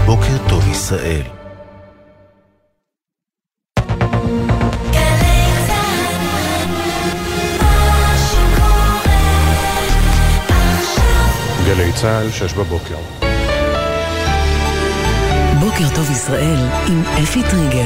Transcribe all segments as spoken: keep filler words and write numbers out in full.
בוקר טוב ישראל. גלי צהל, שש בבוקר. בוקר טוב ישראל עם אפי טריגר.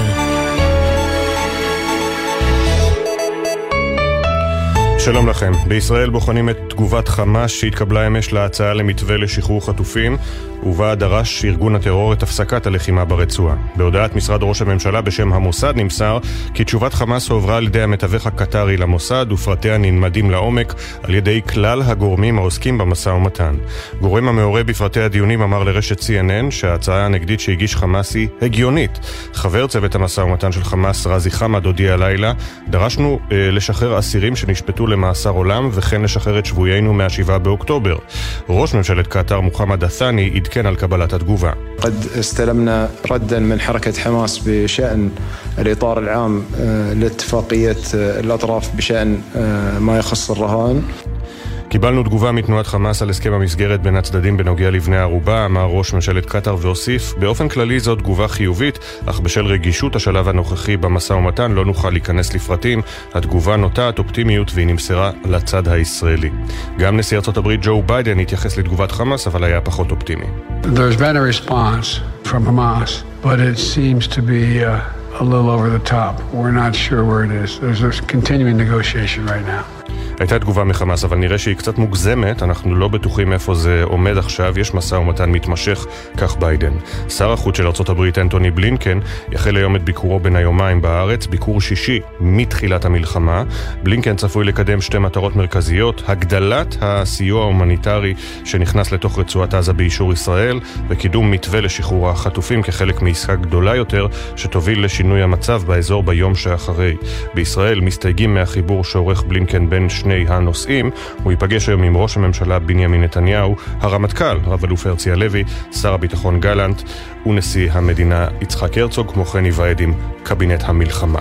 שלום לכם. בישראל בוחנים את תגובת חמאס שהתקבלה אמש להצעה למתווה לשחרור חטופים, ובה דרש ארגון הטרור את הפסקת הלחימה ברצועה. בהודעת משרד ראש הממשלה בשם המוסד נמסר כי תשובת חמאס הועברה על ידי המתווך הקטרי למוסד, ופרטיה נלמדים לעומק על ידי כלל הגורמים העוסקים במשא ומתן. גורם המעורה בפרטי הדיונים אמר לרשת סי אן אן שההצעה הנגדית שהגיש חמאס היא הגיונית. חבר צוות המשא ומתן של חמאס רזי חמד הודיע הלילה, דרשנו אה, לשחרר אסירים שנשפטו למאסר עולם וכן לשחרר את שבויינו מהשבעה באוקטובר. ראש ממשלת קטר מוחמד א-ת'אני עדכן על קבלת התגובה. قد استلمنا ردا من حركة حماس بشأن الإطار العام لاتفاقية الأطراف بشأن ما يخص الرهان. קיבלנו תגובה מתנועת חמאס על הסכם המסגרת בין הצדדים בנוגע לבני ערובה, אמר ראש ממשלת קטר והוסיף, באופן כללי זו תגובה חיובית, אך בשל רגישות השלב הנוכחי במשא ומתן לא נוכל להיכנס לפרטים. התגובה נוטעת אופטימיות והיא נמסרה לצד הישראלי. גם נשיא ארצות הברית ג'ו ביידן התייחס לתגובת חמאס, אבל היה פחות אופטימי. There's been a response from Hamas, but it seems to be uh, a little over the top. We're not sure where it is. There's a continuing negotiation right now. הייתה תגובה מחמאס, אבל נראה שהיא קצת מוגזמת, אנחנו לא בטוחים איפה זה עומד עכשיו, יש משא ומתן מתמשך, כך ביידן. שר החוץ של ארצות הברית אנטוני בלינקן יחל היום את ביקורו בין היומיים בארץ, ביקור שישי מתחילת המלחמה. בלינקן צפוי לקדם שתי מטרות מרכזיות, הגדלת הסיוע ההומניטרי שנכנס לתוך רצועת עזה באישור ישראל, וקידום מתווה לשחרור החטופים כחלק מעסקה גדולה יותר שתוביל לשינוי המצב באזור ביום שאחרי. בישראל מסתייגים מהחיבור שעורך בלינקן בין שני הנושאים. הוא ייפגש היום עם ראש הממשלה בנימין נתניהו, הרמטכ"ל רב אלוף הרצי הלוי, שר הביטחון גלנט ונשיא המדינה יצחק הרצוג, כמו כן ייוועד עם קבינט המלחמה.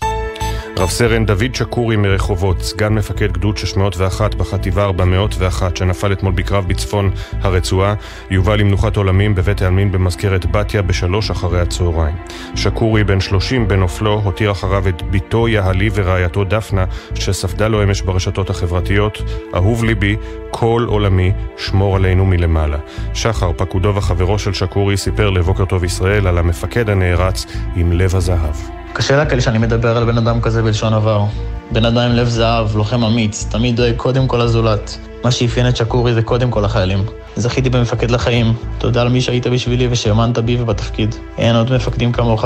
רב סרן דוד שקורי מרחובות, סגן מפקד גדוד שש מאות ואחת בחטיבה ארבע מאות ואחת שנפל אתמול בקרב בצפון הרצועה, יובא למנוחת עולמים בבית העלמין במזכרת בתיה בשלוש אחרי הצהריים. שקורי בן שלושים בנופלו הותיר אחריו את ביתו יהלי ורעייתו דפנה, שספדה לו אמש ברשתות החברתיות, אהוב ליבי, כל עולמי, שמור עלינו מלמעלה. שחר, פקודו וחברו של שקורי, סיפר לבוקר טוב ישראל על המפקד הנערץ עם לב הזהב. קשה להקל שאני מדבר על בן אדם כזה בלשון עבר. בן אדם עם לב זהב, לוחם אמיץ, תמיד דואג קודם כל הזולת. מה שאפיין את שקורי זה קודם כל החיילים. זכיתי במפקד לחיים. תודה על מי שהיית בשבילי ושהאמנת בי ובתפקיד. אין עוד מפקדים כמוך.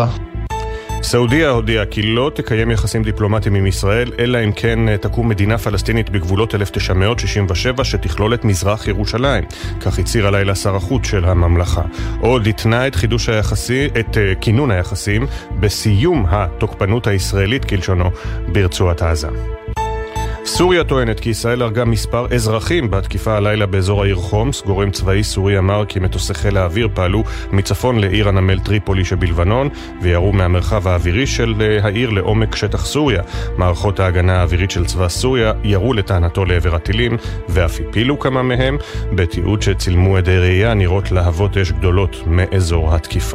סעודיה הודיעה כי לא תקיים יחסים דיפלומטיים עם ישראל, אלא אם כן תקום מדינה פלסטינית בגבולות אלף תשע מאות שישים ושבע שתכלול את מזרח ירושלים. כך הצהיר הלילה שר החוץ של הממלכה. עוד התנה את חידוש היחסי, את כינון היחסים בסיום התוקפנות הישראלית כלשונו ברצועת עזה. סוריה טוענת כי ישראל הרגה מספר אזרחים בתקיפה הלילה באזור העיר חומס. גורם צבאי סורי אמר כי מטוסי חיל האוויר פעלו מצפון לעיר הנמל טריפולי שבלבנון וירו מהמרחב האווירי של העיר לעומק שטח סוריה. מערכות ההגנה האווירית של צבא סוריה ירו לטענתו לעבר הטילים ואף הפילו כמה מהם. בתיעוד שצילמו עדי ראייה נראות להבות אש גדולות מאזור התקיפה.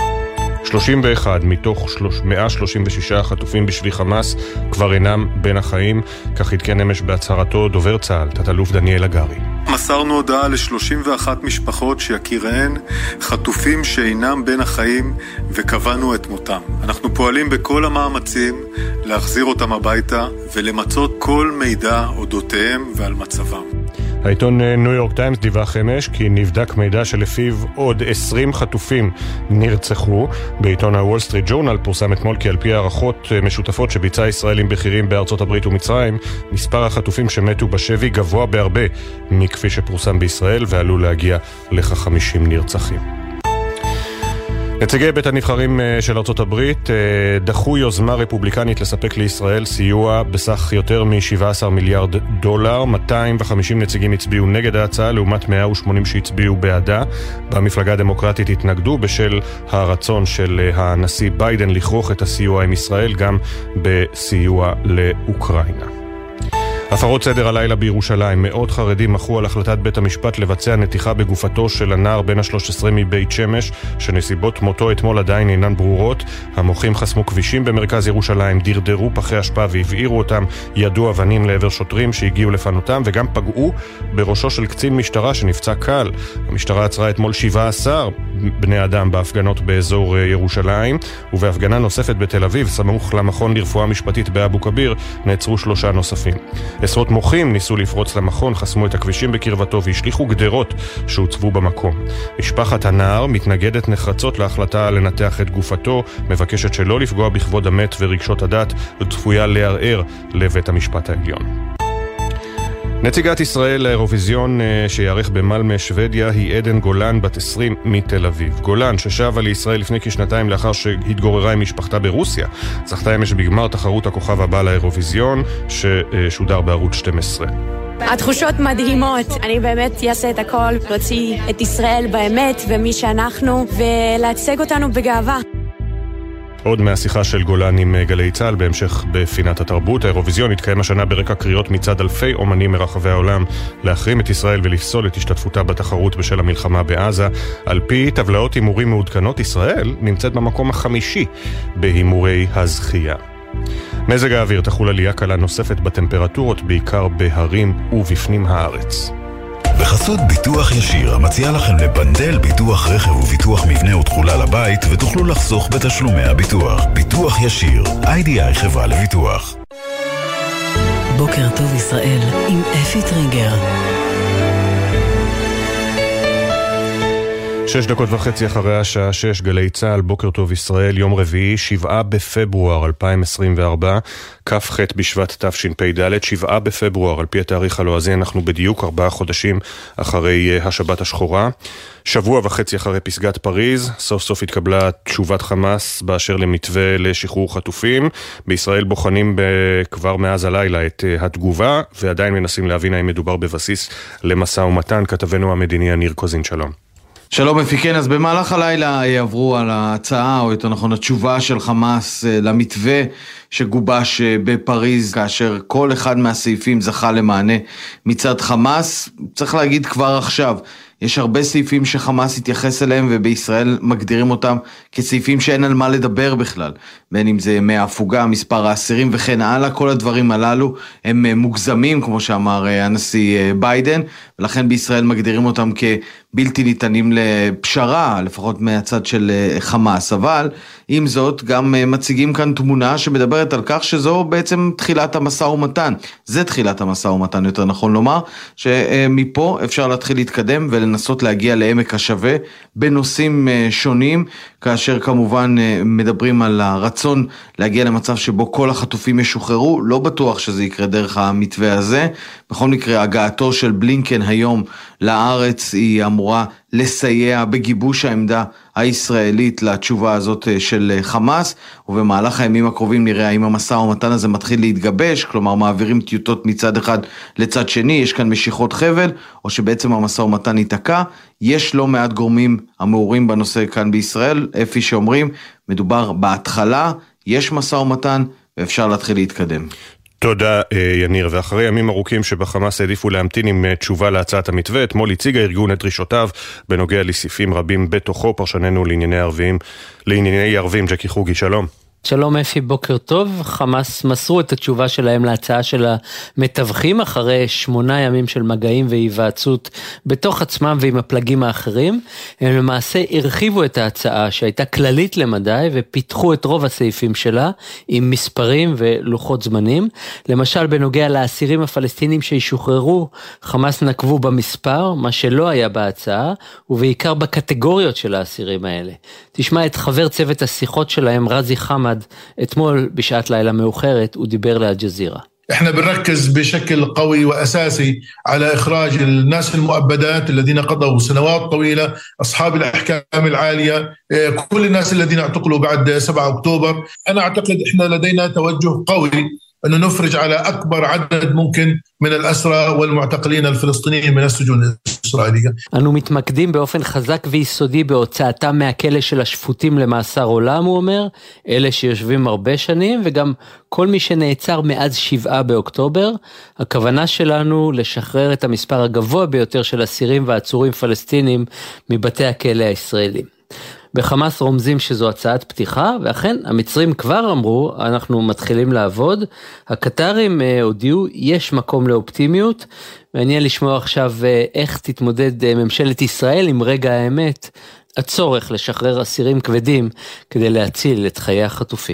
שלושים ואחד מתוך מאה שלושים ושישה חטופים בשבי חמאס כבר אינם בין החיים, כך עדכן אמש בהצהרתו דובר צה"ל, תת-אלוף דניאל הגרי. מסרנו הודעה ל-שלושים ואחת משפחות שיקיריהן חטופים שאינם בין החיים וקבענו את מותם. אנחנו פועלים בכל המאמצים להחזיר אותם הביתה ולמצות כל מידע אודותיהם ועל מצבם. העיתון ניו יורק טיימס דיווח אמש כי נבדק מידע שלפיו עוד עשרים חטופים נרצחו. בעיתון הוול סטריט ג'ורנל פורסם אתמול כי על פי הערכות משותפות שביצע ישראלים בכירים בארצות הברית ומצרים, מספר החטופים שמתו בשבי גבוה בהרבה מכפי שפורסם בישראל ועלול להגיע לכ-חמישים נרצחים. נציגי בית הנבחרים של ארצות הברית דחו יוזמה רפובליקנית לספק לישראל סיוע בסך יותר מ-שבעה עשר מיליארד דולר. מאתיים וחמישים נציגים הצביעו נגד ההצעה לעומת מאה ושמונים שהצביעו בעדה. במפלגה הדמוקרטית התנגדו בשל הרצון של הנשיא ביידן לכרוך את הסיוע עם ישראל גם בסיוע לאוקראינה. הפרות סדר הלילה בירושלים. מאות חרדים מחו על החלטת בית המשפט לבצע נתיחה בגופתו של הנער בן ה-שלוש עשרה מבית שמש, שנסיבות מותו אתמול עדיין אינן ברורות. המוחים חסמו כבישים במרכז ירושלים, דרדרו פחי אשפה והבעירו אותם, ידעו אבנים לעבר שוטרים שהגיעו לפנותם, וגם פגעו בראשו של קצין משטרה שנפצע קל. המשטרה עצרה אתמול שבעה עשר בני אדם בהפגנות באזור ירושלים, ובהפגנה נוספת בתל אביב, סמוך למכון לרפואה משפטית באבו כביר, נעצרו שלושה נוספים. עשרות מוחים ניסו לפרוץ למכון, חסמו את הכבישים בקרבתו והשליחו גדרות שהוצבו במקום. משפחת הנער מתנגדת נחרצות להחלטה לנתח את גופתו, מבקשת שלא לפגוע בכבוד המת ורגשות הדת, וצפויה לערער לבית המשפט העליון. נציגת ישראל לאירוויזיון שיערך במלמה, שוודיה, היא עדן גולן, בת עשרים מתל אביב. גולן, ששבה לישראל לפני כשנתיים לאחר שהתגוררה עם משפחתה ברוסיה, זכתה אמש בגמר תחרות הכוכב הבא לאירוויזיון, ששודר בערוץ שתים עשרה. התחושות מדהימות. אני באמת אעשה את הכל, להוציא את ישראל באמת ומי שאנחנו, ולהציג אותנו בגאווה. עוד מהשיחה של גולן עם גלי צהל, בהמשך בפינת התרבות. האירוויזיון התקיים השנה ברקע קריאות מצד אלפי אומנים מרחבי העולם להחרים את ישראל ולפסול את השתתפותה בתחרות בשל המלחמה בעזה. על פי טבלאות הימורים מעודכנות, ישראל נמצאת במקום החמישי בהימורי הזכייה. מזג האוויר, תחול עלייה קלה נוספת בטמפרטורות, בעיקר בהרים ובפנים הארץ. בחסות ביטוח ישיר, המציע לכם לבנדל ביטוח רכב וביטוח מבנה ותכולה לבית, ותוכלו לחסוך בתשלומי הביטוח. ביטוח ישיר, איי די איי חברה לביטוח. בוקר טוב ישראל עם אפי טריגר. שש דקות וחצי אחרי השעה שש, גלי צהל, בוקר טוב ישראל, יום רביעי, שבעה בפברואר אלפיים עשרים וארבע, כ"ח בשבט תשפ"ד, שבעה בפברואר, על פי התאריך הלועזי, אנחנו בדיוק ארבעה חודשים אחרי השבת השחורה. שבוע וחצי אחרי פסגת פריז, סוף סוף התקבלה תשובת חמאס באשר למתווה לשחרור חטופים. בישראל בוחנים כבר מאז הלילה את התגובה, ועדיין מנסים להבין האם מדובר בבסיס למשא ומתן. כתבנו המדיני יניר קוזין, שלום. שלום מפיקן, אז במהלך הלילה יעברו על ההצעה, או יותר נכון התשובה של חמאס למתווה שגובש בפריז, כאשר כל אחד מהסעיפים זכה למענה מצד חמאס. צריך להגיד כבר עכשיו, יש הרבה סעיפים שחמאס התייחס אליהם, ובישראל מגדירים אותם כסעיפים שאין על מה לדבר בכלל. בין אם זה מההפוגה, מספר האסירים וכן הלאה, כל הדברים הללו הם מוגזמים, כמו שאמר הנשיא ביידן, ולכן בישראל מגדירים אותם כבלתי ניתנים לפשרה, לפחות מהצד של חמאס. אבל עם זאת, גם מציגים כאן תמונה שמדברת על כך שזו בעצם תחילת המשא ומתן. זה תחילת המשא ומתן, יותר נכון לומר, שמפה אפשר להתחיל להתקדם ולנסות להגיע לעמק השווה בנושאים שונים, כאשר כמובן מדברים על הרצון להגיע למצב שבו כל החטופים ישוחררו. לא בטוח שזה יקרה דרך המתווה הזה. בכל מקרה, הגעתו של בלינקן היום לארץ היא אמורה לסייע בגיבוש העמדה הישראלית לתשובה הזאת של חמאס, ובמהלך הימים הקרובים נראה האם המשא ומתן הזה מתחיל להתגבש, כלומר מעבירים טיוטות מצד אחד לצד שני, יש כאן משיכות חבל, או שבעצם המשא ומתן ייתקע. יש לא מעט גורמים המעורים בנושא כאן בישראל, אפי שאומרים, מדובר בהתחלה, יש משא ומתן ואפשר להתחיל להתקדם. תודה יניר. ואחרי ימים ארוכים שבחמאס העדיפו להמתין עם תשובה להצעת המתווה, אתמול הציג הארגון את דרישותיו בנוגע לסעיפים רבים בתוכו. פרשננו לענייני ערבים, לענייני ערבים, ג'קי חוגי, שלום. שלום אפי, בוקר טוב. חמאס מסרו את התשובה שלהם להצעה של המתווכים אחרי שמונה ימים של מגעים והיוועצות בתוך עצמם ועם הפלגים האחרים. הם למעשה הרחיבו את ההצעה שהייתה כללית למדי ופיתחו את רוב הסעיפים שלה עם מספרים ולוחות זמנים. למשל בנוגע לאסירים הפלסטינים שישוחררו, חמאס נקבו במספר, מה שלא היה בהצעה, ובעיקר בקטגוריות של האסירים האלה. תשמע את חבר צוות השיחות שלהם, רזי חמד, אתמול בשעת לילה מאוחרת הוא דיבר לאל-ג'זירה. احنا بنركز بشكل قوي واساسي على اخراج الناس المؤبدات الذين قضوا سنوات طويله، اصحاب الاحكام العاليه، كل الناس الذين اعتقلوا بعد سبعة أكتوبر. انا اعتقد احنا لدينا توجه قوي أنه نفرج على أكبر عدد ممكن من الأسرى والمعتقلين الفلسطينيين من السجون الإسرائيلية. אנו מתמקדים באופן חזק ויסודי בהוצאתם מהכלא של השפוטים למאסר עולם, הוא אומר, אלה שיושבים הרבה שנים, וגם כל מי שנעצר מאז שבעה באוקטובר. הכוונה שלנו לשחרר את המספר הגבוה ביותר של אסירים ועצורים פלסטינים מבתי הכלא הישראלים. בחמאס רומזים שזו הצעת פתיחה, ואכן המצרים כבר אמרו, אנחנו מתחילים לעבוד. הקטרים הודיעו, יש מקום לאופטימיות. מעניין לשמוע עכשיו איך תתמודד ממשלת ישראל עם רגע האמת, הצורך לשחרר אסירים כבדים כדי להציל את חיי החטופים.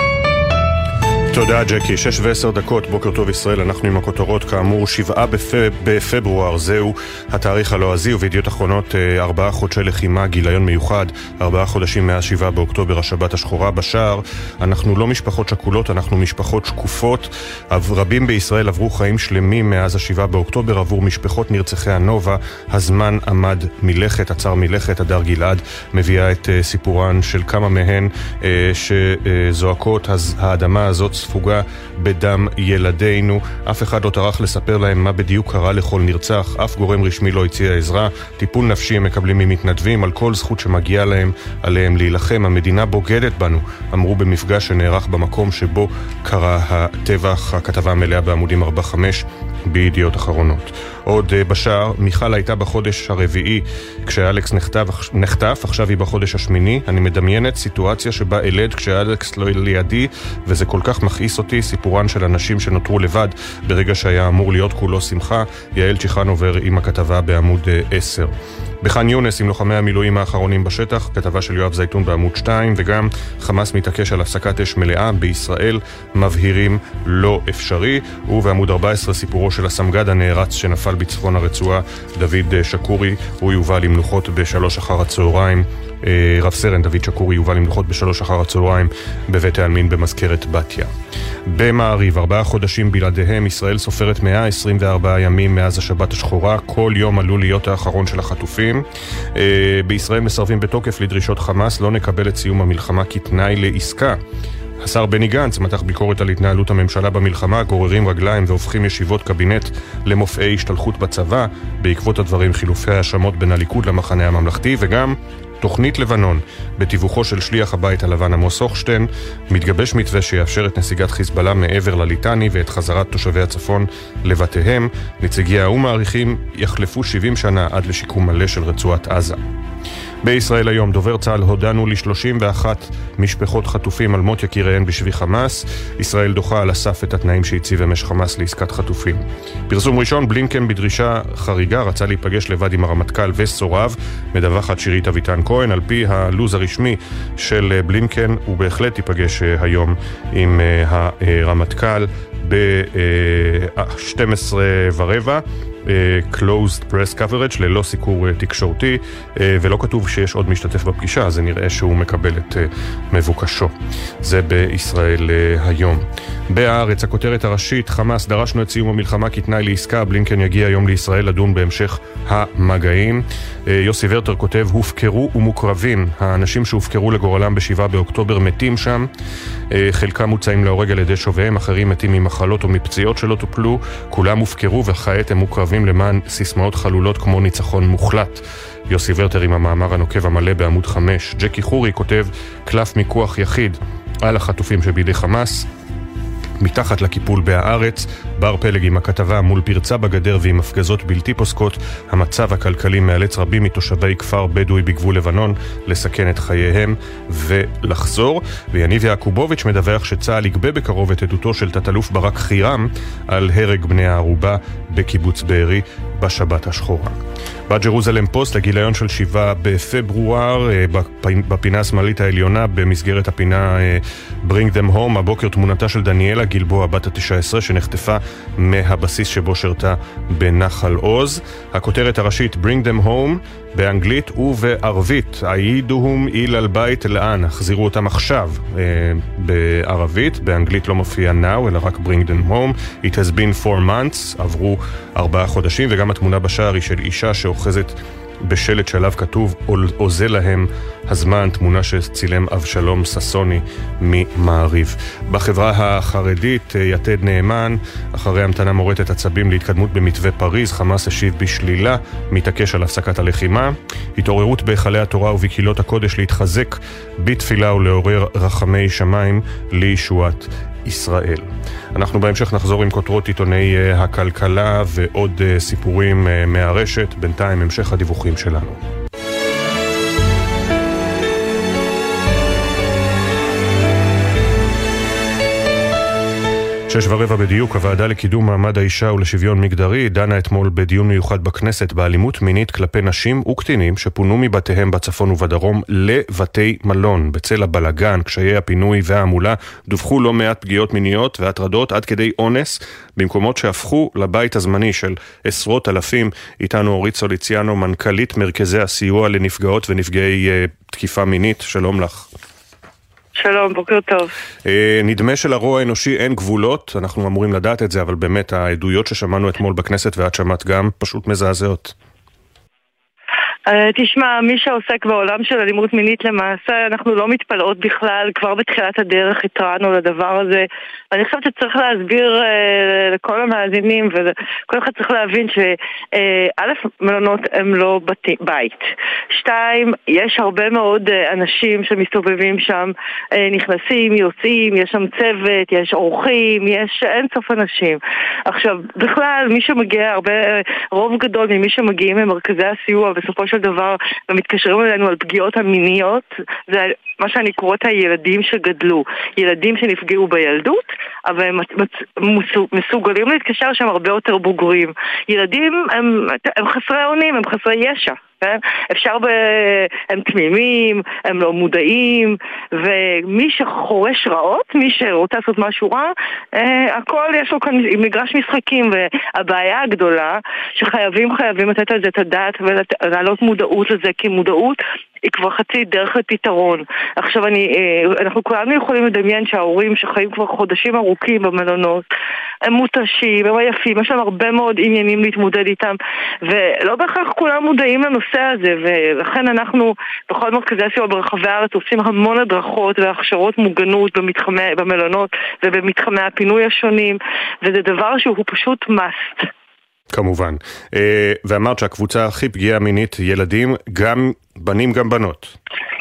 תודה ג'קי, שש ועשר דקות, בוקר טוב ישראל, אנחנו עם הכותרות כאמור, שבעה בפברואר, זהו התאריך הלועזי, ובידיעות אחרונות ארבעה חודשי לחימה, גיליון מיוחד, ארבעה חודשים מאז שבעה באוקטובר, השבת השחורה בשער. אנחנו לא משפחות שקולות, אנחנו משפחות שקופות. רבים בישראל עברו חיים שלמים מאז השבעה באוקטובר, עבור משפחות נרצחי הנובה, הזמן עמד מלכת, עצר מלכת. הדר גלעד מביאה את סיפורן של כמה מהן שזועקות, האדמה הזאת ספוגה בדם ילדינו. אף אחד לא טרח לספר להם מה בדיוק קרה לכל נרצח, אף גורם רשמי לא הציע עזרה. טיפול נפשי הם מקבלים ממתנדבים, על כל זכות שמגיעה להם עליהם להילחם. המדינה בוגדת בנו, אמרו במפגש שנערך במקום שבו קרה הטבח. הכתבה המלאה בעמודים ארבע חמש בידיעות אחרונות. עוד בשער, מיכל הייתה בחודש הרביעי כשאלכס נחטף, נחטף, עכשיו היא בחודש השמיני. אני מדמיינת סיטואציה שבה אלד כשאלכס לא לידי, וזה כל כך מכעיס אותי. סיפורן של אנשים שנותרו לבד ברגע שהיה אמור להיות כולו שמחה. יעל צ'יחנובר עם הכתבה בעמוד עשר. בח'אן יונס עם לוחמי המילואים האחרונים בשטח, כתבה של יואב זייתון בעמוד שתיים, וגם חמאס מתעקש על הפסקת אש מלאה בישראל, מבהירים לא אפשרי. ובעמוד ארבע עשרה סיפורו של הסמג"ד הנערץ שנפל בצפון הרצועה, דוד שקורי, הוא יובל למנוחות בשלוש אחר הצהריים. רב סרן דוד שקורי יובל למנוחות בשלוש אחר הצהריים בבית העלמין במזכרת בתיה. במעריב, ארבעה חודשים בלעדיהם, ישראל סופרת מאה עשרים וארבעה ימים מאז השבת השחורה, כל יום עלול להיות האחרון של החטופים. בישראל מסרבים בתוקף לדרישות חמאס, לא נקבל את סיום המלחמה כתנאי לעסקה. השר בני גנץ מתח ביקורת על התנהלות הממשלה במלחמה, גוררים רגליים והופכים ישיבות קבינט למופעי השתלחות בצבא. בעקבות הדברים חילופי האשמות בין הליכוד למחנה הממלכתי, וגם תוכנית לבנון בתיווכו של שליח הבית הלבן עמוס הוכשטיין, מתגבש מתווה שיאפשר את נסיגת חיזבאללה מעבר לליטני ואת חזרת תושבי הצפון לבתיהם. נציגי האו"ם מעריכים יחלפו שבעים שנה עד לשיקום מלא של רצועת עזה. בישראל היום, דובר צה"ל, הודענו ל-שלושים ואחת משפחות חטופים על מות יקיריהן בשבי חמאס. ישראל דוחה על הסף את התנאים שהציב אמש חמאס לעסקת חטופים. פרסום ראשון, בלינקן בדרישה חריגה רצה להיפגש לבד עם הרמטכ"ל וסורב, מדווחת שירית אביטן כהן. על פי הלוז הרשמי של בלינקן, הוא בהחלט ייפגש היום עם הרמטכ"ל ב-שתים עשרה ורבע. closed press coverage, ללא סיקור תקשורתי, ולא כתוב שיש עוד משתתף בפגישה, אז זה נראה שהוא מקבל את מבוקשו. זה בישראל היום. בהארץ, הכותרת הראשית, חמאס, דרשנו את סיום המלחמה כתנאי לעסקה, בלינקן יגיע היום לישראל לדון בהמשך המגעים. יוסי ורטר כותב, הופקרו ומוקרבים, האנשים שהופקרו לגורלם בשבעה באוקטובר מתים שם, חלקם מוצאים להורג על ידי שוביהם, אחרים מתים ממחלות או מפציעות שלא טופלו, כולם הופקרו וכעת הם מוקרבים למען סיסמאות חלולות כמו ניצחון מוחלט. יוסי ורטר עם המאמר הנוקב המלא בעמוד חמש. ג'קי חורי כותב, קלף מיקוח יחיד על החטופים שבידי חמאס. מתחת לקיפול בהארץ, בר פלג עם הכתבה, מול פרצה בגדר ועם הפגזות בלתי פוסקות, המצב הכלכלי מאלץ רבים מתושבי כפר בדואי בגבול לבנון לסכן את חייהם ולחזור. ויניב יעקובוביץ' מדווח שצה"ל יגבה בקרוב את עדותו של תת-אלוף ברק חירם על הרג בני הערובה בקיבוץ בארי בשבת השחורה. בג'רוזלם פוסט, לגיליון של שבעה בפברואר, בפינה השמאלית העליונה, במסגרת הפינה Bring them home, הבוקר תמונתה של דניאלה גלבוע, בת ה-תשע עשרה, שנחטפה מהבסיס שבו שרתה בנחל עוז. הכותרת הראשית, Bring them home, באנגלית ובערבית, עידוהם איל אל בית לאן, החזירו אותם עכשיו, אה, בערבית, באנגלית לא מופיע now, אלא רק bring them home. It has been four months, עברו ארבעה חודשים, וגם התמונה בשער היא של אישה שאוחזת בשלט שעליו כתוב עוזל להם הזמן, תמונה שצילם אבשלום ססוני ממעריב. בחברה החרדית יתד נאמן, אחרי המתנה מורטת עצבים להתקדמות במתווה פריז, חמאס השיב בשלילה, מתעקש על הפסקת הלחימה. התעוררות בהיכלי התורה ובקהילות הקודש להתחזק בתפילה ולעורר רחמי שמיים לישועת ישראל. אנחנו בהמשך נחזור עם כותרות עיתוני הכלכלה ועוד סיפורים מהרשת. בינתיים המשך הדיווחים שלנו. שש ורבע בדיוק, הוועדה לקידום מעמד האישה ולשוויון מגדרי דנה אתמול בדיון מיוחד בכנסת באלימות מינית כלפי נשים וקטינים שפונו מבתיהם בצפון ובדרום לבתי מלון. בצל הבלגן, קשיי הפינוי והעמולה, דווחו לא מעט פגיעות מיניות והטרדות עד כדי אונס במקומות שהפכו לבית הזמני של עשרות אלפים. איתנו אורית סוליציאנו, מנכ"לית מרכזי הסיוע לנפגעות ונפגעי תקיפה מינית. שלום לך. שלום, בוקר טוב. נדמה שלרוע האנושי אין גבולות, אנחנו אמורים לדעת את זה, אבל באמת העדויות ששמענו אתמול בכנסת ואת שמעת גם פשוט מזעזעות. תשמע, מי שעוסק בעולם של אלימות מינית למעשה, אנחנו לא מתפלאות בכלל, כבר בתחילת הדרך התרענו לדבר הזה. אני חושבת שצריך להסביר אה, לכל המאזינים, וכל אחד צריך להבין שא', מלונות הם לא בת... בית. שתיים, יש הרבה מאוד אנשים שמסתובבים שם, אה, נכנסים, יוצאים, יש שם צוות, יש אורחים, יש אין סוף אנשים. עכשיו, בכלל, מי שמגיע, הרבה, רוב גדול ממי שמגיעים ממרכזי הסיוע, בסופו של דבר, ומתקשרים אלינו על פגיעות המיניות, זה מה שאני קוראת הילדים שגדלו, ילדים שנפגעו בילדות, אבל הם מסוגלים להתקשר שהם הרבה יותר בוגרים. ילדים הם, הם חסרי אונים, הם חסרי ישע. אפשר ב... הם תמימים, הם לא מודעים, ומי שחורש רעות, מי שרוצה לעשות משהו רע, אה, הכל יש לו כאן מגרש משחקים, והבעיה הגדולה שחייבים חייבים לתת על זה את הדעת ולהעלות מודעות לזה, כי מודעות היא כבר חצי דרך לפתרון. עכשיו אני, אנחנו כולנו יכולים לדמיין שההורים שחיים כבר חודשים ארוכים במלונות, הם מותשים, הם עייפים, יש להם הרבה מאוד עניינים להתמודד איתם, ולא בהכרח כולם מודעים לנושא הזה, ולכן אנחנו בכל מרכזי הסיוע ברחבי הארץ עושים המון הדרכות והכשרות מוגנות במתחמי, במלונות ובמתחמי הפינוי השונים, וזה דבר שהוא פשוט must. כמובן. ואמרת שהקבוצה הכי פגיעה מינית ילדים, גם בנים גם בנות.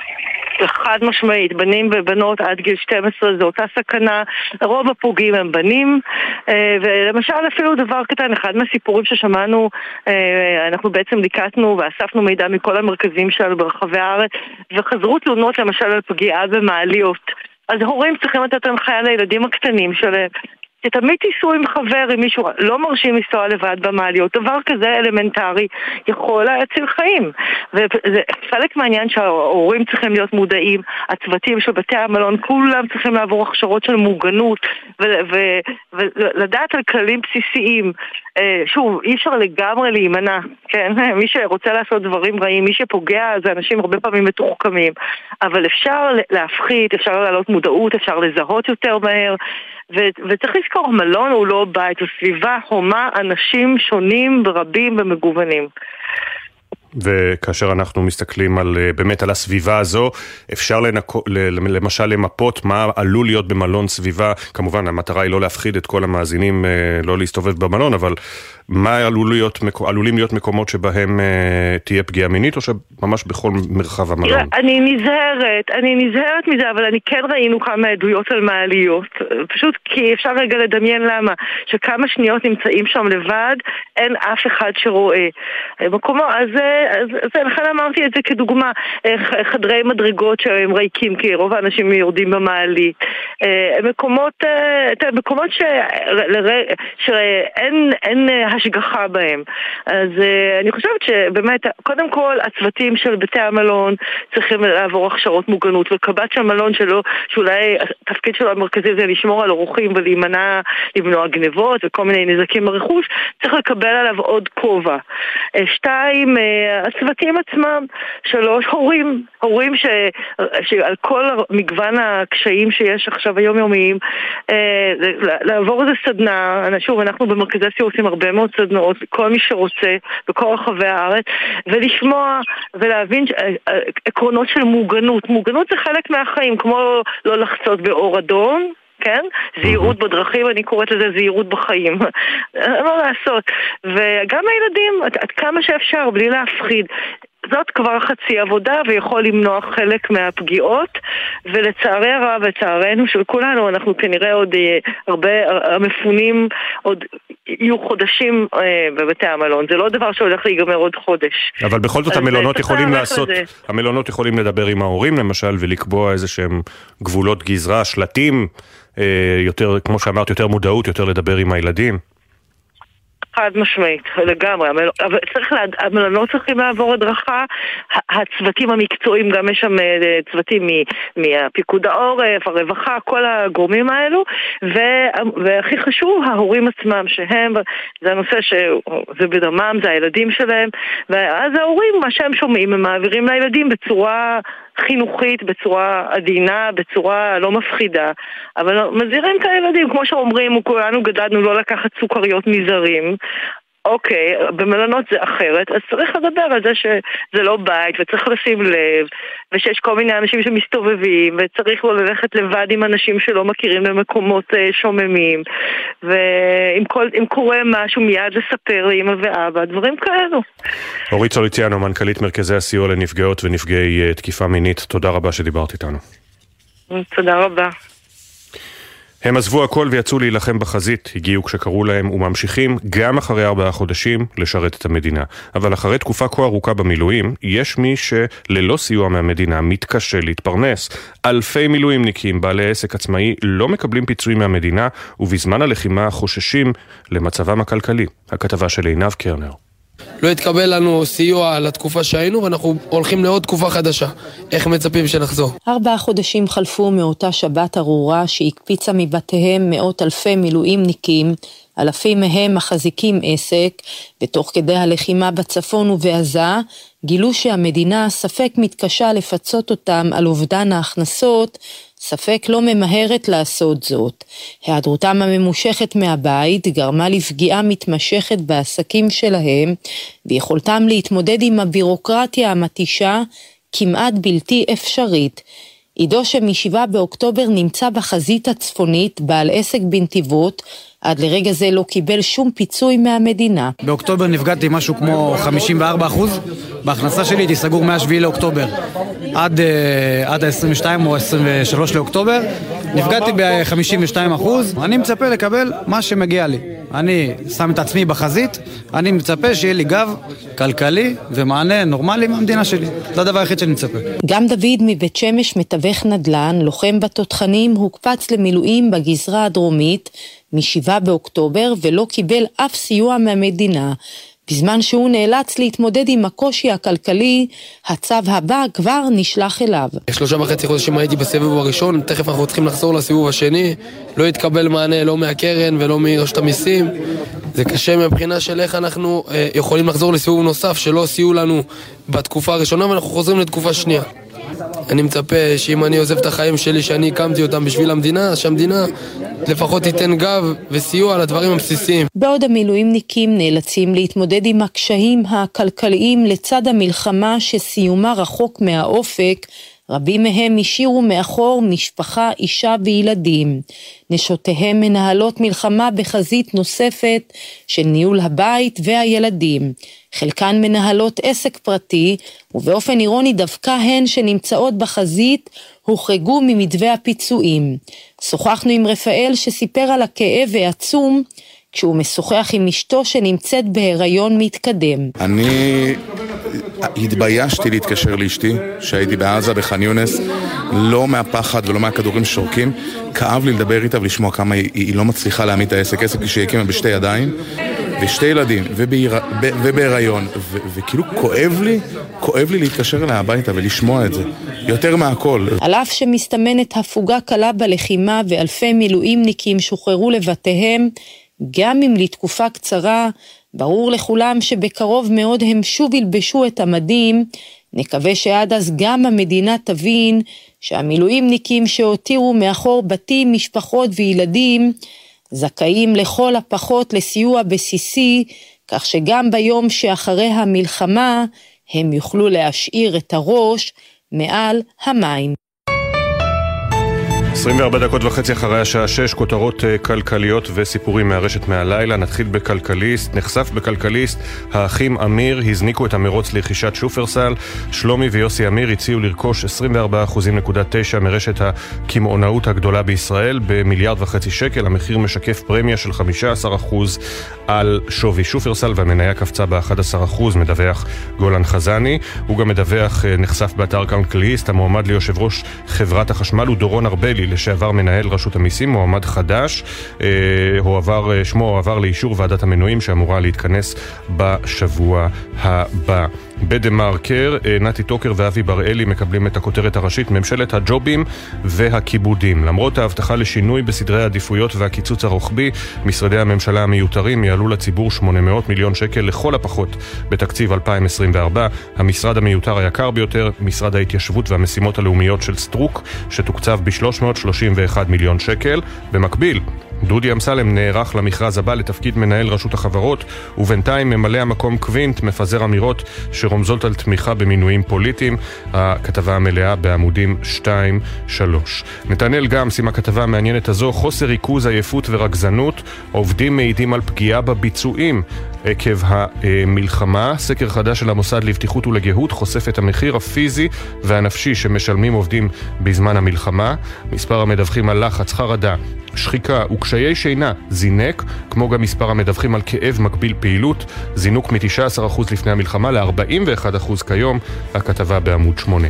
חד משמעית, בנים ובנות עד גיל שתים עשרה זו אותה סכנה, רוב הפוגעים הם בנים, ולמשל אפילו דבר קטן, אחד מהסיפורים ששמענו, אנחנו בעצם ליקטנו ואספנו מידע מכל המרכזים שלנו ברחבי הארץ, וחזרו תלונות למשל על פגיעה במעליות. אז הורים צריכים לתת הנחיה לילדים הקטנים שלהם, שתמיד תיסעו עם חבר, עם מישהו, לא מרשים לנסוע לבד במעליות. דבר כזה אלמנטרי יכול להציל חיים. וזה חלק מהעניין שההורים צריכים להיות מודעים, הצוותים של בתי המלון, כולם צריכים לעבור הכשרות של מוגנות, ולדעת על כללים בסיסיים. שוב, אי אפשר לגמרי להימנע, כן? מי שרוצה לעשות דברים רעים, מי שפוגע, זה אנשים הרבה פעמים מתוחכמים. אבל אפשר להפחית, אפשר להעלות מודעות, אפשר לזהות יותר מהר, ו- וצריך לזכור, מלון הוא לא בית, הוא סביבה הומה, אנשים שונים ורבים ומגוונים. וכאשר אנחנו מסתכלים על, באמת על הסביבה הזו, אפשר לנקו, למשל למפות מה עלול להיות במלון סביבה, כמובן המטרה היא לא להפחיד את כל המאזינים לא להסתובב במלון, אבל מה עלול להיות, עלולים להיות מקומות שבהם תהיה פגיעה מינית, או שממש בכל מרחב המלון? אני נזהרת, אני נזהרת מזה, אבל אני כן ראינו כמה עדויות על מעליות, פשוט כי אפשר רגע לדמיין למה, שכמה שניות נמצאים שם לבד, אין אף אחד שרואה. מקומו, אז אז, אז לכן אמרתי את זה כדוגמה, חדרי מדרגות שהם ריקים, כי רוב האנשים יורדים במעלית, מקומות, מקומות ש, שאין אין השגחה בהם. אז אני חושבת שבאמת, קודם כל, הצוותים של בתי המלון צריכים לעבור הכשרות מוגנות, וקב"ט של מלון שלו, שאולי התפקיד שלו המרכזי זה לשמור על אורחים ולהימנע, למנוע גנבות וכל מיני נזקים ברכוש, צריך לקבל עליו עוד כובע. שתיים, והצוותים עצמם, שלוש הורים, הורים ש, שעל כל מגוון הקשיים שיש עכשיו היומיומיים, לעבור איזה סדנה, שוב, אנחנו במרכזי סיוע עושים הרבה מאוד סדנאות, כל מי שרוצה, בכל רחבי הארץ, ולשמוע ולהבין עקרונות של מוגנות. מוגנות זה חלק מהחיים, כמו לא לחצות באור אדום, כן? זהירות בדרכים, אני קוראת לזה זהירות בחיים. לא לעשות. וגם הילדים, עד, עד כמה שאפשר, בלי להפחיד. זאת כבר חצי עבודה ויכול למנוע חלק מהפגיעות, ולצערי הרב, לצערנו של כולנו, אנחנו כנראה עוד אה, הרבה, המפונים עוד יהיו חודשים אה, בבתי המלון. זה לא דבר שהולך להיגמר עוד חודש. אבל בכל זאת המלונות יכולים לעשות, המלונות יכולים לדבר עם ההורים למשל, ולקבוע איזה שהם גבולות גזרה, שלטים, אה, יותר, כמו שאמרת, יותר מודעות, יותר לדבר עם הילדים. חד משמעית, לגמרי, אבל צריך, המלונות צריכים לעבור הדרכה, הצוותים המקצועיים, גם יש שם צוותים מהפיקוד העורף, הרווחה, כל הגורמים האלו, והכי חשוב, ההורים עצמם, שהם, זה הנושא שזה בדמם, זה הילדים שלהם, ואז ההורים, מה שהם שומעים, הם מעבירים לילדים בצורה חינוכית, בצורה עדינה, בצורה לא מפחידה, אבל מזהירים את הילדים, כמו שאומרים, כולנו גדלנו לא לקחת סוכריות מזרים, אוקיי, במלונות זה אחרת, אז צריך לדבר על זה שזה לא בית, וצריך לשים לב, ושיש כל מיני אנשים שמסתובבים, וצריך לא ללכת לבד עם אנשים שלא מכירים במקומות שוממים, ואם כל, אם קורה משהו מיד לספר לאמא ואבא, דברים כאלו. אורית סוליציאנו, מנכ"לית מרכזי הסיוע לנפגעות ונפגעי תקיפה מינית, תודה רבה שדיברת איתנו. תודה רבה. הם עזבו הכל ויצאו להילחם בחזית, הגיעו כשקראו להם וממשיכים גם אחרי ארבעה חודשים לשרת את המדינה. אבל אחרי תקופה כה ארוכה במילואים, יש מי שללא סיוע מהמדינה מתקשה להתפרנס. אלפי מילואימניקים, בעלי עסק עצמאי, לא מקבלים פיצוי מהמדינה, ובזמן הלחימה חוששים למצבם הכלכלי. הכתבה של עינב קרנר. לא התקבל לנו סיוע לתקופה שהיינו, ואנחנו הולכים לעוד תקופה חדשה. איך מצפים שנחזור? ארבעה חודשים חלפו מאותה שבת ארורה שהקפיצה מבתיהם מאות אלפי מילואימניקים, אלפים מהם מחזיקים עסק, ותוך כדי הלחימה בצפון ובעזה, גילו שהמדינה ספק מתקשה לפצות אותם על אובדן ההכנסות, ספק לא ממהרת לעשות זאת. היעדרותם הממושכת מהבית גרמה לפגיעה מתמשכת בעסקים שלהם, ויכולתם להתמודד עם הבירוקרטיה המתישה כמעט בלתי אפשרית. עידו שמשבעה באוקטובר נמצא בחזית הצפונית, בעל עסק בנתיבות, עד לרגע זה לא קיבל שום פיצוי מהמדינה. באוקטובר נפגעתי משהו כמו חמישים וארבעה אחוז, בהכנסה שלי הייתי סגור מהשביעי לאוקטובר עד, עד ה-עשרים ושתיים או עשרים ושלוש לאוקטובר, נפגעתי ב-חמישים ושתיים אחוז, אני מצפה לקבל מה שמגיע לי. אני שם את עצמי בחזית, אני מצפה שיהיה לי גב כלכלי ומענה נורמלי מהמדינה שלי. זה הדבר היחיד שאני מצפה. גם דוד מבית שמש מתווך נדל"ן, לוחם בתותחנים, הוקפץ למילואים בגזרה הדרומית משבעה באוקטובר ולא קיבל אף סיוע מהמדינה. בזמן שהוא נאלץ להתמודד עם הקושי הכלכלי, הצו הבא כבר נשלח אליו. שלושה וחצי חודשים הייתי בסבב הראשון, תכף אנחנו צריכים לחזור לסיבוב השני, לא התקבל מענה לא מהקרן ולא מרשות המיסים. זה קשה מבחינה של איך אנחנו אה, יכולים לחזור לסיבוב נוסף שלא סייעו לנו בתקופה הראשונה, ואנחנו חוזרים לתקופה שנייה. אני מצפה שאם אני עוזב את החיים שלי שאני הקמתי אותם בשביל המדינה, שהמדינה לפחות תיתן גב וסיוע לדברים הבסיסיים. בעוד המילואימניקים נאלצים להתמודד עם הקשיים הכלכליים לצד המלחמה שסיומה רחוק מהאופק, רבים מהם השאירו מאחור משפחה, אישה וילדים. נשותיהם מנהלות מלחמה בחזית נוספת של ניהול הבית והילדים. חלקן מנהלות עסק פרטי, ובאופן אירוני דווקא הן שנמצאות בחזית הוחרגו ממתווה הפיצויים. שוחחנו עם רפאל שסיפר על הכאב העצום כשהוא משוחח עם אשתו שנמצאת בהיריון מתקדם. אני התביישתי להתקשר לאשתי שהייתי בעזה בח'אן יונס, לא מהפחד ולא מהכדורים שורקים. כאב לי לדבר איתה ולשמוע כמה היא, היא לא מצליחה להעמיד את העסק, עסק שהיא הקימה בשתי ידיים ושתי ילדים ובהיר... ובהיריון ו... וכאילו כואב לי, כואב לי להתקשר אליה הביתה ולשמוע את זה יותר מהכל. על אף שמסתמנת הפוגה קלה בלחימה ואלפי מילואימניקים שוחררו לבתיהם, גם אם לתקופה קצרה, ברור לכולם שבקרוב מאוד הם שוב ילבשו את המדים, נקווה שעד אז גם המדינה תבין שהמילואימניקים שהותירו מאחור בתים, משפחות וילדים, זכאים לכל הפחות לסיוע בסיסי, כך שגם ביום שאחרי המלחמה הם יוכלו להשאיר את הראש מעל המים. עשרים וארבע דקות וחצי אחרי השעה שש, כותרות כלכליות וסיפורים מהרשת מהלילה. נתחיל בכלכליסט. נחשף בכלכליסט, האחים אמיר הזניקו את המרוץ לרכישת שופרסל. שלומי ויוסי אמיר הציעו לרכוש עשרים וארבעה נקודה תשע אחוזים מרשת הקמעונאות הגדולה בישראל במיליארד וחצי שקל. המחיר משקף פרמיה של חמישה עשר אחוז על שווי שופרסל, והמניה קפצה ב-אחד עשר אחוז, מדווח גולן חזני. הוא גם מדווח, נחשף באתר כלכליסט, המועמד ליושב ראש חברת החשמל הוא דורון ארבלי, לשעבר מנהל רשות המיסים, מועמד חדש. אה, הוא עבר, שמו הוא עבר לאישור ועדת המנויים שאמורה להתכנס בשבוע הבא. בדמרקר, נתי טוקר ואבי בראלי מקבלים את הכותרת הראשית, ממשלת הג'ובים והכיבודים. למרות ההבטחה לשינוי בסדרי העדיפויות והקיצוץ הרוחבי, משרדי הממשלה המיותרים יעלו לציבור שמונה מאות מיליון שקל לכל הפחות בתקציב אלפיים עשרים וארבע. המשרד המיותר היקר ביותר, משרד ההתיישבות והמשימות הלאומיות של סטרוק, שתוקצב ב-שלוש מאות שלושים ואחד מיליון שקל. במקביל, דודי אמסלם נערך למכרז הבא לתפקיד מנהל רשות החברות, ובינתיים ממלא המקום קווינט מפזר אמירות שרומזות על תמיכה במינויים פוליטיים. הכתבה המלאה בעמודים שתיים שלוש. נתנאל גם שימה כתבה מעניינת הזו, חוסר ריכוז, עייפות ורגזנות, עובדים מעידים על פגיעה בביצועים עקב המלחמה. סקר חדש של המוסד לבטיחות ולגהות חושף את המחיר הפיזי והנפשי שמשלמים עובדים בזמן המלחמה. מספר המדווחים על לחץ, חרדה, שחיקה וקשיי שינה זינק, כמו גם מספר המדווחים על כאב מקביל פעילות, זינוק מ-תשעה עשר אחוז לפני המלחמה ל-ארבעים ואחד אחוז כיום. הכתבה בעמוד שמונה.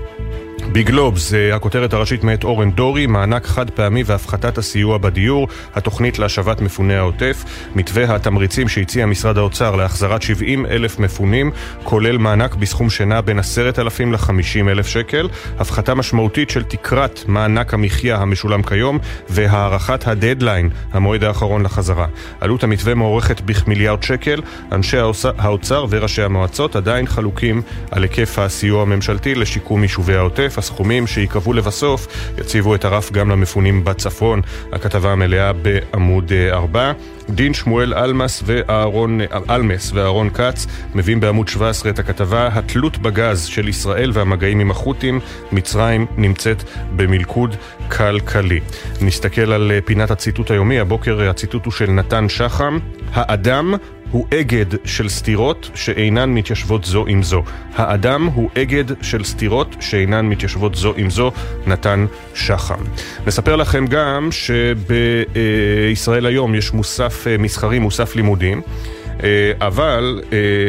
בגלובס, הכותרת הראשית מאת אורן דורי, מענק חד פעמי והפחתת הסיוע בדיור, התוכנית להשבת מפוני העוטף. מתווה התמריצים שהציע משרד האוצר להחזרת שבעים אלף מפונים, כולל מענק בסכום שנע בין עשרת אלפים ל-חמישים אלף שקל, הפחתה משמעותית של תקרת מענק המחיה המשולם כיום, והארכת הדדליין, המועד האחרון לחזרה. עלות המתווה מוערכת בכמיליארד שקל. אנשי האוצר וראשי המועצות עדיין חלוקים על היקף הסיוע הממשלתי לשיקום יישובי העוטף. הסכומים שיקבעו לבסוף יציבו את הרף גם למפונים בצפון. הכתבה המלאה בעמוד ארבע. דין שמואל אלמס ואהרון אלמס ואהרון כץ מביאים בעמוד שבע עשרה את הכתבה, התלות בגז של ישראל והמגעים עם החות'ים, מצרים נמצאת במלכוד כלכלי. נסתכל על פינת הציטוט היומי. הבוקר הציטוט הוא של נתן שחם, האדם הוא אגד של סתירות שאינן מתיישבות זו עם זו. האדם הוא אגד של סתירות שאינן מתיישבות זו עם זו, נתן שחם. נספר לכם גם שבישראל היום יש מוסף מסחרי, מוסף לימודים, אבל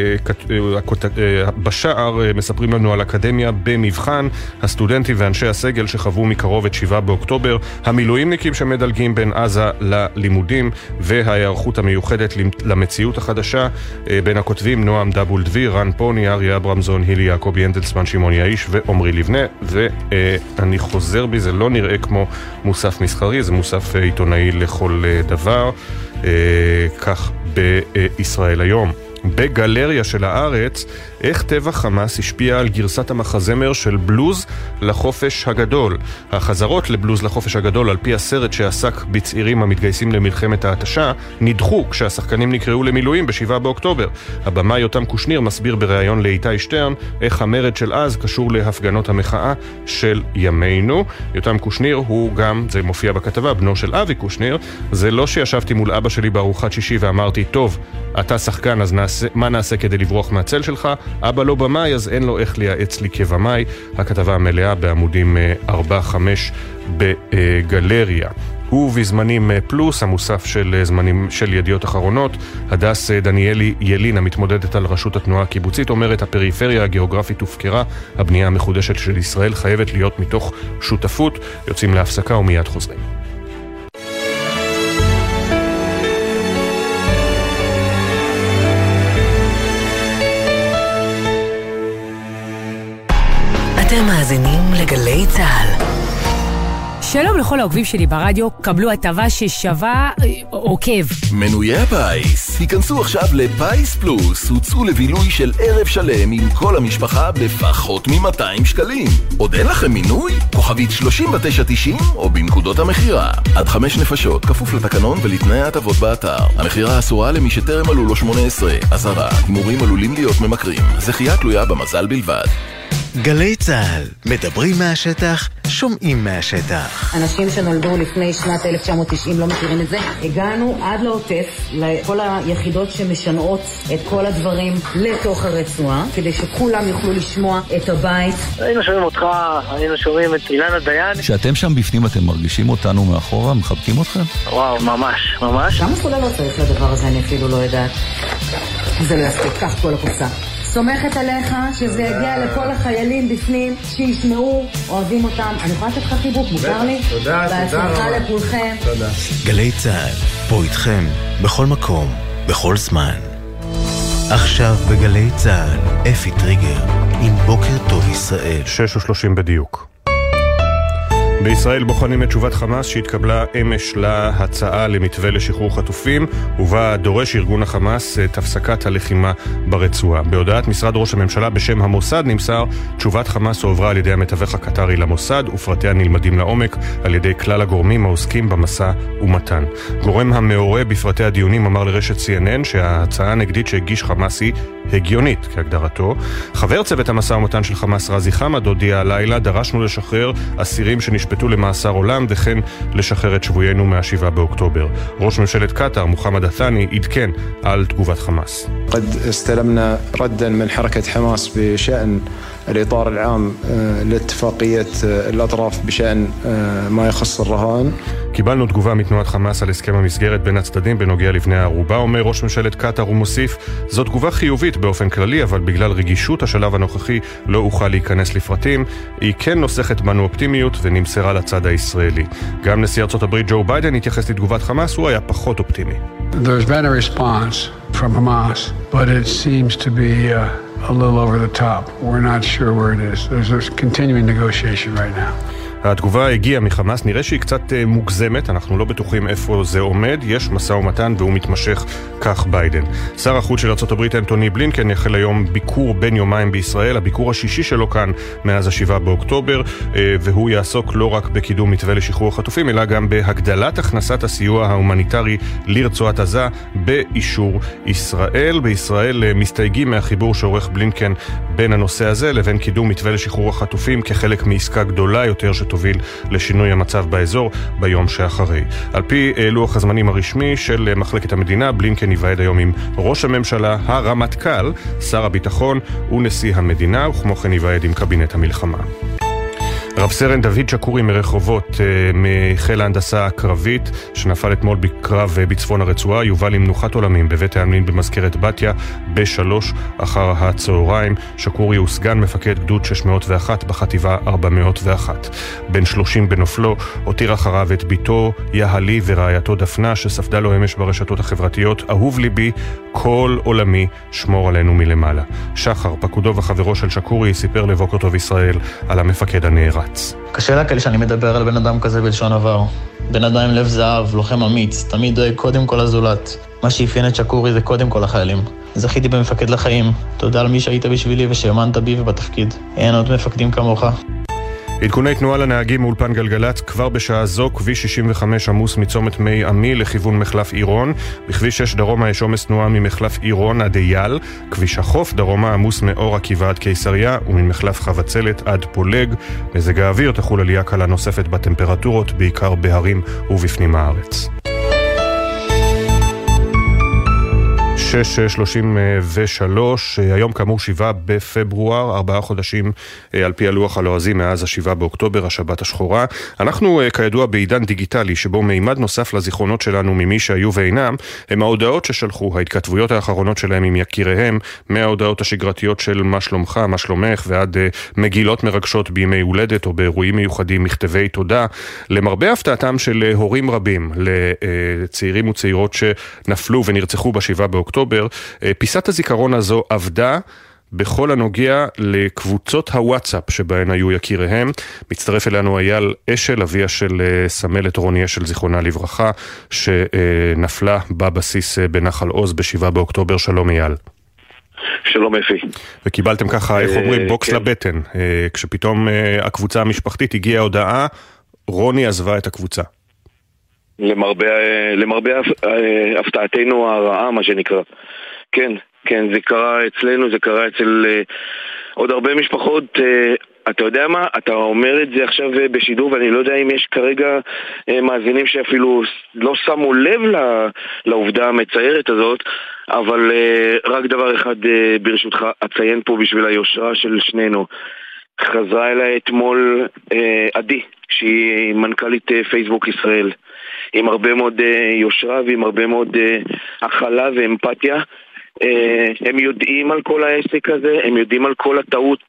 בשער מספרים לנו על אקדמיה במבחן, הסטודנטים ואנשי הסגל שחוו מקרוב את שבעה באוקטובר, המילואימניקים שמדלגים בין עזה ללימודים, וההיערכות המיוחדת למציאות החדשה. בין הכותבים נועם דאבול דביר, רן פוני, אריה אברמזון, הילי יעקבי אנדלסמן, שמעון יאיש ועומרי לבנה. ואני חוזר בי, זה לא נראה כמו מוסף מסחרי, זה מוסף עיתונאי לכל דבר. כך בישראל היום. בגלריה של הארץ, איך טבח חמאס השפיע על גרסת המחזמר של בלוז לחופש הגדול. החזרות לבלוז לחופש הגדול, על פי הסרט שעסק בצעירים המתגייסים למלחמת ההתשה, נדחו כשהשחקנים נקראו למילואים בשבעה באוקטובר. הבמאי יותם קושניר מסביר בריאיון לאיתי שטרן איך המרד של אז קשור להפגנות המחאה של ימינו. יותם קושניר הוא גם, זה מופיע בכתבה, בנו של אבי קושניר. זה לא שישבתי מול אבא שלי בארוחת שישי ואמרתי, טוב, אתה שחקן, אז נעשה, מה נעשה כדי לברוח מהצל שלך? אבא לא במאי, אז אין לו איך לייעץ לי כבמאי. הכתבה המלאה בעמודים ארבע חמש בגלריה. ובזמנים פלוס, המוסף של זמנים של ידיעות אחרונות, הדס דניאלי ילין, המתמודדת על ראשות התנועה הקיבוצית, אומרת, הפריפריה הגיאוגרפית הופקרה, הבנייה המחודשת של ישראל חייבת להיות מתוך שותפות. יוצאים להפסקה ומיד חוזרים. אתם מאזינים לגלי צהל. שלום לכל העוקבים שלי ברדיו, קבלו הטבה ששווה עוקב. מנויי הפיס, היכנסו עכשיו לפיס פלוס, הוצאו לבילוי של ערב שלם עם כל המשפחה בפחות מ-מאתיים שקלים. עוד אין לכם מינוי? כוכבית שלושים ותשע תשעים או בנקודות המחירה. עד חמש נפשות, כפוף לתקנון ולתנאי ההטבות באתר. המחירה אסורה למי שטרם מלאו לו שמונה עשרה. אזהרה, הימורים עלולים להיות ממכרים. זכייה תלויה במזל בלבד. גלי צהל, מדברים מהשטח, שומעים מהשטח. אנשים שנולדו לפני שנת אלף תשע מאות תשעים לא מכירים את זה. הגענו עד לעוטף, לכל היחידות שמשנעות את כל הדברים לתוך הרצועה, כדי שכולם יוכלו לשמוע את הבית. היינו שומעים אותך, היינו שומעים את אילנה דיין. כשאתם שם בפנים אתם מרגישים אותנו מאחורה, מחבקים אתכם? וואו, ממש, ממש. כמה סולה לא צריך לדבר הזה, אני אפילו לא יודעת. זה לא יספיק, כך כל הקופסה. סומכת עליך שזה יגיע לכל החיילים בפנים, שישמעו, אוהבים אותם. אני יכולה לתת לך חיבוק, מותר לי? תודה, תודה. בהצלחה לכולכם. תודה. גלי צהל, פה איתכם, בכל מקום, בכל זמן. עכשיו בגלי צהל, אפי טריגר, עם בוקר טוב ישראל. שש ושלושים בדיוק. בישראל בוחנים את תשובת חמאס שהתקבלה אמש להצעה למתווה לשחרור חטופים, ובה דורש ארגון החמאס את הפסקת הלחימה ברצועה. בהודעת משרד ראש הממשלה בשם המוסד נמסר, תשובת חמאס הועברה על ידי המתווך הקטרי למוסד, ופרטיה נלמדים לעומק על ידי כלל הגורמים העוסקים במשא ומתן. גורם המעורה בפרטי הדיונים אמר לרשת סי אן אן שההצעה הנגדית שהגיש חמאס היא הגיונית כהגדרתו. חבר צוות המשא ומתן של חמאס רזי חמד הודיע הלילה, דרשנו לשחרר אסירים שנשפטו למאסר עולם וכן לשחרר את שבוינו מהשבעה באוקטובר. ראש ממשלת קטר מוחמד א-ת'אני עדכן על תגובת חמאס. قد استلمنا ردا من حركة حماس بشأن الإطار العام لاتفاقية الأطراف بشأن ما يخص الرهان. קיבלנו תגובה מתנועת חמאס על הסכם המסגרת בין הצדדים בנוגע לבני הערובה, אומר ראש ממשלת קטר ומוסיף, זו תגובה חיובית באופן כללי, אבל בגלל רגישות השלב הנוכחי לא אוכל להיכנס לפרטים. היא כן נוסחת בנו אופטימיות ונמסרה לצד הישראלי. גם נשיא ארצות הברית ג'ו ביידן התייחס לתגובת חמאס, הוא היה פחות אופטימי. There's been a response from Hamas, but it seems to be uh, a little over the top. We're not sure where it is. There's a continuing negotiation right now. התגובה הגיעה מחמאס, נראה שהיא קצת מוגזמת, אנחנו לא בטוחים איפה זה עומד, יש משא ומתן והוא מתמשך, כך ביידן. שר החוץ של ארצות הברית אנטוני בלינקן יחל היום ביקור בין יומיים בישראל, הביקור השישי שלו כאן מאז השבעה באוקטובר, והוא יעסוק לא רק בקידום מתווה לשחרור החטופים, אלא גם בהגדלת הכנסת הסיוע ההומניטרי לרצועת עזה באישור ישראל. בישראל מסתייגים מהחיבור שעורך בלינקן בין הנושא הזה לבין קידום מתווה לשחרור החטופים כחלק מעסקה גדולה יותר שתוביל לשינוי המצב באזור ביום שאחרי. על פי לוח הזמנים הרשמי של מחלקת המדינה, בלינקן יוועד היום עם ראש הממשלה, הרמטכ"ל, שר הביטחון ונשיא המדינה, וכמו כן יוועד עם קבינט המלחמה. רב סרן דוד שקורי מרחובות מחיל ההנדסה הקרבית שנפל אתמול בקרב בצפון הרצועה יובל למנוחת עולמים בבית העלמין במזכרת בתיה בשלוש אחר הצהריים. שקורי הוא סגן מפקד גדוד שש מאות ואחת בחטיבה ארבע מאות ואחת. בן שלושים בנופלו הותיר אחריו את ביתו יהלי ורעייתו דפנה שספדה לו אמש ברשתות החברתיות, אהוב ליבי כל עולמי שמור עלינו מלמעלה. שחר פקודו וחברו של שקורי סיפר לבוקר טוב ישראל על המפקד הנערץ. קשה להקל שאני מדבר על בן אדם כזה בלשון עבר. בן אדם עם לב זהב, לוחם אמיץ, תמיד דואג קודם כל לזולת. מה שאפיין את שקורי זה קודם כל החיילים. זכיתי במפקד לחיים. תודה על מי שהיית בשבילי ושהאמנת בי ובתפקיד. אין עוד מפקדים כמוך. עדכוני תנועה לנהגים מאולפן גלגלת, כבר בשעה זו כביש שישים וחמש עמוס מצומת מי עמי לכיוון מחלף עירון, בכביש שש דרומה יש עומס תנועה ממחלף עירון עד אייל, כביש החוף דרומה עמוס מאור עקיבא עד קיסריה וממחלף חבצלת עד פולג. מזג האוויר תחול עלייה קלה נוספת בטמפרטורות, בעיקר בהרים ובפנים הארץ. שש שלושים ושלוש, היום כאמור שבעה בפברואר, ארבעה חודשים על פי הלוח הלועזי מאז השבעה באוקטובר, השבת השחורה. אנחנו כידוע בעידן דיגיטלי שבו מימד נוסף לזיכרונות שלנו ממי שהיו ואינם, הם ההודעות ששלחו, ההתכתבויות האחרונות שלהם עם יקיריהם, מההודעות השגרתיות של מה שלומך, מה שלומך, ועד מגילות מרגשות בימי הולדת או באירועים מיוחדים, מכתבי תודה, למרבה הפתעתם של הורים רבים, לצעירים וצעירות שנפלו ונרצחו בשבעה באוקטובר. פיסת הזיכרון הזו עבדה בכל הנוגע לקבוצות הוואטסאפ שבהן היו יקיריהם. מצטרף אלינו אייל אשל, אביה של סמלת רוני אשל, זיכרונה לברכה, שנפלה בבסיס בנחל עוז בשבעה באוקטובר. שלום אייל. שלום אפי. וקיבלתם ככה, איך אומרים, בוקס לבטן, כשפתאום הקבוצה המשפחתית הגיעה הודעה, רוני עזבה את הקבוצה. למרבה, למרבה הפתעתנו הרעה, מה שנקרא. כן, כן, זה קרה אצלנו, זה קרה אצל עוד הרבה משפחות. אתה יודע מה? אתה אומר את זה עכשיו בשידור, ואני לא יודע אם יש כרגע מאזינים שאפילו לא שמו לב לעובדה המצערת הזאת, אבל רק דבר אחד ברשותך אציין פה בשביל היושרה של שנינו. חזרה אליי אתמול עדי, שהיא מנכ"לית פייסבוק ישראל, עם הרבה מאוד יושרה ועם הרבה מאוד הכלה ואמפתיה. הם יודעים על כל העסק הזה, הם יודעים על כל הטעות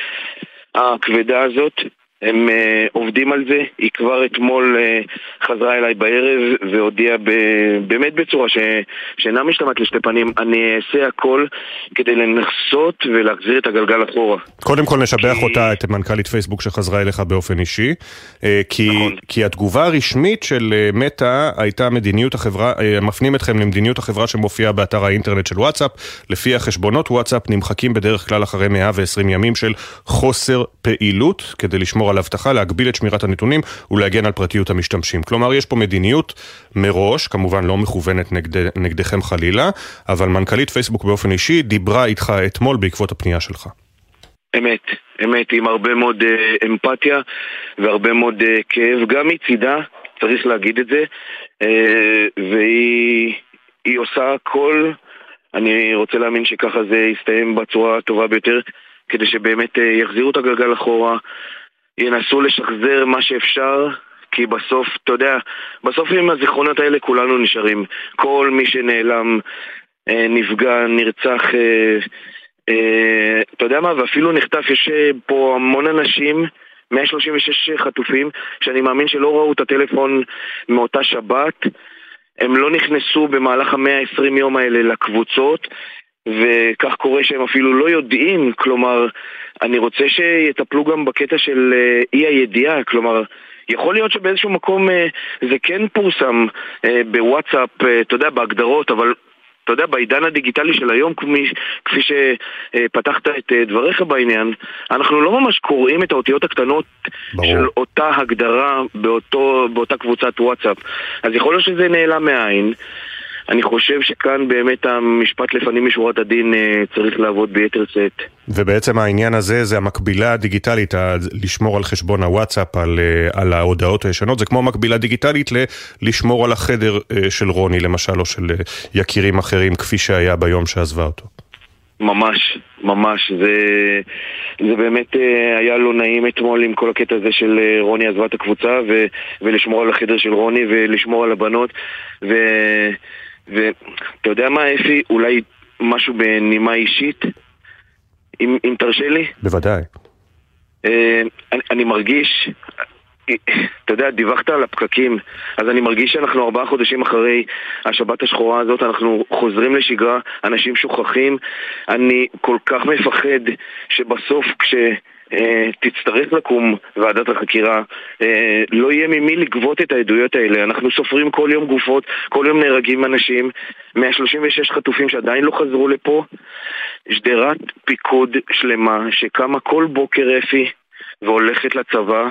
הכבדה הזאת, הם uh, עובדים על זה. היא כבר אתמול uh, חזרה אליי בערב והודיעה ב- באמת בצורה ש- שאינה משתמעת לשתי פנים, אני אעשה הכל כדי לנסות ולהחזיר את הגלגל אחורה. קודם כל נשבח כי... אותה, את מנכ"לית פייסבוק שחזרה אליך באופן אישי, uh, כי, נכון. כי התגובה הרשמית של uh, מטה הייתה מדיניות החברה, uh, מפנים אתכם למדיניות החברה שמופיעה באתר האינטרנט של וואטסאפ, לפי החשבונות וואטסאפ נמחקים בדרך כלל אחרי מאה ועשרים ימים של חוסר פעילות, כדי לשמור על הבטחה, להגביל את שמירת הנתונים ולהגן על פרטיות המשתמשים. כלומר, יש פה מדיניות מראש, כמובן לא מכוונת נגד, נגדכם חלילה, אבל מנכ"לית פייסבוק באופן אישי דיברה איתך אתמול בעקבות הפנייה שלך. אמת, אמת, עם הרבה מאוד uh, אמפתיה והרבה מאוד uh, כאב, גם מצידה, צריך להגיד את זה, uh, והיא היא עושה הכל, אני רוצה להאמין שככה זה יסתיים בצורה הטובה ביותר, כדי שבאמת uh, יחזירו את הגלגל אחורה, ינסו לשחזר מה שאפשר, כי בסוף, אתה יודע, בסוף עם הזיכרונות האלה כולנו נשארים. כל מי שנעלם, אה, נפגע, נרצח, אה, אה, אתה יודע מה, ואפילו נחטף. יש פה המון אנשים, מאה שלושים ושש חטופים, שאני מאמין שלא ראו את הטלפון מאותה שבת, הם לא נכנסו במהלך המאה העשרים יום האלה לקבוצות, וכך קורה שהם אפילו לא יודעים. כלומר, אני רוצה שיטפלו גם בקטע של אי הידיעה. כלומר, יכול להיות שבאיזשהו מקום זה כן פורסם בוואטסאפ, אתה יודע, בהגדרות, אבל אתה יודע, בעידן הדיגיטלי של היום, כפי, כפי שפתחת את דבריך בעניין, אנחנו לא ממש קוראים את האותיות הקטנות ברור. של אותה הגדרה באותו, באותה קבוצת וואטסאפ. אז יכול להיות שזה נעלם מהעין. אני חושב שכאן באמת המשפט לפנים משורת הדין צריך לעבוד ביתר שאת. ובעצם העניין הזה זה המקבילה הדיגיטלית, לשמור על חשבון הוואטסאפ, על, על ההודעות הישנות, זה כמו מקבילה דיגיטלית לשמור על החדר של רוני למשל, או של יקירים אחרים, כפי שהיה ביום שעזבה אותו. ממש, ממש, זה, זה באמת היה לא נעים אתמול עם כל הקטע הזה של רוני עזבה את הקבוצה, ו, ולשמור על החדר של רוני ולשמור על הבנות, ו... ואתה יודע מה, אפי, אולי משהו בנימה אישית, אם, אם תרשה לי? בוודאי. אה, אני, אני מרגיש, אתה יודע, דיווחת על הפקקים, אז אני מרגיש שאנחנו ארבעה חודשים אחרי השבת השחורה הזאת, אנחנו חוזרים לשגרה, אנשים שוכחים, אני כל כך מפחד שבסוף כש... תצטרך לקום ועדת החקירה, לא יהיה ממי לגבות את העדויות האלה. אנחנו סופרים כל יום גופות, כל יום נהרגים אנשים, מאה שלושים ושש חטופים שעדיין לא חזרו לפה, שדרת פיקוד שלמה שקמה כל בוקר אפי והולכת לצבא,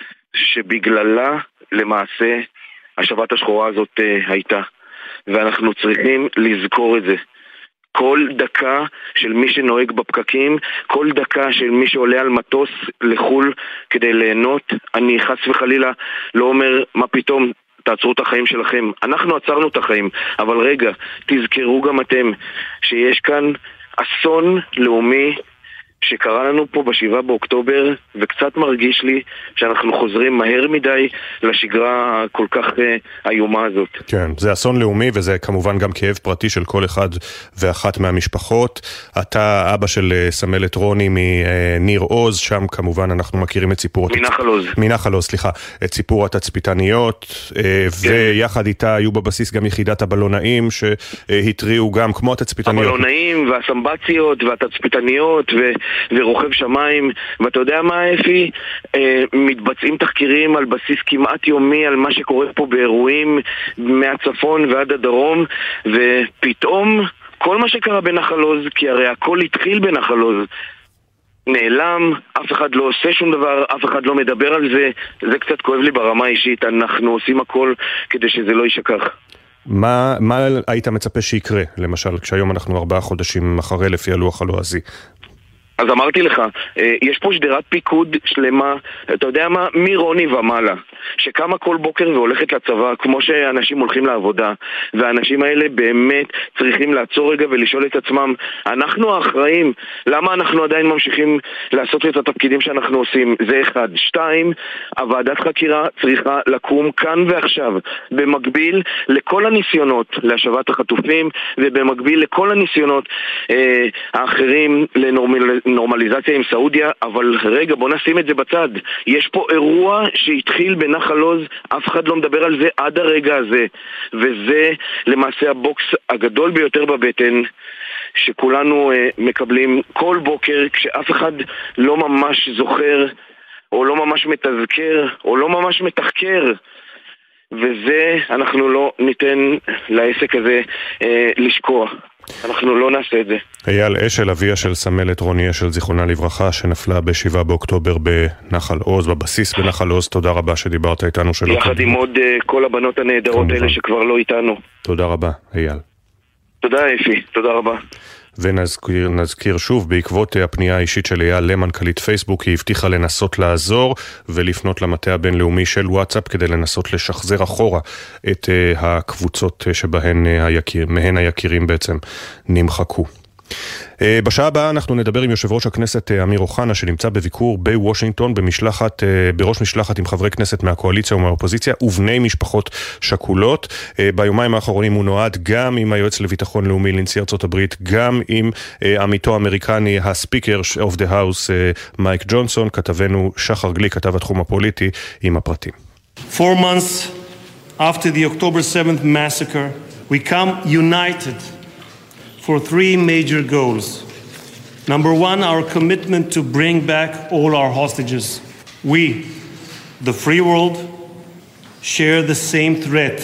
שבגללה למעשה השבת השחורה הזאת הייתה, ואנחנו צריכים לזכור את זה. כל דקה של מי שנוהג בפקקים, כל דקה של מי שעולה על מטוס לחול כדי ליהנות, אני חס וחלילה לא אומר מה פתאום תעצרו את החיים שלכם. אנחנו עצרנו את החיים, אבל רגע, תזכרו גם אתם שיש כאן אסון לאומי שקרה לנו פה בשבעה באוקטובר, וקצת מרגיש לי שאנחנו חוזרים מהר מדי לשגרה כל כך uh, איומה הזאת. כן, זה אסון לאומי, וזה כמובן גם כאב פרטי של כל אחד ואחת מהמשפחות. אתה אבא של uh, סמלת רוני מניר עוז, שם כמובן אנחנו מכירים את סיפור... מנחל עוז. מנחל עוז, סליחה. את סיפור התצפיתניות, uh, כן. ויחד איתה היו בבסיס גם יחידת הבלונאים, שהטריעו גם כמו התצפיתניות. הבלונאים והסמבציות והתצפיתניות ו... ורוכב שמיים, ואתה יודע מה אפי? אה, מתבצעים תחקירים על בסיס כמעט יומי על מה שקורה פה באירועים מהצפון ועד הדרום, ופתאום כל מה שקרה בנחל עוז, כי הרי הכל התחיל בנחל עוז, נעלם, אף אחד לא עושה שום דבר, אף אחד לא מדבר על זה. זה קצת כואב לי ברמה האישית, אנחנו עושים הכל כדי שזה לא יישכח. מה, מה היית מצפה שיקרה, למשל, כשהיום אנחנו ארבעה חודשים אחרי לפי הלוח הלועזי? אז אמרתי לך, יש פה שדרת פיקוד שלמה, אתה יודע מה? מרוני ומעלה, שקמה כל בוקר והולכת לצבא, כמו שאנשים הולכים לעבודה, והאנשים האלה באמת צריכים לעצור רגע ולשאול את עצמם, אנחנו האחראים, למה אנחנו עדיין ממשיכים לעשות את התפקידים שאנחנו עושים? זה אחד. שתיים, הוועדת חקירה צריכה לקום כאן ועכשיו, במקביל לכל הניסיונות להשבת החטופים, ובמקביל לכל הניסיונות אה, האחרים לנורמל... נורמליזציה עם סעודיה, אבל רגע, בוא נשים את זה בצד. יש פה אירוע שהתחיל בנחל עוז, אף אחד לא מדבר על זה עד הרגע הזה, וזה למעשה הבוקס הגדול ביותר בבטן, שכולנו אה, מקבלים כל בוקר, כשאף אחד לא ממש זוכר, או לא ממש מתזכר, או לא ממש מתחקר, וזה אנחנו לא ניתן לעסק הזה אה, לשקוע. אנחנו לא נעשה את זה. אייל אשל, אביה של סמלת רוני אשל, זיכרונה לברכה, שנפלה בשבעה באוקטובר בנחל עוז, בבסיס בנחל עוז. תודה רבה שדיברת איתנו שלא. יחד עם עוד uh, כל הבנות הנהדרות האלה שכבר לא איתנו. תודה רבה, אייל. תודה אפי, תודה רבה. ונזכיר נזכיר שוב, בעקבות הפנייה האישית של אייל למנכ"לית פייסבוק, היא הבטיחה לנסות לעזור ולפנות למטה הבינלאומי של וואטסאפ כדי לנסות לשחזר אחורה את הקבוצות שבהן היקיר, מהן היקירים בעצם נמחקו. בשעה הבאה אנחנו נדבר עם יושב ראש הכנסת אמיר אוחנה, שנמצא בביקור בוושינגטון במשלחת, בראש משלחת עם חברי כנסת מהקואליציה ומהאופוזיציה ובני משפחות שכולות. ביומיים האחרונים הוא נועד גם עם היועץ לביטחון לאומי לנשיא ארצות הברית, גם עם עמיתו האמריקני, הספיקר of the house מייק ג'ונסון. כתבנו שחר גלי, כתב התחום הפוליטי, עם הפרטים. Four months after the October seventh massacre, we come united for three major goals. Number one, our commitment to bring back all our hostages. We, the free world, share the same threat.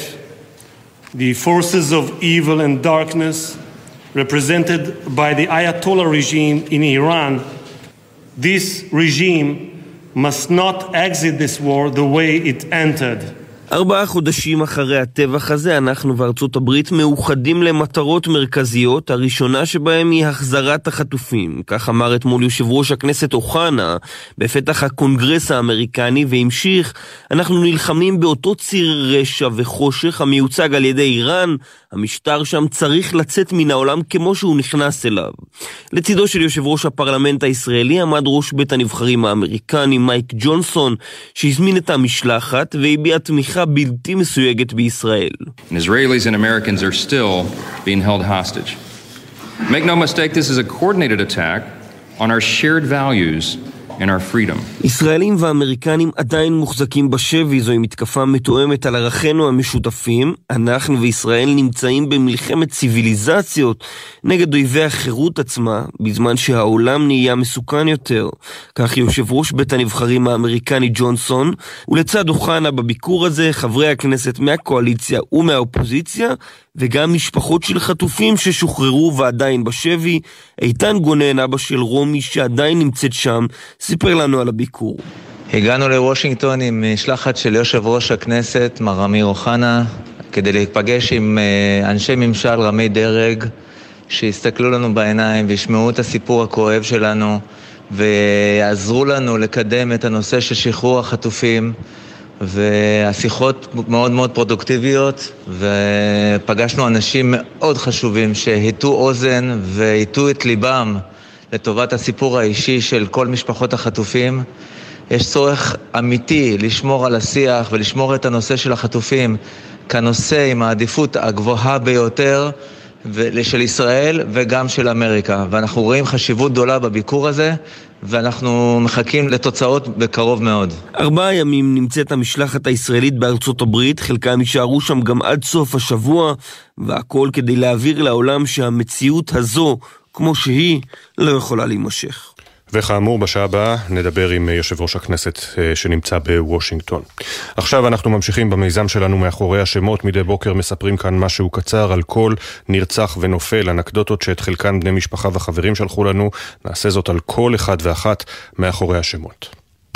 The forces of evil and darkness represented by the Ayatollah regime in Iran. This regime must not exit this war the way it entered. ארבעה חודשים אחרי הטבח הזה, אנחנו וארצות הברית מאוחדים למטרות מרכזיות, הראשונה שבהם היא החזרת החטופים. כך אמר אתמול יושב ראש הכנסת אוחנה בפתח הקונגרס האמריקני, והמשיך, אנחנו נלחמים באותו ציר רשע וחושך המיוצג על ידי איראן, המשטר שם צריך לצאת מן העולם כמו שהוא נכנס אליו. לצידו של יושב ראש הפרלמנט הישראלי עמד ראש בית הנבחרים האמריקני מייק ג'ונסון, שהזמין את המשלחת והביע תמיכה בלתי מסויגת בישראל. Israelis and Americans are still being held hostage. Make no mistake, this is a coordinated attack on our shared values and our freedom. ישראלים ואמריקנים עדיין מוחזקים בשבי, זוהי מתקפה מתואמת על ערכינו המשותפים. אנחנו וישראל נמצאים במלחמת ציוויליזציות נגד אויבי החירות עצמה, בזמן שהעולם נהיה מסוכן יותר. כך יושב ראש בית הנבחרים האמריקני ג'ונסון, ולצד אוחנה בביקור הזה חברי הכנסת מהקואליציה ומהאופוזיציה, וגם משפחות של חטופים ששוחררו ועדיין בשבי. איתן גונן, אבא של רומי שעדיין נמצאת שם, סיפר לנו על הביקור. הגענו לוושינגטון עם משלחת של יושב ראש הכנסת, מר אמיר אוחנה, כדי להיפגש עם אנשי ממשל רמי דרג, שיסתכלו לנו בעיניים וישמעו את הסיפור הכואב שלנו, ויעזרו לנו לקדם את הנושא של שחרור החטופים, והשיחות מאוד מאוד פרודוקטיביות, ופגשנו אנשים מאוד חשובים שהיטו אוזן והיטו את ליבם לטובת הסיפור האישי של כל משפחות החטופים. יש צורך אמיתי לשמור על השיח ולשמור את הנושא של החטופים כנושא עם העדיפות הגבוהה ביותר של ישראל וגם של אמריקה. ואנחנו רואים חשיבות גדולה בביקור הזה, ואנחנו מחכים לתוצאות בקרוב מאוד. ארבעה ימים נמצאת המשלחת הישראלית בארצות הברית, חלקם יישארו שם גם עד סוף השבוע, והכל כדי להעביר לעולם שהמציאות הזו, כמו שהיא, לא יכולה להימשך. וכאמור, בשעה הבאה נדבר עם יושב ראש הכנסת שנמצא בוושינגטון. עכשיו אנחנו ממשיכים במיזם שלנו מאחורי השמות. מדי בוקר מספרים כאן משהו קצר על כל נרצח ונופל, אנקדוטות שאת חלקן בני משפחה וחברים שלחו לנו. נעשה זאת על כל אחד ואחת מאחורי השמות.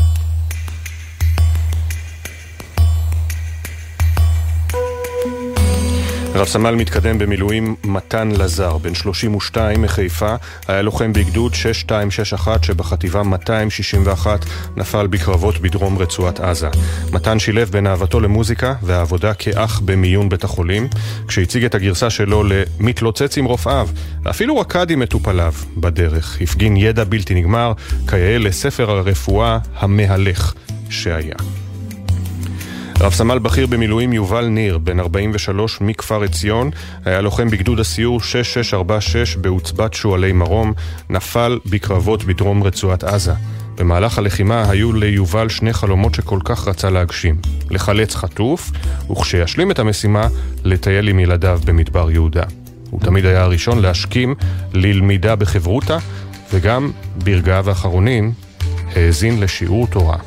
רב סמל מתקדם במילואים מתן לזר, בן שלושים ושתיים מחיפה, היה לוחם בגדוד שש שתיים שש אחת שבחטיבה מאתיים שישים ואחת נפל בקרבות בדרום רצועת עזה. מתן שילב בין אהבתו למוזיקה והעבודה כאח במיון בית החולים, כשהציג את הגרסה שלו למתלוצץ עם רופאיו, ואפילו רקד עם מטופליו בדרך. הפגין ידע בלתי נגמר, כיאה לספר הרפואה המהלך שהיה. רב סמל בכיר במילואים יובל ניר, בן ארבעים ושלוש מכפר עציון, היה לוחם בגדוד הסיור שש שש ארבע שש בעוצבת שועלי מרום, נפל בקרבות בדרום רצועת עזה. במהלך הלחימה היו ליובל שני חלומות שכל כך רצה להגשים: לחלץ חטוף, וכשישלים את המשימה, לטייל עם ילדיו במדבר יהודה. הוא תמיד היה הראשון להשכים ללמידה בחברותה, וגם ברגעיו האחרונים האזין לשיעור תורה.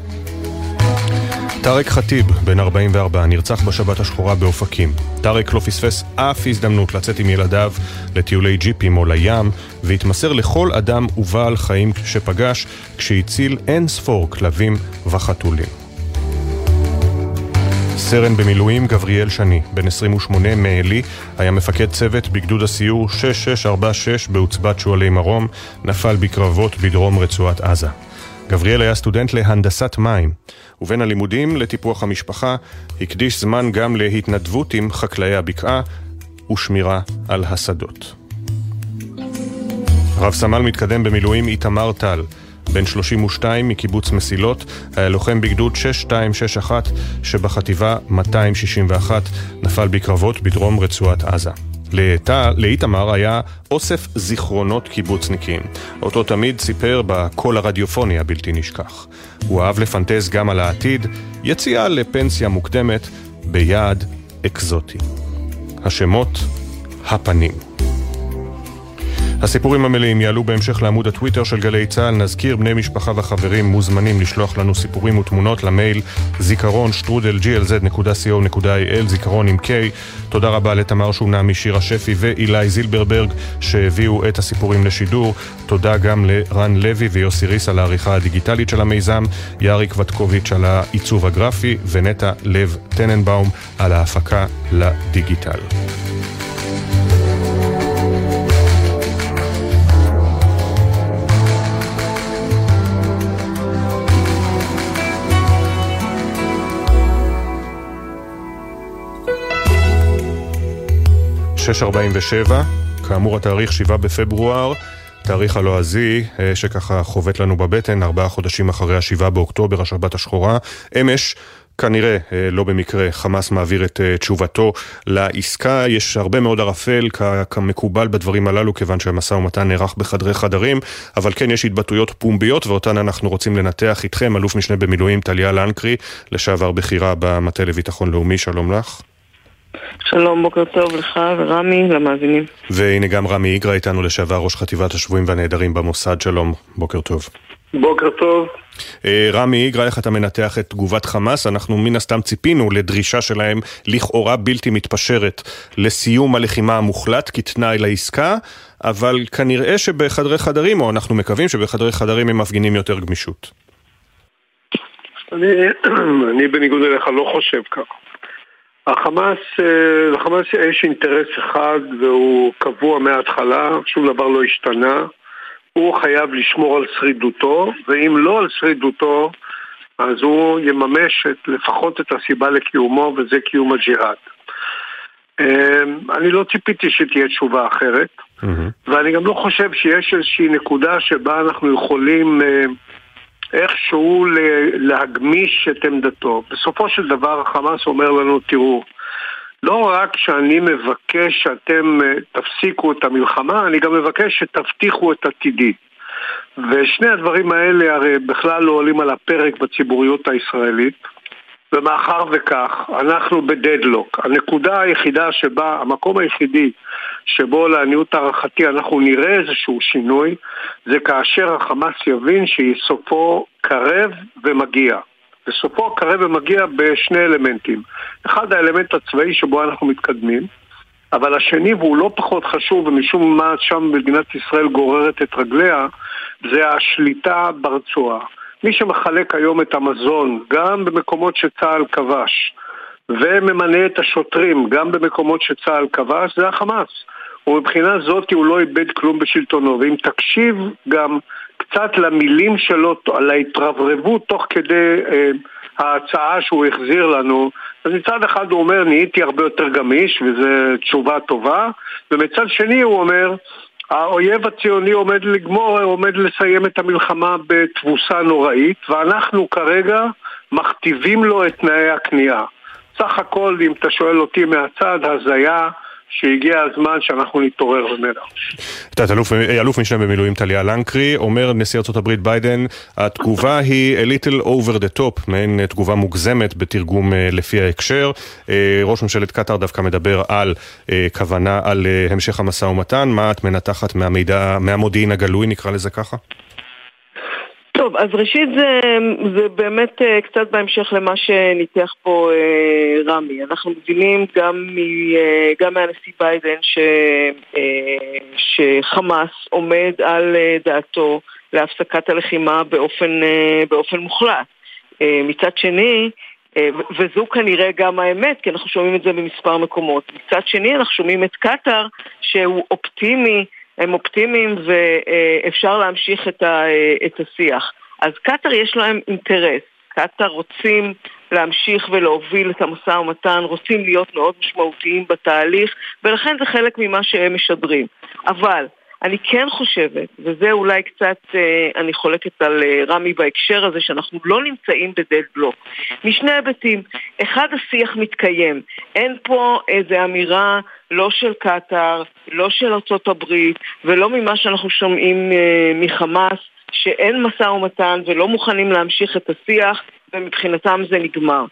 טארק חטיב, בן ארבעים וארבע, נרצח בשבת השחורה באופקים. טארק לא פספס אף הזדמנות לצאת עם ילדיו לטיולי ג'יפים או לים, והתמסר לכל אדם ובעל חיים שפגש, כשהציל אין ספור כלבים וחתולים. סרן במילואים גבריאל שני, בן עשרים ושמונה מעלי, היה מפקד צוות בגדוד הסיור שש שש ארבע שש בעוצבת שועלי מרום, נפל בקרבות בדרום רצועת עזה. גבריאל היה סטודנט להנדסת מים, ובין הלימודים לטיפוח המשפחה הקדיש זמן גם להתנדבות עם חקלאי הבקעה ושמירה על השדות. רב סמל מתקדם במילואים איתמר טל, בן שלושים ושתיים מקיבוץ מסילות, היה לוחם בגדוד שש שתיים שש אחת שבחטיבה מאתיים שישים ואחת נפל בקרבות בדרום רצועת עזה. לאיתמר היה אוסף זיכרונות קיבוצניקים. אותו תמיד סיפר בקול הרדיופוני הבלתי נשכח. הוא אהב לפנטז גם על העתיד, יציאה לפנסיה מוקדמת ביעד אקזוטי. השמות, הפנים. הסיפורים המלאים יעלו בהמשך לעמוד הטוויטר של גלי צהל. נזכיר, בני משפחה וחברים מוזמנים לשלוח לנו סיפורים ותמונות למייל זיכרון שטרודל ג'י אל זד נקודה סי או נקודה איי אל, זיכרון עם K. תודה רבה לתמר שונה משירה שפי ואילי זילברברג שהביאו את הסיפורים לשידור. תודה גם לרן לוי ויוסי ריס על העריכה הדיגיטלית של המיזם, יאריק וטקוביץ' על העיצוב הגרפי ונטע לב טננבאום על ההפקה לדיגיטל. שש ארבעים ושבע, כאמור התאריך שבעה בפברואר, תאריך הלועזי שככה חובט לנו בבטן, ארבעה חודשים אחרי השבעה באוקטובר, השבת השחורה. אמש, כנראה לא במקרה, חמאס מעביר את תשובתו לעסקה. יש הרבה מאוד ערפל כמקובל בדברים הללו, כיוון שהמשא ומתן נערך בחדרי חדרים, אבל כן יש התבטאויות פומביות, ואותן אנחנו רוצים לנתח איתכם. אלוף משנה במילואים טליה לנקרי, לשעבר בחירה במטה לביטחון לאומי, שלום לך. שלום, בוקר טוב לך ורמי, למאזינים. והנה גם רמי איגרא איתנו, לשעבר ראש חטיבת השבויים והנעדרים במוסד. שלום, בוקר טוב. בוקר טוב. רמי איגרא, איך אתה מנתח את תגובת חמאס? אנחנו מן הסתם ציפינו לדרישה שלהם לכאורה בלתי מתפשרת לסיום הלחימה המוחלט כתנאי לעסקה, אבל כנראה שבחדרי חדרים, או אנחנו מקווים שבחדרי חדרים הם מפגינים יותר גמישות. אני, אני בניגוד אליך לא חושב כך. החמאס, לחמאס יש אינטרס אחד והוא קבוע מההתחלה, שום דבר לא השתנה. הוא חייב לשמור על שרידותו, ואם לא על שרידותו, אז הוא יממש את, לפחות את הסיבה לקיומו, וזה קיום הג'יהאד. אני לא ציפיתי שתהיה תשובה אחרת, ואני גם לא חושב שיש איזושהי נקודה שבה אנחנו יכולים איכשהו להגמיש את עמדתו. בסופו של דבר החמאס אומר לנו, תראו, לא רק שאני מבקש שאתם תפסיקו את המלחמה, אני גם מבקש שתבטיחו את עתידי. ושני הדברים האלה הרי בכלל לא עולים על הפרק בציבוריות הישראלית, ומאחר וכך אנחנו בדדלוק. הנקודה היחידה שבה, המקום היחידי שבו לעניות הערכתי אנחנו נראה איזשהו שינוי, זה כאשר החמאס יבין שסופו קרב ומגיע. וסופו קרב ומגיע בשני אלמנטים. אחד, האלמנט הצבאי שבו אנחנו מתקדמים, אבל השני, והוא לא פחות חשוב, ומשום מה שם מדינת ישראל גוררת את רגליה, זה השליטה ברצועה. מי שמחלק היום את המזון, גם במקומות שצה"ל כבש, וממנה את השוטרים, גם במקומות שצה"ל כבש, זה החמאס. ומבחינה זאת הוא לא איבד כלום בשלטונו, ואם תקשיב גם קצת למילים שלו, על ההתרברבות תוך כדי אה, ההצעה שהוא החזיר לנו, אז מצד אחד הוא אומר, נהייתי הרבה יותר גמיש, וזו תשובה טובה, ומצד שני הוא אומר, האויב הציוני עומד לגמור, עומד לסיים את המלחמה בתבוסה נוראית, ואנחנו כרגע מכתיבים לו את תנאי הקנייה. סך הכל, אם אתה שואל אותי מהצד, הזיה שהגיע הזמן שאנחנו נתעורר ממנה. תת אלוף, אלוף משנה במילואים טליה לנקרי, אומר נשיא ארצות הברית ביידן, התגובה היא a little over the top, מעין תגובה מוגזמת בתרגום לפי ההקשר. ראש ממשלת קטר דווקא מדבר על כוונה, על המשך המשא ומתן. מה את מנתחת מהמידע, מהמודיעין הגלוי, נקרא לזה ככה? טוב, אז ראשית זה, זה באמת קצת בהמשך למה שניתח פה רמי. אנחנו מבינים גם, מ, גם מהנשיא ביידן ש, שחמאס עומד על דעתו להפסקת הלחימה באופן, באופן מוחלט. מצד שני, וזו כנראה גם האמת, כי אנחנו שומעים את זה במספר מקומות. מצד שני, אנחנו שומעים את קטר שהוא אופטימי, הם אופטימיים ואפשר להמשיך את, ה, את השיח. אז קטר יש להם אינטרס. קטר רוצים להמשיך ולהוביל את המשא ומתן, רוצים להיות מאוד משמעותיים בתהליך, ולכן זה חלק ממה שהם משדרים. אבל אני כן חושבת, וזה אולי קצת, אני חולקת על רמי בהקשר הזה, שאנחנו לא נמצאים בדדלוק. משני היבטים, אחד, השיח מתקיים. אין פה איזו אמירה לא של קטר, לא של ארצות הברית, ולא ממה שאנחנו שומעים מחמאס, שאין משא ומתן ולא מוכנים להמשיך את השיח, ומבחינתם זה נגמר.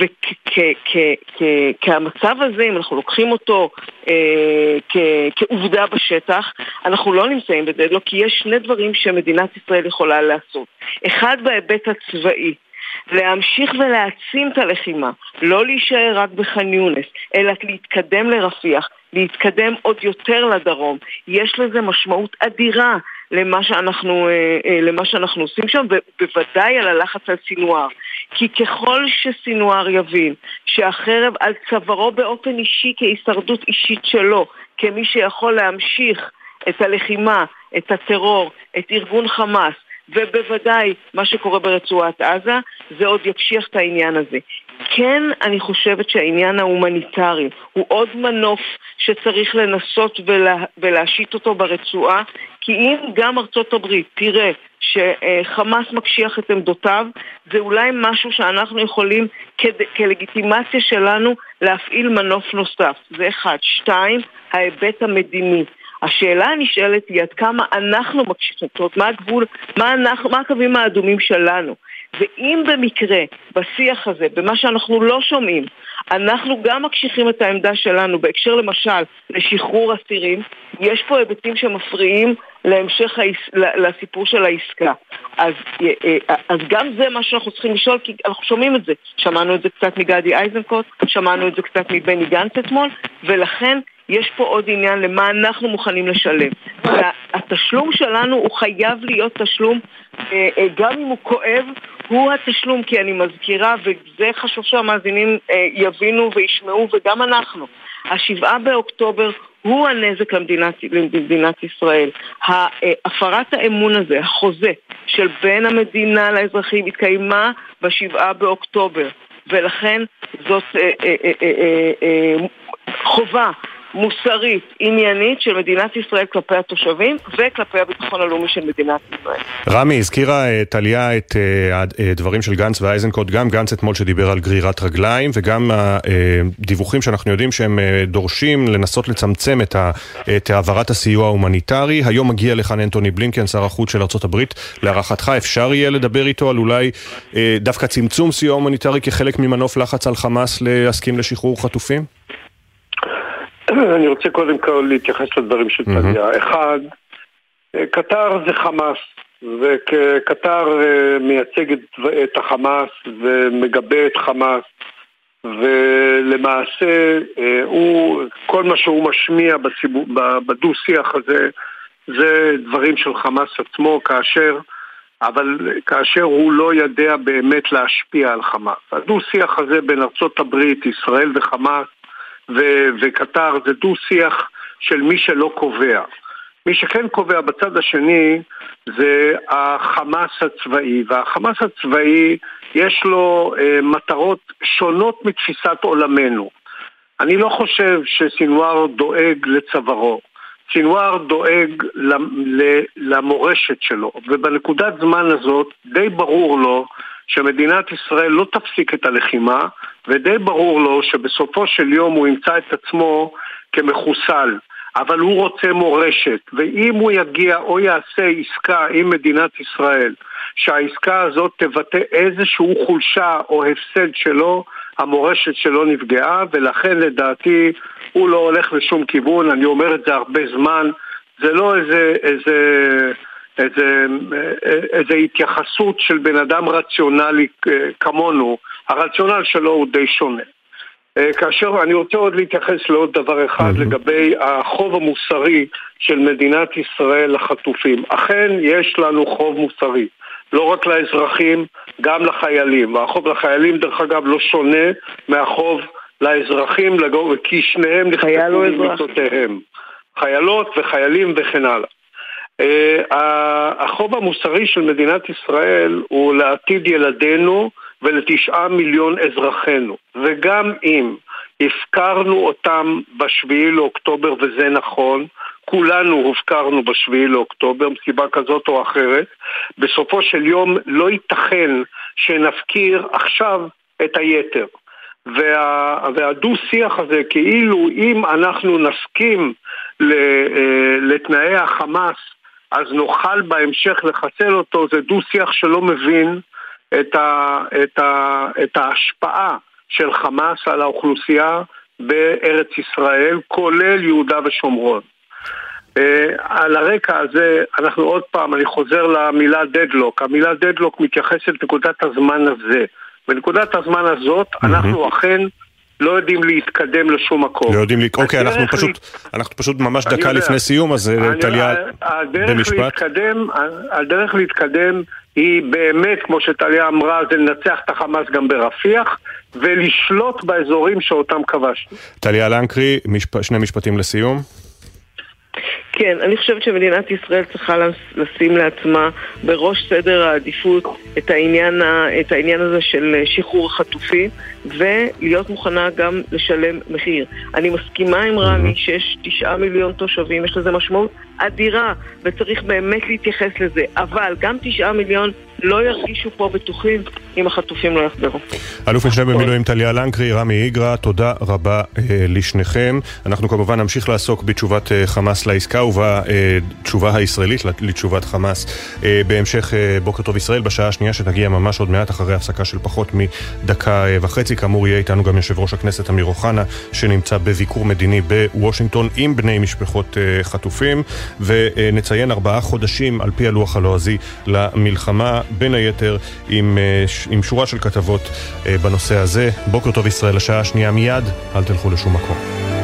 וכהמצב הזה, אם אנחנו לוקחים אותו אה, כעובדה בשטח, אנחנו לא נמצאים בדדלוק, כי יש שני דברים שמדינת ישראל יכולה לעשות. אחד, בהיבט הצבאי, להמשיך ולהעצים את הלחימה, לא להישאר רק בח'אן יונס, אלא להתקדם לרפיח, להתקדם עוד יותר לדרום. יש לזה משמעות אדירה למה שאנחנו, למה שאנחנו עושים שם, ובוודאי על הלחץ על סינואר. כי ככל שסינואר יבין שהחרב על צווארו באופן אישי, כהישרדות אישית שלו, כמי שיכול להמשיך את הלחימה, את הטרור, את ארגון חמאס, ובוודאי מה שקורה ברצועת עזה, זה עוד יקשיח את העניין הזה. כן, אני חושבת שהעניין ההומניטרי הוא עוד מנוף שצריך לנסות ולה, ולהשית אותו ברצועה, כי אם גם ארצות הברית תראה שחמאס מקשיח את עמדותיו, זה אולי משהו שאנחנו יכולים כד, כלגיטימציה שלנו להפעיל מנוף נוסף. זה אחד. שתיים, ההיבט המדיני. השאלה הנשאלת היא עד כמה אנחנו מקשיחים, זאת אומרת, מה הגבול, מה, אנחנו, מה הקווים האדומים שלנו. ואם במקרה, בשיח הזה, במה שאנחנו לא שומעים, אנחנו גם מקשיחים את העמדה שלנו, בהקשר למשל לשחרור אסירים, יש פה היבטים שמפריעים להמשך לסיפור של העסקה. אז, אז גם זה מה שאנחנו צריכים לשאול, כי אנחנו שומעים את זה. שמענו את זה קצת מגדי איזנקוט, שמענו את זה קצת מבני גנץ אתמול, ולכן יש פה עוד עניין למה אנחנו מוכנים לשלם. והתשלום שלנו הוא חייב להיות תשלום, גם אם הוא כואב, הוא התשלום, כי אני מזכירה, וזה חשוב שהמאזינים יבינו וישמעו, וגם אנחנו. השבעה באוקטובר הוא הנזק למדינת, למדינת ישראל. הפרת האמון הזה, החוזה של בין המדינה לאזרחים, התקיימה בשבעה באוקטובר, ולכן זאת, חובה מוסרית, עניינית של מדינת ישראל כלפי התושבים וכלפי הביטחון הלאומי של מדינת ישראל. רמי, הזכירה טליה את הדברים של גנץ ואייזנקוט, גם גנץ אתמול שדיבר על גרירת רגליים, וגם הדיווחים שאנחנו יודעים שהם דורשים לנסות לצמצם את העברת הסיוע ההומניטרי. היום מגיע לכאן אנטוני בלינקן, שר החוץ של ארצות הברית. להערכתך אפשר יהיה לדבר איתו על אולי דווקא צמצום סיוע הומניטרי כחלק ממנוף לחץ על חמאס להסכים לשחרור חטופים? אני רוצה קודם כל להתייחס לדברים של טליה. אחד, קטר זה חמאס, וכקטר מייצג את החמאס ומגבה את חמאס, ולמעשה הוא, כל מה שהוא משמיע בציבור, בדו שיח הזה זה דברים של חמאס עצמו, כאשר אבל כאשר הוא לא יודע באמת להשפיע על חמאס. הדו שיח הזה בין ארצות הברית, ישראל וחמאס ו- וקטר זה דו שיח של מי שלא קובע. מי שכן קובע בצד השני זה החמאס הצבאי, והחמאס הצבאי יש לו אה, מטרות שונות מתפיסת עולמנו. אני לא חושב שסינואר דואג לצווארו, סינואר דואג למורשת שלו, ובנקודת זמן הזאת די ברור לו שמדינת ישראל לא תפסיק את הלחימה, ודי ברור לו שבסופו של יום הוא ימצא את עצמו כמחוסל, אבל הוא רוצה מורשת, ואם הוא יגיע או יעשה עסקה עם מדינת ישראל, שהעסקה הזאת תבטא איזשהו חולשה או הפסד שלו, המורשת שלו נפגעה, ולכן לדעתי הוא לא הולך לשום כיוון. אני אומר את זה הרבה זמן, זה לא איזה, איזה, איזה, איזה התייחסות של בן אדם רציונלי כמונו, הרציונל שלו הוא די שונה. כאשר אני רוצה עוד להתייחס לעוד דבר אחד mm-hmm. לגבי החוב המוסרי של מדינת ישראל לחטופים. אכן יש לנו חוב מוסרי, לא רק לאזרחים, גם לחיילים. והחוב לחיילים דרך אגב לא שונה מהחוב לאזרחים, כי שניהם נחטפו ממיטותיהם. חיילות וחיילים וכן הלאה. החוב המוסרי של מדינת ישראל הוא לעתיד ילדינו ולתשעה מיליון אזרחינו, וגם אם הפקרנו אותם בשביעי לאוקטובר, וזה נכון, כולנו הופקרנו בשביעי לאוקטובר מסיבה כזאת או אחרת, בסופו של יום לא ייתכן שנפקיר עכשיו את היתר. וה, והדו שיח הזה, כאילו אם אנחנו נסכים לתנאי החמאס אז נוכל בהמשך לחסל אותו, זה דו שיח שלא מבין את, ה, את, ה, את ההשפעה של חמאס על האוכלוסייה בארץ ישראל, כולל יהודה ושומרון. Uh, על הרקע הזה, אנחנו עוד פעם, אני חוזר למילה דדלוק. המילה דדלוק מתייחסת לנקודת הזמן הזה. בנקודת הזמן הזאת, mm-hmm. אנחנו אכן לא יודעים להתקדם לשום מקום. לא יודעים, אוקיי, אנחנו פשוט, להת... אנחנו פשוט ממש דקה יודע, לפני סיום, אז טליה, במשפט. להתקדם, הדרך להתקדם היא באמת, כמו שטליה אמרה, זה לנצח את החמאס גם ברפיח, ולשלוט באזורים שאותם כבשנו. טליה לנקרי, משפ... שני משפטים לסיום. כן, אני חושבת שמדינת ישראל צריכה לשים לעצמה בראש סדר העדיפות את העניין, את העניין הזה של שחרור החטופים, ולהיות מוכנה גם לשלם מחיר. אני מסכימה עם רמי שיש תשעה מיליון תושבים, יש לזה משמעות אדירה, וצריך באמת להתייחס לזה, אבל גם תשעה מיליון לא ירגישו פה בטוחים אם החטופים לא יחזרו. אלוף משנה במילואים טליה לנקרי, רמי איגרא, תודה רבה אה, לשניכם. אנחנו כמובן נמשיך לעסוק בתשובת אה, חמאס לעסקה ובתשובה הישראלית לתשובת חמאס אה, בהמשך אה, בוקר טוב ישראל בשעה השנייה שתגיע ממש עוד מעט אחרי הפסקה של פחות מדקה אה, וחצי. כאמור יהיה איתנו גם יושב ראש הכנסת אמיר אוחנה שנמצא בביקור מדיני בוושינגטון עם בני משפחות אה, חטופים, ונציין ארבעה חודשים על פי הלוח הלועזי למלחמה, בין היתר עם, עם שורה של כתבות בנושא הזה. בוקר טוב ישראל, השעה השנייה מיד, אל תלכו לשום מקום.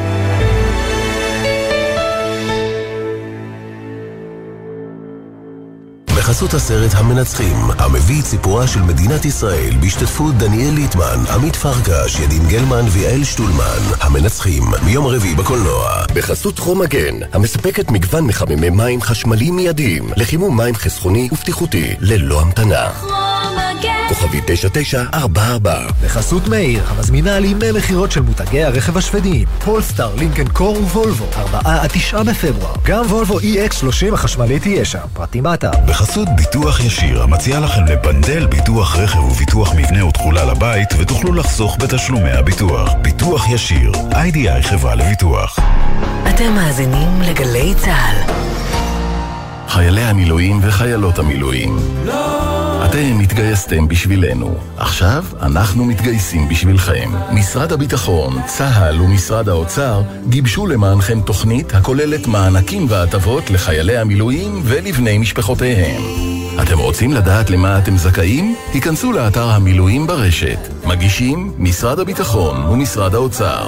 בחסות הסרט המנצחים, המביא את סיפורה של מדינת ישראל בהשתתפות דניאל ליטמן, עמית פרקש, ידין גלמן ויעל שטולמן. המנצחים, מיום רביעי בקולנוע. בחסות חום מגן, המספקת מגוון מחממי מים חשמליים מיידיים לחימום מים חסכוני ובטיחותי ללא המתנה. כוכבי תשע תשע ארבע ארבע. בחסות מאיר, המזמינה על ימי מחירות של מותגי הרכב השוודים, פולסטאר, לינקן קור ווולבו, ארבעה עד תשעה בפברואר. גם וולבו אי אקס שלושים החשמלית תהיה שם, פרטים באתר. בחסות ביטוח ישיר, המציע לכם לפנדל ביטוח רכב וביטוח מבנה ותכולה לבית, ותוכלו לחסוך בתשלומי הביטוח. ביטוח ישיר, איי די איי חברה לביטוח. אתם מאזינים לגלי צהל. חיילי המילואים וחיילות המילואים, אתם התגייסתם בשבילנו. עכשיו אנחנו מתגייסים בשבילכם. משרד הביטחון, צה"ל ומשרד האוצר גיבשו למענכם תוכנית הכוללת מענקים והטבות לחיילי המילואים ולבני משפחותיהם. אתם רוצים לדעת למה אתם זכאים? היכנסו לאתר המילואים ברשת. מגישים משרד הביטחון ומשרד האוצר.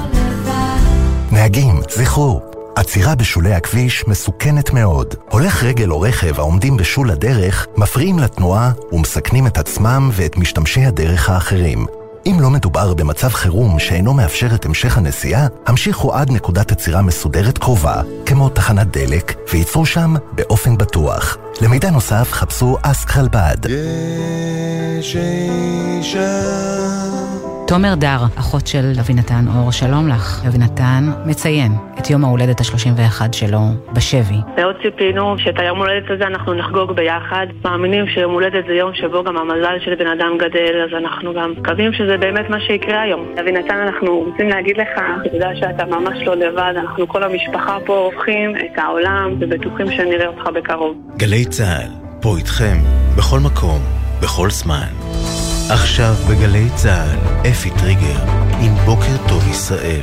נהגים, זכרו, עצירה בשולי הכביש מסוכנת מאוד. הולך רגל או רכב העומדים בשול הדרך מפריעים לתנועה ומסכנים את עצמם ואת משתמשי הדרך האחרים. אם לא מדובר במצב חירום שאינו מאפשר את המשך הנסיעה, המשיכו עד נקודת עצירה מסודרת קרובה, כמו תחנת דלק, וייצרו שם באופן בטוח. למידע נוסף חפשו אסק חלבד. יש אישה תומר דר, אחות של אבינתן אור, שלום לך. אבינתן מציין את יום ההולדת ה-שלושים ואחת שלו בשבי. מאוד ציפינו שאת היום הולדת הזה אנחנו נחגוג ביחד. מאמינים שיום הולדת זה יום שבו גם המזל של בן אדם גדל, אז אנחנו גם מקווים שזה באמת מה שיקרה היום. אבינתן, אנחנו רוצים להגיד לך, אתה יודע שאתה ממש לא לבד, אנחנו כל המשפחה פה הופכים את העולם ובטוחים שנראה אותך בקרוב. גלי צהל, פה איתכם, בכל מקום, בכל זמן. עכשיו בגלי צהל, אפי טריגר, עם בוקר טוב ישראל.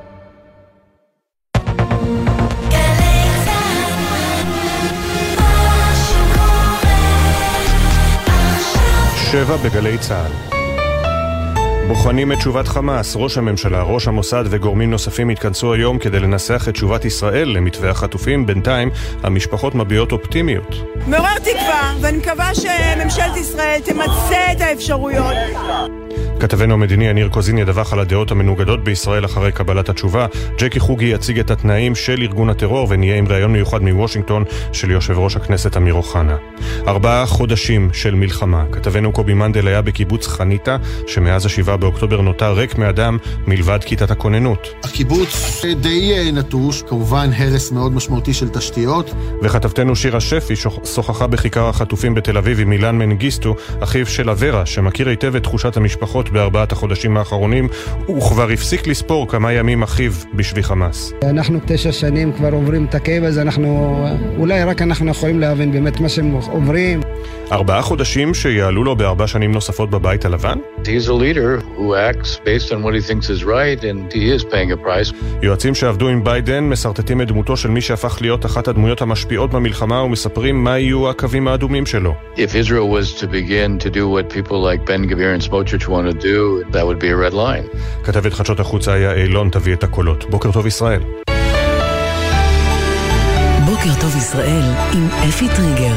שבע בגלי צהל. בוחנים את תשובת חמאס. ראש הממשלה, ראש המוסד וגורמים נוספים התכנסו היום כדי לנסח את תשובת ישראל למתווה החטופים. בינתיים המשפחות מביעות אופטימיות. מעורר תקווה, ואני מקווה שממשלת ישראל תמצא את האפשרויות. כתבנו המדיני יניר קוזין ידווח על הדעות המנוגדות בישראל אחרי קבלת התשובה. ג'קי חוגי יציג את התנאים של ארגון הטרור ונהיה עם ראיון מיוחד מוושינגטון של יושב ראש הכנסת אמיר אוחנה. ארבעה חודשים של מלחמה. כתבנו קובי מנדל היה בקיבוץ חניתה שמאז השבעה באוקטובר נותר ריק מאדם מלבד כיתת הכוננות. הקיבוץ די נטוש, כמובן הרס מאוד משמעותי של תשתיות. וכתבתנו שירה שפי שוחחה בכיכר החטופים בתל אביב עם אילן מנגיסטו, אחיו של אברה, שמכיר היטב את תחושת המשפחות בארבעת החודשים האחרונים, וכבר הפסיק לספור כמה ימים אחיו בשבי חמאס. אנחנו תשע שנים כבר עוברים את הכאב הזה, אנחנו, אולי רק אנחנו יכולים להבין באמת מה שהם עוברים. ארבעה חודשים שיעלו לו בארבע שנים נוספות בבית הלבן? He's a leader who acts based on what he thinks is right and he is paying a price. יועצים שעבדו עם ביידן מסרטטים את דמותו של מי שהפך להיות אחת הדמויות המשפיעות במלחמה ומספרים מה יהיו הקווים האדומים שלו. If Israel was to begin to do what people like Ben Gvir and Smotrich want to do, that would be a red line. כתבת חדשות החוץ היה אילון תביא את הקולות. בוקר טוב ישראל. בוקר טוב ישראל עם אפי טריגר.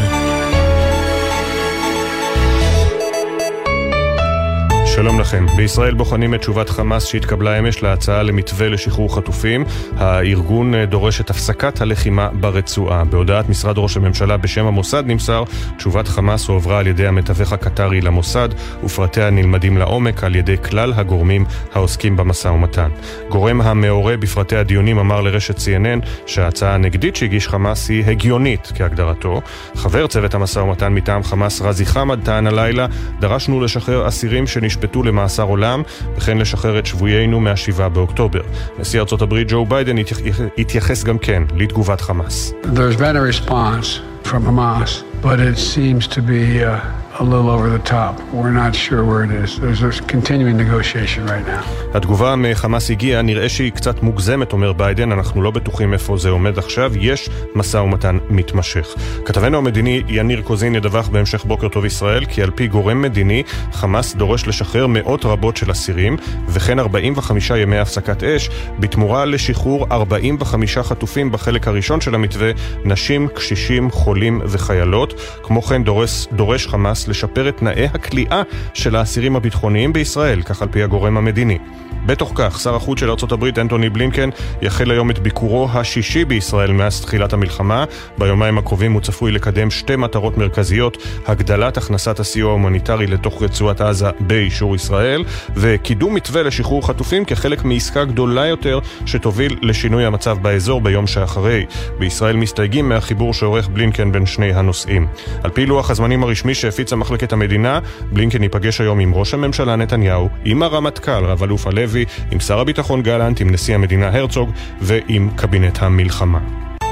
שלום לכם. בישראל בוחנים את תשובת חמאס שהתקבלה אמש להצעה למתווה לשחרור חטופים. הארגון דורש את הפסקת הלחימה ברצועה. בהודעת משרד ראש הממשלה בשם המוסד נמסר, תשובת חמאס הועברה על ידי המתווך הקטרי למוסד, ופרטיה נלמדים לעומק על ידי כלל הגורמים העוסקים במשא ומתן. גורם המעורה בפרטי הדיונים אמר לרשת סי אן אן שההצעה הנגדית שהגיש חמאס היא הגיונית כהגדרתו. חבר צוות המשא ומתן מטעם חמאס רזי חמד טען הלילה, דרשנו לשחרר אסירים שנשפטו למאסר עולם, וכן לשחרר את שבויינו מהשבעה באוקטובר. נשיא ארצות הברית ג'ו ביידן התייחס גם כן לתגובת חמאס. There's been a response from Hamas, but it seems to be uh, a little over the top. We're not sure where it is. There's a continuing negotiation right now. התגובה מחמאס הגיעה, נראה שהיא קצת מוגזמת, אומר ביידן, אנחנו לא בטוחים איפה זה עומד עכשיו, יש משא ומתן מתמשך. כתבנו המדיני יניר קוזין ידווח בהמשך בוקר טוב ישראל, כי על פי גורם מדיני, חמאס דורש לשחרר מאות רבות של אסירים, וכן ארבעים וחמישה ימי הפסקת אש, בתמורה לשחרור ארבעים וחמישה חטופים בחלק הראשון של המתווה, נשים, קשישים, חולים וחיילות. כמו כן דורש, דורש חמאס לשפר את תנאי הכליאה של האסירים הביטחוניים בישראל, כך על פי הגורם המדיני. בתוך כך, שר החוץ של ארצות הברית אנטוני בלינקן יחל היום את ביקורו השישי בישראל מאז תחילת המלחמה. ביומיים הקרובים הוא צפוי לקדם שתי מטרות מרכזיות: הגדלת הכנסת הסיוע ההומניטרי לתוך רצועת עזה באישור ישראל, וקידום מתווה לשחרור חטופים כחלק מעסקה גדולה יותר שתוביל לשינוי המצב באזור ביום שאחרי. בישראל מסתייגים מהחיבור שעורך בלינקן בין שני הנושאים. על פי לוח הזמנים הרשמי שהפיצה מחלקת המדינה, בלינקן ייפגש היום עם ראש הממשלה נתניהו, עם הרמטכ"ל רב אלוף הלוי, עם שר הביטחון גלנט, עם נשיא המדינה הרצוג ועם קבינט המלחמה.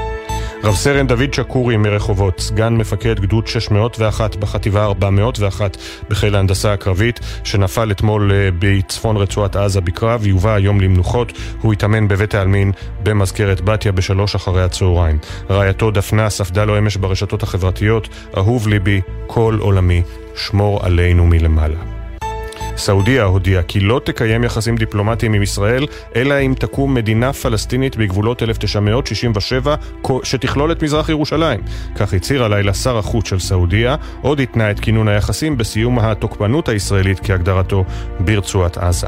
רב סרן דוד שקורי מרחובות, סגן מפקד גדוד שש מאות ואחת בחטיבה ארבע מאות ואחת בחיל ההנדסה הקרבית, שנפל אתמול בצפון רצועת עזה בקרב, יובא היום למנוחות. הוא התאמן בבית העלמין במזכרת בתיה בשלוש אחרי הצהריים. רעייתו דפנה ספדה לו אמש ברשתות החברתיות: אהוב ליבי, כל עולמי, שמור עלינו מלמעלה. סעודיה הודיעה כי לא תקיים יחסים דיפלומטיים עם ישראל, אלא אם תקום מדינה פלסטינית בגבולות אלף תשע מאות שישים ושבע שתכלול את מזרח ירושלים. כך הצהיר הלילה שר החוץ של סעודיה. עוד התנה את כינון היחסים בסיום התוקפנות הישראלית כהגדרתו ברצועת עזה.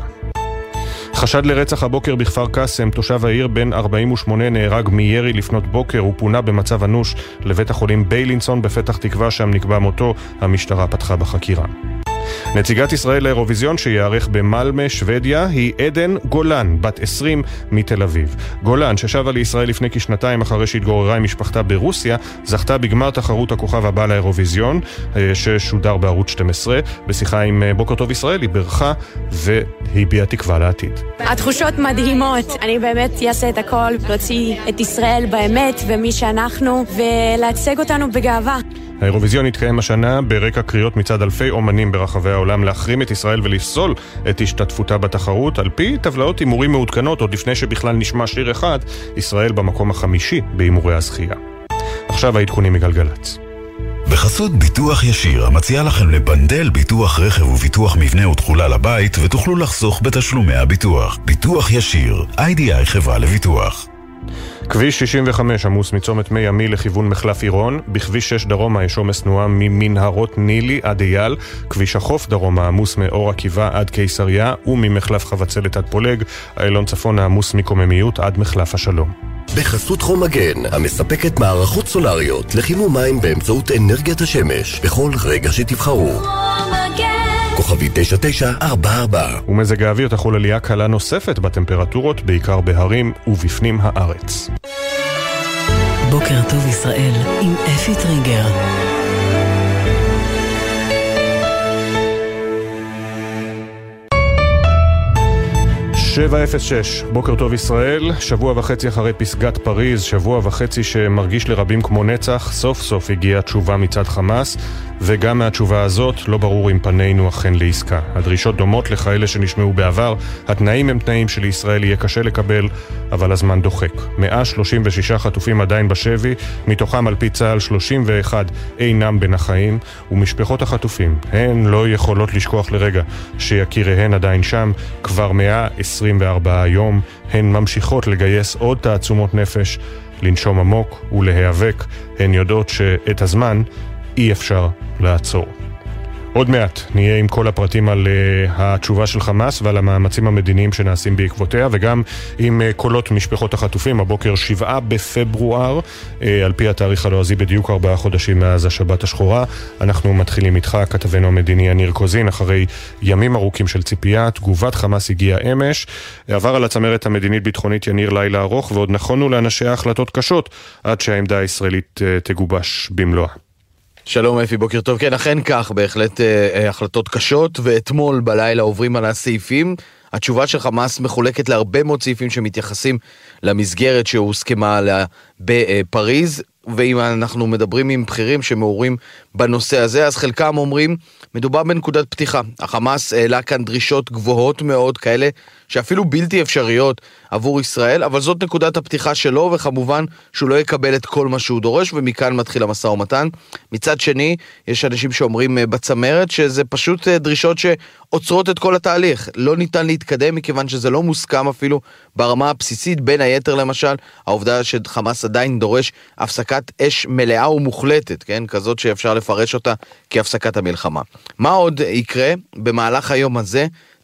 חשד לרצח הבוקר בכפר קאסם, תושב העיר בן ארבעים ושמונה נהרג מירי לפנות בוקר ופונה במצב אנוש לבית החולים ביילינסון בפתח תקווה, שם נקבע מותו. המשטרה פתחה בחקירה. נציגת ישראל לאירוויזיון שיערך במלמה, שוודיה, היא עדן גולן, בת עשרים מתל אביב. גולן, ששבה לישראל לפני כשנתיים אחרי שהתגוררה עם משפחתה ברוסיה, זכתה בגמר תחרות הכוכב הבא לאירוויזיון, ששודר בערוץ שתים עשרה. בשיחה עם בוקר טוב ישראל היא ברכה והביעה תקווה לעתיד. התחושות מדהימות. אני באמת אעשה את הכל, להוציא את ישראל באמת ומי שאנחנו, ולהציג אותנו בגאווה. האירוויזיון התקיים השנה ברקע קריאות מצד אלפי אומנים ברחבי העולם להחרים את ישראל ולפסול את השתתפותה בתחרות. על פי טבלאות הימורים מעודכנות, עוד לפני שבכלל נשמע שיר אחד, ישראל במקום החמישי בהימורי הזכייה. עכשיו העדכונים מגלגלץ. בחסות ביטוח ישיר, המציע לכם לבנדל ביטוח רכב וביטוח מבנה ותכולה לבית, ותוכלו לחסוך בתשלומי הביטוח. ביטוח ישיר, איי די איי חברה לביטוח. כביש שישים וחמש עמוס מצומת מי ימי לכיוון מחלף עירון. בכביש שש דרומה יש עומס תנועה ממנהרות נילי עד אייל. כביש החוף דרומה עמוס מאור עקיבא עד קיסריה וממחלף חבצלת עד פולג. איילון צפון עמוס מקוממיות עד מחלף השלום. בחסות חום מגן, המספקת מערכות סולריות לחימום מים באמצעות אנרגיית השמש בכל רגע שתבחרו. כוכבי תשע תשע ארבע ארבע. ומזג האוויר תחול עלייה קלה נוספת בטמפרטורות, בעיקר בהרים ובפנים הארץ. בוקר טוב ישראל עם אפי טריגר. שבע אפס שש, בוקר טוב ישראל. שבוע וחצי אחרי פסגת פריז, שבוע וחצי שמרגיש לרבים כמו נצח, סוף סוף הגיעה תשובה מצד חמאס, וגם מהתשובה הזאת לא ברור אם פנינו אכן לעסקה. הדרישות דומות לכאלה שנשמעו בעבר, התנאים הם תנאים שלישראל יהיה קשה לקבל, אבל הזמן דוחק. מאה שלושים ושישה חטופים עדיין בשבי, מתוכם על פי צה"ל שלושים ואחד אינם בין החיים, ומשפחות החטופים הן לא יכולות לשכוח לרגע שיקיריהן עדיין שם. כבר מאה עשרים וארבעה יום הן ממשיכות לגייס עוד תעצומות נפש, לנשום עמוק ולהיאבק. הן יודעות שאת הזמן אי אפשר לעצור. עוד מעט נהיה עם כל הפרטים על uh, התשובה של חמאס ועל המאמצים המדיניים שנעשים בעקבותיה, וגם עם uh, קולות משפחות החטופים. הבוקר שבעה בפברואר, uh, על פי התאריך הלועזי בדיוק ארבעה חודשים מאז השבת השחורה. אנחנו מתחילים איתך, כתבנו המדיני יניר קוזין. אחרי ימים ארוכים של ציפייה, תגובת חמאס הגיעה אמש. עבר על הצמרת המדינית ביטחונית יניר לילה ארוך, ועוד נכונו לאנשי ההחלטות קשות עד שהעמדה הישראלית uh, תגובש במלואה. שלום אפי, בוקר טוב. כן, אכן כך, בהחלט אה, החלטות קשות, ואתמול בלילה עוברים על הסעיפים. התשובה של חמאס מחולקת להרבה מאוד סעיפים שמתייחסים למסגרת שהוסכמה עליה בפריז, ואם אנחנו מדברים עם בכירים שמעורים בנושא הזה, אז חלקם אומרים, מדובר בנקודת פתיחה. החמאס העלה כאן דרישות גבוהות מאוד, כאלה שאפילו בלתי אפשריות עבור ישראל, אבל זאת נקודת הפתיחה שלו, וכמובן שהוא לא יקבל את כל מה שהוא דורש, ומכאן מתחיל המשא ומתן. מצד שני, יש אנשים שאומרים בצמרת שזה פשוט דרישות שעוצרות את כל התהליך. לא ניתן להתקדם מכיוון שזה לא מוסכם אפילו ברמה הבסיסית, בין היתר למשל, העובדה שחמאס עדיין דורש הפסקת אש מלאה ומוחלטת, כן? כזאת שאפשר לפרש אותה כהפסקת המלחמה. מה עוד יקרה במהלך היום הזה?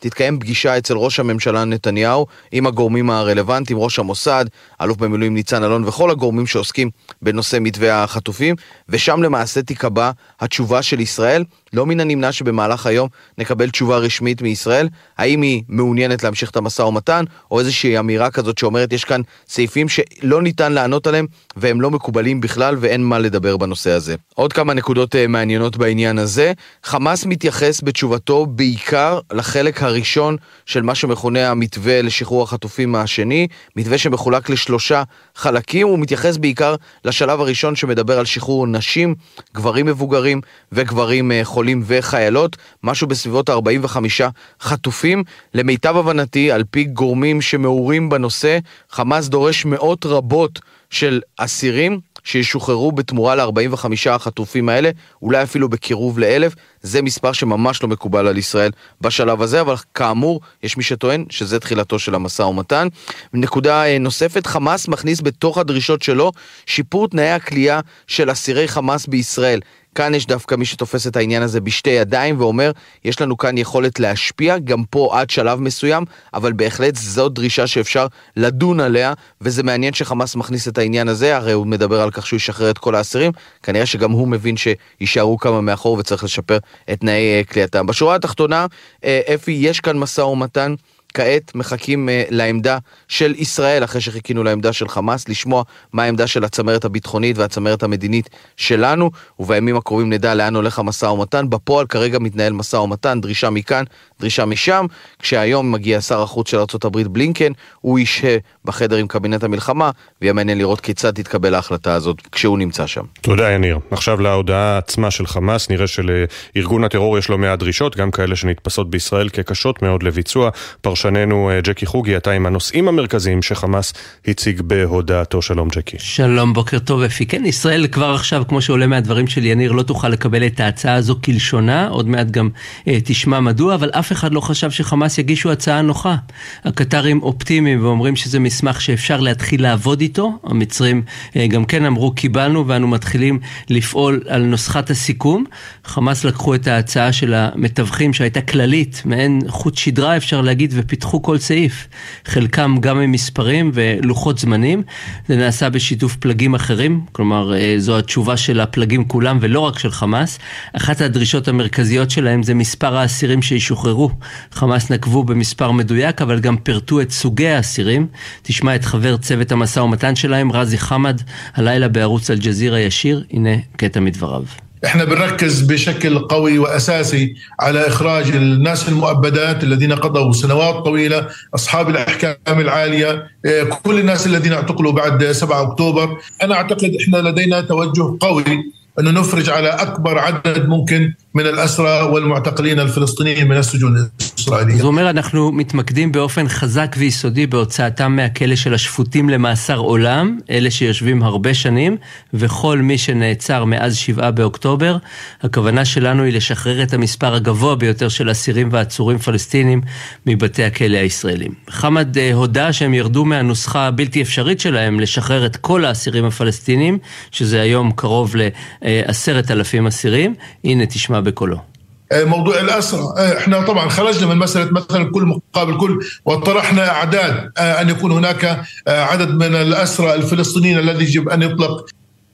תתקיים פגישה אצל ראש הממשלה נתניהו עם הגורמים הרלוונטיים, ראש המוסד, אלוף במילואים ניצן אלון וכל הגורמים שעוסקים בנושא מתווה החטופים, ושם למעשה תיקבע התשובה של ישראל. לא מן הנמנע שבמהלך היום נקבל תשובה רשמית מישראל, האם היא מעוניינת להמשיך את המשא ומתן, או איזושהי אמירה כזאת שאומרת יש כאן סעיפים שלא ניתן לענות עליהם, והם לא מקובלים בכלל ואין מה לדבר בנושא הזה. עוד כמה נקודות מעניינות בעניין הזה. חמאס מתייחס בתשובתו בעיקר לחלק הראשון של מה שמכונה המתווה לשחרור החטופים השני, מתווה שמחולק לשלושה חלקים. הוא מתייחס בעיקר לשלב הראשון שמדבר על שחרור נשים, גברים מבוגרים וגברים חולים וחיילות, משהו בסביבות ארבעים וחמישה חטופים. למיטב הבנתי, על פי גורמים שמעורים בנושא, חמאס דורש מאות רבות של אסירים שישוחררו בתמורה ל-ארבעים וחמישה החטופים האלה, אולי אפילו בקירוב לאלף. זה מספר שממש לא מקובל על ישראל בשלב הזה, אבל כאמור, יש מי שטוען שזה תחילתו של המשא ומתן. נקודה נוספת, חמאס מכניס בתוך הדרישות שלו שיפור תנאי הכלייה של אסירי חמאס בישראל. כאן יש דווקא מי שתופס את העניין הזה בשתי ידיים ואומר, יש לנו כאן יכולת להשפיע, גם פה עד שלב מסוים, אבל בהחלט זו דרישה שאפשר לדון עליה, וזה מעניין שחמאס מכניס את העניין הזה, הרי הוא מדבר על כך שהוא ישחרר את כל האסירים, כנראה שגם הוא מבין שישארו כמה מאחור וצריך לשפר את תנאי כליאתם. בשורה התחתונה, אפי, יש כאן משא ומתן, כעת מחכים uh, לעמדה של ישראל, אחרי שחיכינו לעמדה של חמאס, לשמוע מה העמדה של הצמרת הביטחונית והצמרת המדינית שלנו, ובימים הקרובים נדע לאן הולך המשא ומתן. בפועל כרגע מתנהל משא ומתן, דרישה מכאן, דרישה משם, כשהיום מגיע שר החוץ של ארצות הברית בלינקן, הוא ישהה בחדר עם קבינט המלחמה, ויהיה מעניין לראות כיצד תתקבל ההחלטה הזאת כשהוא נמצא שם. תודה יניר. עכשיו להודעה עצמה של חמאס, נראה שלארגון הטרור יש לו מעט דרישות, גם כאלה שנתפסות בישראל כקשות מאוד לביצוע. פרשננו ג'קי חוגי, אתה עם הנושאים המרכזיים שחמאס הציג בהודעתו. שלום ג'קי. שלום, בוקר טוב אפי. כן, ישראל כבר עכשיו, כמו שעולה מהדברים של יניר, לא תוכל לקבל את ההצעה הזו כלשונה, עוד מעט גם אה, תשמע מדוע, אבל אף אחד לא חשב שחמאס יגישו הצעה נוחה. הקטרים אופטימיים ואומרים שזה מסמך שאפשר להתחיל לעבוד איתו. המצרים אה, גם כן אמרו קיבלנו ואנו מתחילים לפעול על נוסחת הסיכום. חמאס לקחו את ההצעה של המתווכים שהייתה כללית, מעין חוט שדרה אפשר להגיד, ופיתחו כל סעיף. חלקם גם עם מספרים ולוחות זמנים. זה נעשה בשיתוף פלגים אחרים, כלומר זו התשובה של הפלגים כולם ולא רק של חמאס. אחת הדרישות המרכזיות שלהם זה מספר האסירים שישוחררו. חמאס נקבו במספר מדויק, אבל גם פרטו את סוגי האסירים. תשמע את חבר צוות המשא ומתן שלהם, רזי חמד, הלילה בערוץ אל-ג'זירה ישיר. הנה קטע מדבריו. احنا بنركز بشكل قوي واساسي على اخراج الناس المؤبدات الذين قضوا سنوات طويله، اصحاب الاحكام العاليه، كل الناس الذين اعتقلوا بعد سبعة أكتوبر. انا اعتقد احنا لدينا توجه قوي انه نفرج على اكبر عدد ممكن من الأسرى والمعتقلين الفلسطينيين من السجون الإسرائيلية. זאת אומרת, אנחנו מתמקדים באופן חזק ויסודי בהוצאתם מהכלא של השפוטים למאסר עולם, אלה שיושבים הרבה שנים, וכל מי שנעצר מאז שבעה באוקטובר. הכוונה שלנו היא לשחרר את המספר הגבוה ביותר של אסירים ועצורים פלסטינים מבתי הכלא הישראלים. חמד הודע שהם ירדו מהנוסחה הבלתי אפשרית שלהם לשחרר את כל האסירים הפלסטינים, שזה היום קרוב לעשרת אלפים אסירים. הנה תשמע بكله. موضوع الأسرى احنا طبعا خرجنا من مسألة مثلا كل مقابل كل وطرحنا أعداد أن يكون هناك عدد من الأسرى الفلسطينيين الذي يجب أن يطلق.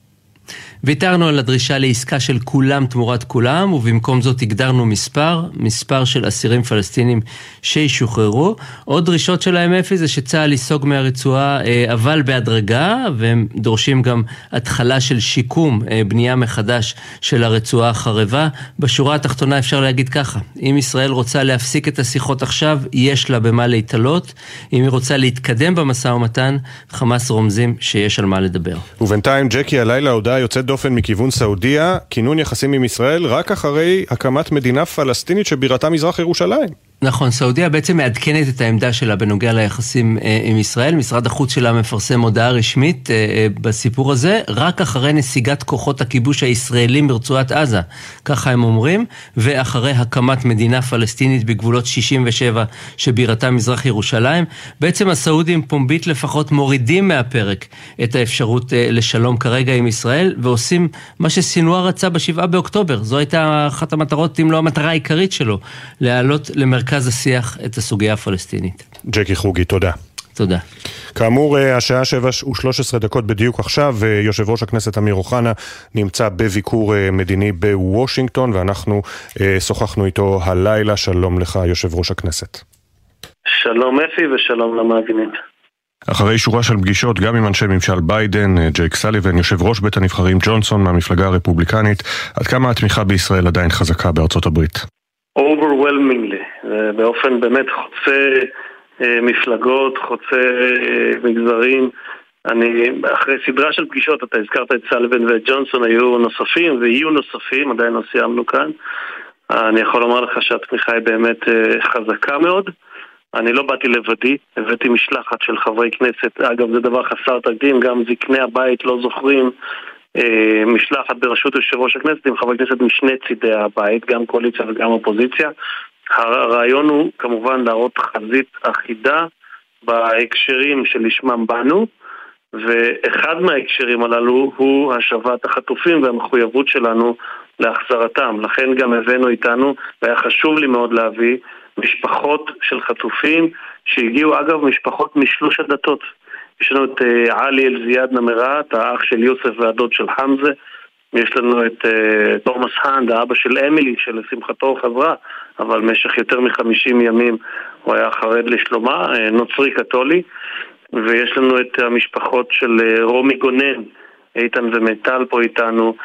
ויתרנו על הדרישה לעסקה של כולם תמורת כולם, ובמקום זאת הגדרנו מספר, מספר של אסירים פלסטינים שישוחררו. עוד דרישות שלהם אפי זה שצה"ל ייסוג מהרצועה, אבל בהדרגה, והם דורשים גם התחלה של שיקום, בנייה מחדש של הרצועה החרבה. בשורה התחתונה אפשר להגיד ככה, אם ישראל רוצה להפסיק את השיחות עכשיו, יש לה במה להתעלות. אם היא רוצה להתקדם במשא ומתן, חמאס רומזים שיש על מה לדבר. ובינתיים ג'קי, הלילה הודעה יוצאת דופן מכיוון סעודיה, כינון יחסים עם ישראל רק אחרי הקמת מדינה פלסטינית שבירתה מזרח ירושלים. נכון, סעודיה בעצם מעדכנת את העמדה שלה בנוגע ליחסים אה, עם ישראל. משרד החוץ שלה מפרסם הודעה רשמית אה, אה, בסיפור הזה, רק אחרי נסיגת כוחות הכיבוש הישראלים ברצועת עזה, ככה הם אומרים, ואחרי הקמת מדינה פלסטינית בגבולות שישים ושבע שבירתה מזרח ירושלים. בעצם הסעודים פומבית לפחות מורידים מהפרק את האפשרות אה, לשלום כרגע עם ישראל, ועושים מה שסינואר רצה בשבעה באוקטובר. זו הייתה אחת המטרות, אם לא המטרה העיקרית שלו, להעלות למרכז במרכז השיח את הסוגיה הפלסטינית. ג'קי חוגי, תודה. תודה. כאמור, השעה שבע ושלוש עשרה דקות בדיוק עכשיו, יושב ראש הכנסת אמיר אוחנה נמצא בביקור מדיני בוושינגטון, ואנחנו שוחחנו איתו הלילה. שלום לך, יושב ראש הכנסת. שלום אפי ושלום למאזינים. אחרי שורה של פגישות גם עם אנשי ממשל ביידן, ג'ייק סליבן, יושב ראש בית הנבחרים ג'ונסון מהמפלגה הרפובליקנית, עד כמה התמיכה בישראל עדיין חזקה בארצות הברית? Overwhelmingly, באופן באמת חוצה מפלגות, חוצה מגזרים. אני, אחרי סדרה של פגישות, אתה הזכרת את סליבן ואת ג'ונסון, היו נוספים ויהיו נוספים, עדיין לא סיימנו כאן. אני יכול לומר לך שהתמיכה היא באמת חזקה מאוד. אני לא באתי לבדי, הבאתי משלחת של חברי כנסת, אגב זה דבר חסר תקדים, גם זקני הבית לא זוכרים, אה, משלחת בראשות יושב ראש הכנסת עם חברי כנסת משני צידי הבית, גם קואליציה וגם אופוזיציה. הרעיון הוא כמובן להראות חזית אחידה בהקשרים שלשמם באנו, ואחד מההקשרים הללו הוא השבת החטופים והמחויבות שלנו להחזרתם. לכן גם הבאנו איתנו, והיה חשוב לי מאוד להביא, משפחות של חטופים שהגיעו, אגב, משפחות משלוש הדתות. יש לנו את uh, עלי אל-זיאד נמרת, האח של יוסף והדוד של חמזה. יש לנו את uh, תומאס הנד, האבא של אמילי, שלשמחתו חזרה, אבל משך יותר מחמישים ימים הוא היה חרד לשלומה, uh, נוצרי קתולי. ויש לנו את המשפחות של uh, רומי גונן, איתן ומיטל פה איתנו,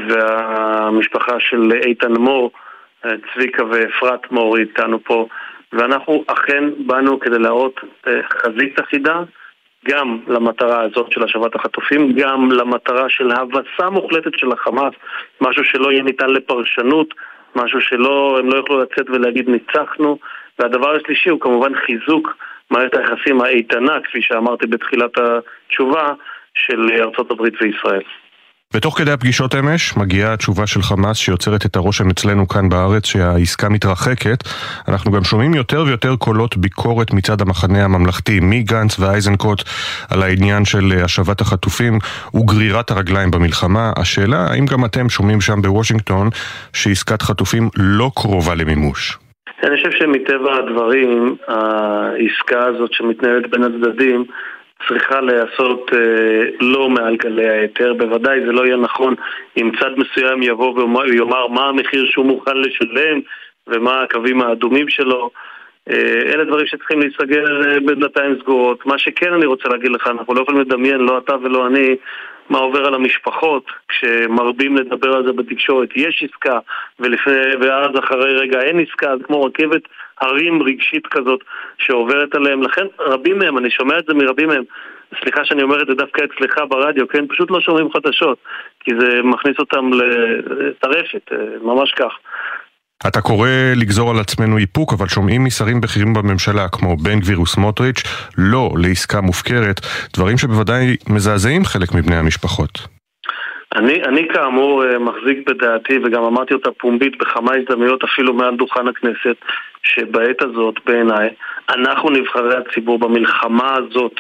והמשפחה של איתן מור, צביקה ואפרת מור איתנו פה, ואנחנו אכן באנו כדי להראות חזית אחידה גם למטרה הזאת של השבת החטופים, גם למטרה של הבסה מוחלטת של החמאס, משהו שלא יהיה ניתן לפרשנות, משהו שלא, הם לא יוכלו לצאת ולהגיד ניצחנו. והדבר השלישי הוא כמובן חיזוק מערכת היחסים האיתנה, כפי שאמרתי בתחילת התשובה, של ארצות הברית וישראל. בתוך כדי הפגישות אמש מגיעה התשובה של חמאס שיוצרת את הרושם אצלנו כאן בארץ שהעסקה מתרחקת. אנחנו גם שומעים יותר ויותר קולות ביקורת מצד המחנה הממלכתי, מגנץ ואייזנקוט, על העניין של השבת החטופים וגרירת הרגליים במלחמה. השאלה, האם גם אתם שומעים שם בוושינגטון שעסקת חטופים לא קרובה למימוש? אני חושב שמטבע הדברים, העסקה הזאת שמתנהלת בין הצדדים, צריכה לעשות אה, לא מעל גלי היתר. בוודאי זה לא יהיה נכון אם צד מסוים יבוא ויאמר מה המחיר שהוא מוכן לשלם ומה הקווים האדומים שלו. אה, אלה דברים שצריכים להיסגר אה, בדלתיים סגורות. מה שכן אני רוצה להגיד לך, אנחנו לא יכולים לדמיין, לא אתה ולא אני, מה עובר על המשפחות כשמרבים לדבר על זה בתקשורת. יש עסקה ולפני, ואז אחרי רגע אין עסקה, אז כמו רכבת הרים רגשית כזאת שעוברת עליהם. לכן רבים מהם, אני שומע את זה מרבים מהם, סליחה שאני אומר את זה דווקא אצלך ברדיו, כן? פשוט לא שומעים חדשות, כי זה מכניס אותם לטרפת, ממש כך. אתה קורא לגזור על עצמנו איפוק, אבל שומעים משרים בכירים בממשלה, כמו בן גביר וסמוטריץ', לא לעסקה מופקרת, דברים שבוודאי מזעזעים חלק מבני המשפחות. אני, אני כאמור מחזיק בדעתי, וגם אמרתי אותה פומבית בכמה הזדמנויות, אפילו מעל דוכן הכנסת, שבעת הזאת בעיניי, אנחנו נבחרי הציבור במלחמה הזאת,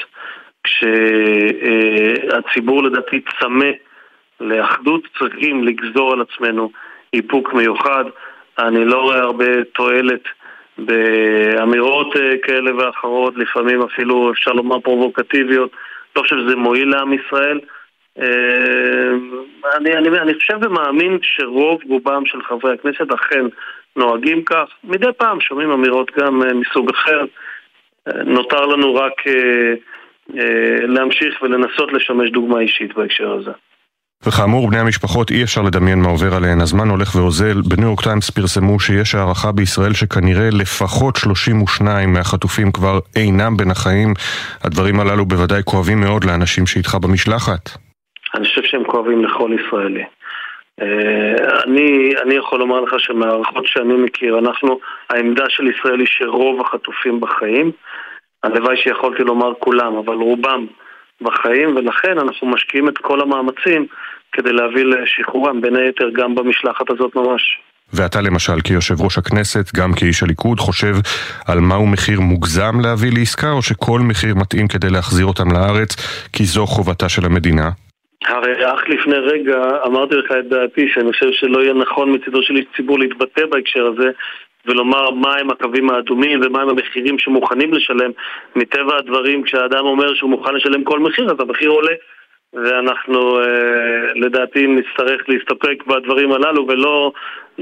כשהציבור לדעתי צמא לאחדות, צריכים לגזור על עצמנו איפוק מיוחד. אני לא רואה הרבה תועלת באמירות כאלה ואחרות, לפעמים אפילו אפשר לומר פרובוקטיביות. לא חושב שזה מועיל לעם ישראל. אני, אני, אני חושב ומאמין שרוב רובם של חברי הכנסת אכן נוהגים כך. מדי פעם שומעים אמירות גם מסוג אחר. נותר לנו רק להמשיך ולנסות לשמש דוגמה אישית בהקשר הזה. וכאמור, בני המשפחות אי אפשר לדמיין מה עובר עליהן. הזמן הולך ואוזל. בניו יורק טיימס פרסמו שיש הערכה בישראל שכנראה לפחות שלושים ושניים מהחטופים כבר אינם בין החיים. הדברים הללו בוודאי כואבים מאוד לאנשים שאיתך במשלחת. אני חושב שהם כואבים לכל ישראלי. אני, אני יכול לומר לך שמהערכות שאני מכיר, אנחנו, העמדה של ישראל היא שרוב החטופים בחיים. הלוואי שיכולתי לומר כולם, אבל רובם בחיים, ולכן אנחנו משקיעים את כל המאמצים כדי להביא לשחרורם, בין היתר גם במשלחת הזאת ממש. ואתה למשל כיושב ראש הכנסת, גם כאיש הליכוד, חושב על מהו מחיר מוגזם להביא לעסקה, או שכל מחיר מתאים כדי להחזיר אותם לארץ, כי זו חובתה של המדינה? הרי אך לפני רגע אמרתי לך את דעתי שאני חושב שלא יהיה נכון מצידו של איש ציבור להתבטא בהקשר הזה, ולומר מהם הקווים האדומים ומהם המחירים שמוכנים לשלם. מטבע הדברים, כשהאדם אומר שהוא מוכן לשלם כל מחיר, אז המחיר עולה, ואנחנו לדעתי נצטרך להסתפק בדברים הללו ולא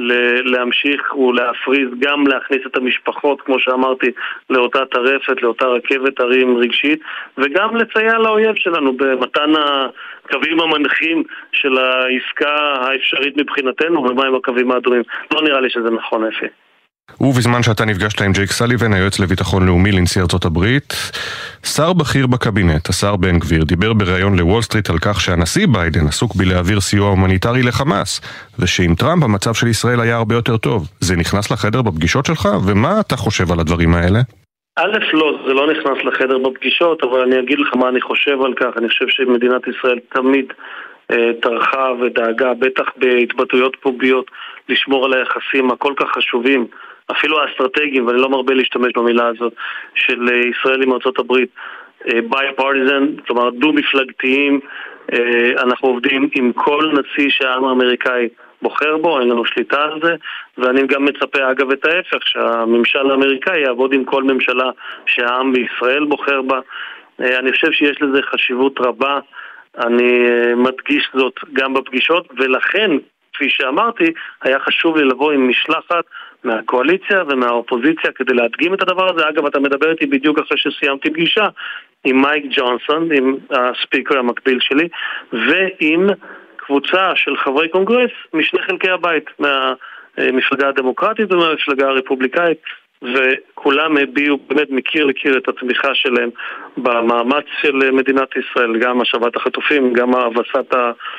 להמשיך ולהפריז, גם להכניס את המשפחות, כמו שאמרתי, לאותה טרפת, לאותה רכבת הרים רגשית, וגם לצייר לאויב שלנו במתן הקווים המנחים של העסקה האפשרית מבחינתנו, ומהם הקווים האדומים. לא נראה לי שזה נכון, אפי. ובזמן שאתה נפגשת עם ג'ייק סליבן, היועץ לביטחון לאומי לנשיא ארצות הברית, שר בכיר בקבינט, השר בן גביר, דיבר בראיון לוול סטריט על כך שהנשיא ביידן עסוק בלהעביר סיוע הומניטרי לחמאס, ושעם טראמפ המצב של ישראל היה הרבה יותר טוב. זה נכנס לחדר בפגישות שלך? ומה אתה חושב על הדברים האלה? א', לא, זה לא נכנס לחדר בפגישות, אבל אני אגיד לך מה אני חושב על כך. אני חושב שמדינת ישראל תמיד אה, טרחה ודאגה, בטח בהתבטאויות פומביות, לשמור על היחסים הכל כך חשובים, אפילו האסטרטגיים, ואני לא מרבה להשתמש במילה הזאת, של ישראל עם ארצות הברית, bipartisan, כלומר דו-מפלגתיים. אנחנו עובדים עם כל נשיא שהעם האמריקאי בוחר בו, אין לנו שליטה על זה, ואני גם מצפה אגב את ההפך, שהממשל האמריקאי יעבוד עם כל ממשלה שהעם בישראל בוחר בה. אני חושב שיש לזה חשיבות רבה, אני מדגיש זאת גם בפגישות, ולכן, כפי שאמרתי, היה חשוב לי לבוא עם משלחת מהקואליציה ומהאופוזיציה כדי להדגים את הדבר הזה. אגב, אתה מדבר איתי בדיוק אחרי שסיימתי פגישה עם מייק ג'ונסון, עם הספיקר המקביל שלי, ועם קבוצה של חברי קונגרס משני חלקי הבית, מהמפלגה הדמוקרטית ומהמפלגה הרפובליקאית, וכולם הביעו באמת מקיר לקיר את התמיכה שלהם במאמץ של מדינת ישראל, גם השבת החטופים, גם הבסת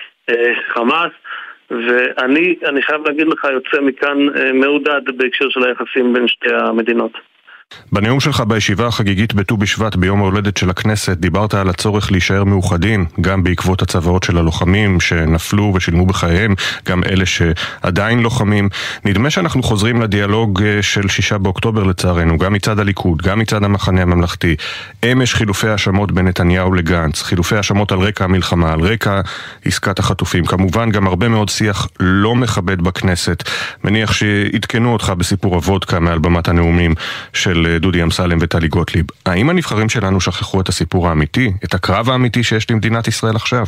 החמאס. ואני אני חייב להגיד לך, יוצא מכאן מעודד בהקשר של היחסים בין שתי המדינות. בנאום שלך בישיבה החגיגית בט"ו בשבט ביום ההולדת של הכנסת דיברת על הצורך להישאר מאוחדים, גם בעקבות הצוואות של הלוחמים שנפלו ושילמו בחייהם, גם אלה שעדיין לוחמים. נדמה שאנחנו חוזרים לדיאלוג של שישה באוקטובר לצערנו, גם מצד הליכוד, גם מצד המחנה הממלכתי. אמש חילופי האשמות בין נתניהו לגנץ, חילופי האשמות על רקע המלחמה, על רקע עסקת החטופים. כמובן גם הרבה מאוד שיח לא מכבד בכנסת. מניח שהתקנו אותך בסיפור הוודקה מעל במת הנאומים של דודי אמסלם וטלי גוטליב. האם הנבחרים שלנו שכחו את הסיפור האמיתי, את הקרב האמיתי שיש למדינת ישראל עכשיו?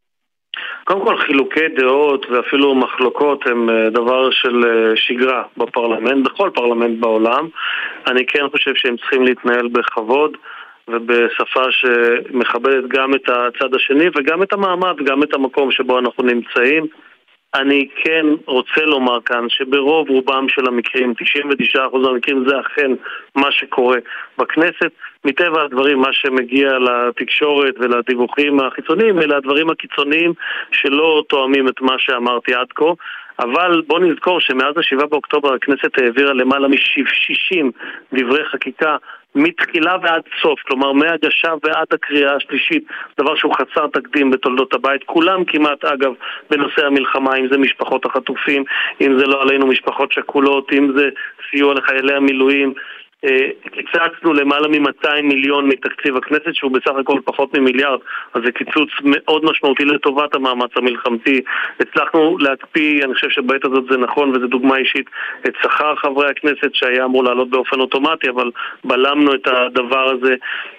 קודם כל, חילוקי דעות ואפילו מחלוקות הם דבר של שגרה בפרלמנט, בכל פרלמנט בעולם. אני כן חושב שהם צריכים להתנהל בכבוד ובשפה שמכבדת גם את הצד השני וגם את המעמד, גם את המקום שבו אנחנו נמצאים. אני כן רוצה לומר כאן שברוב רובם של המקרים, תשעים ותשעה אחוז מהמקרים, זה אכן מה שקורה בכנסת. מטבע הדברים, מה שמגיע לתקשורת ולדיווחים החיצוניים, אלה הדברים הקיצוניים שלא תואמים את מה שאמרתי עד כה. אבל בוא נזכור שמאז השבעה באוקטובר הכנסת העבירה למעלה מ-שישים דברי חקיקה מתחילה ועד סוף, כלומר מהגשה ועד הקריאה השלישית, דבר שהוא חסר תקדים בתולדות הבית. כולם כמעט, אגב, בנושא המלחמה, אם זה משפחות החטופים, אם זה לא עלינו משפחות שכולות, אם זה סיוע לחיילי המילואים. קיצצנו למעלה מ-מאתיים מיליון מתקציב הכנסת, שהוא בסך הכל פחות ממיליארד, אז זה קיצוץ מאוד משמעותי לטובת המאמץ המלחמתי. הצלחנו להקפיא, אני חושב שבעת הזאת זה נכון וזו דוגמה אישית, את שכר חברי הכנסת שהיה אמור לעלות באופן אוטומטי, אבל בלמנו את הדבר הזה.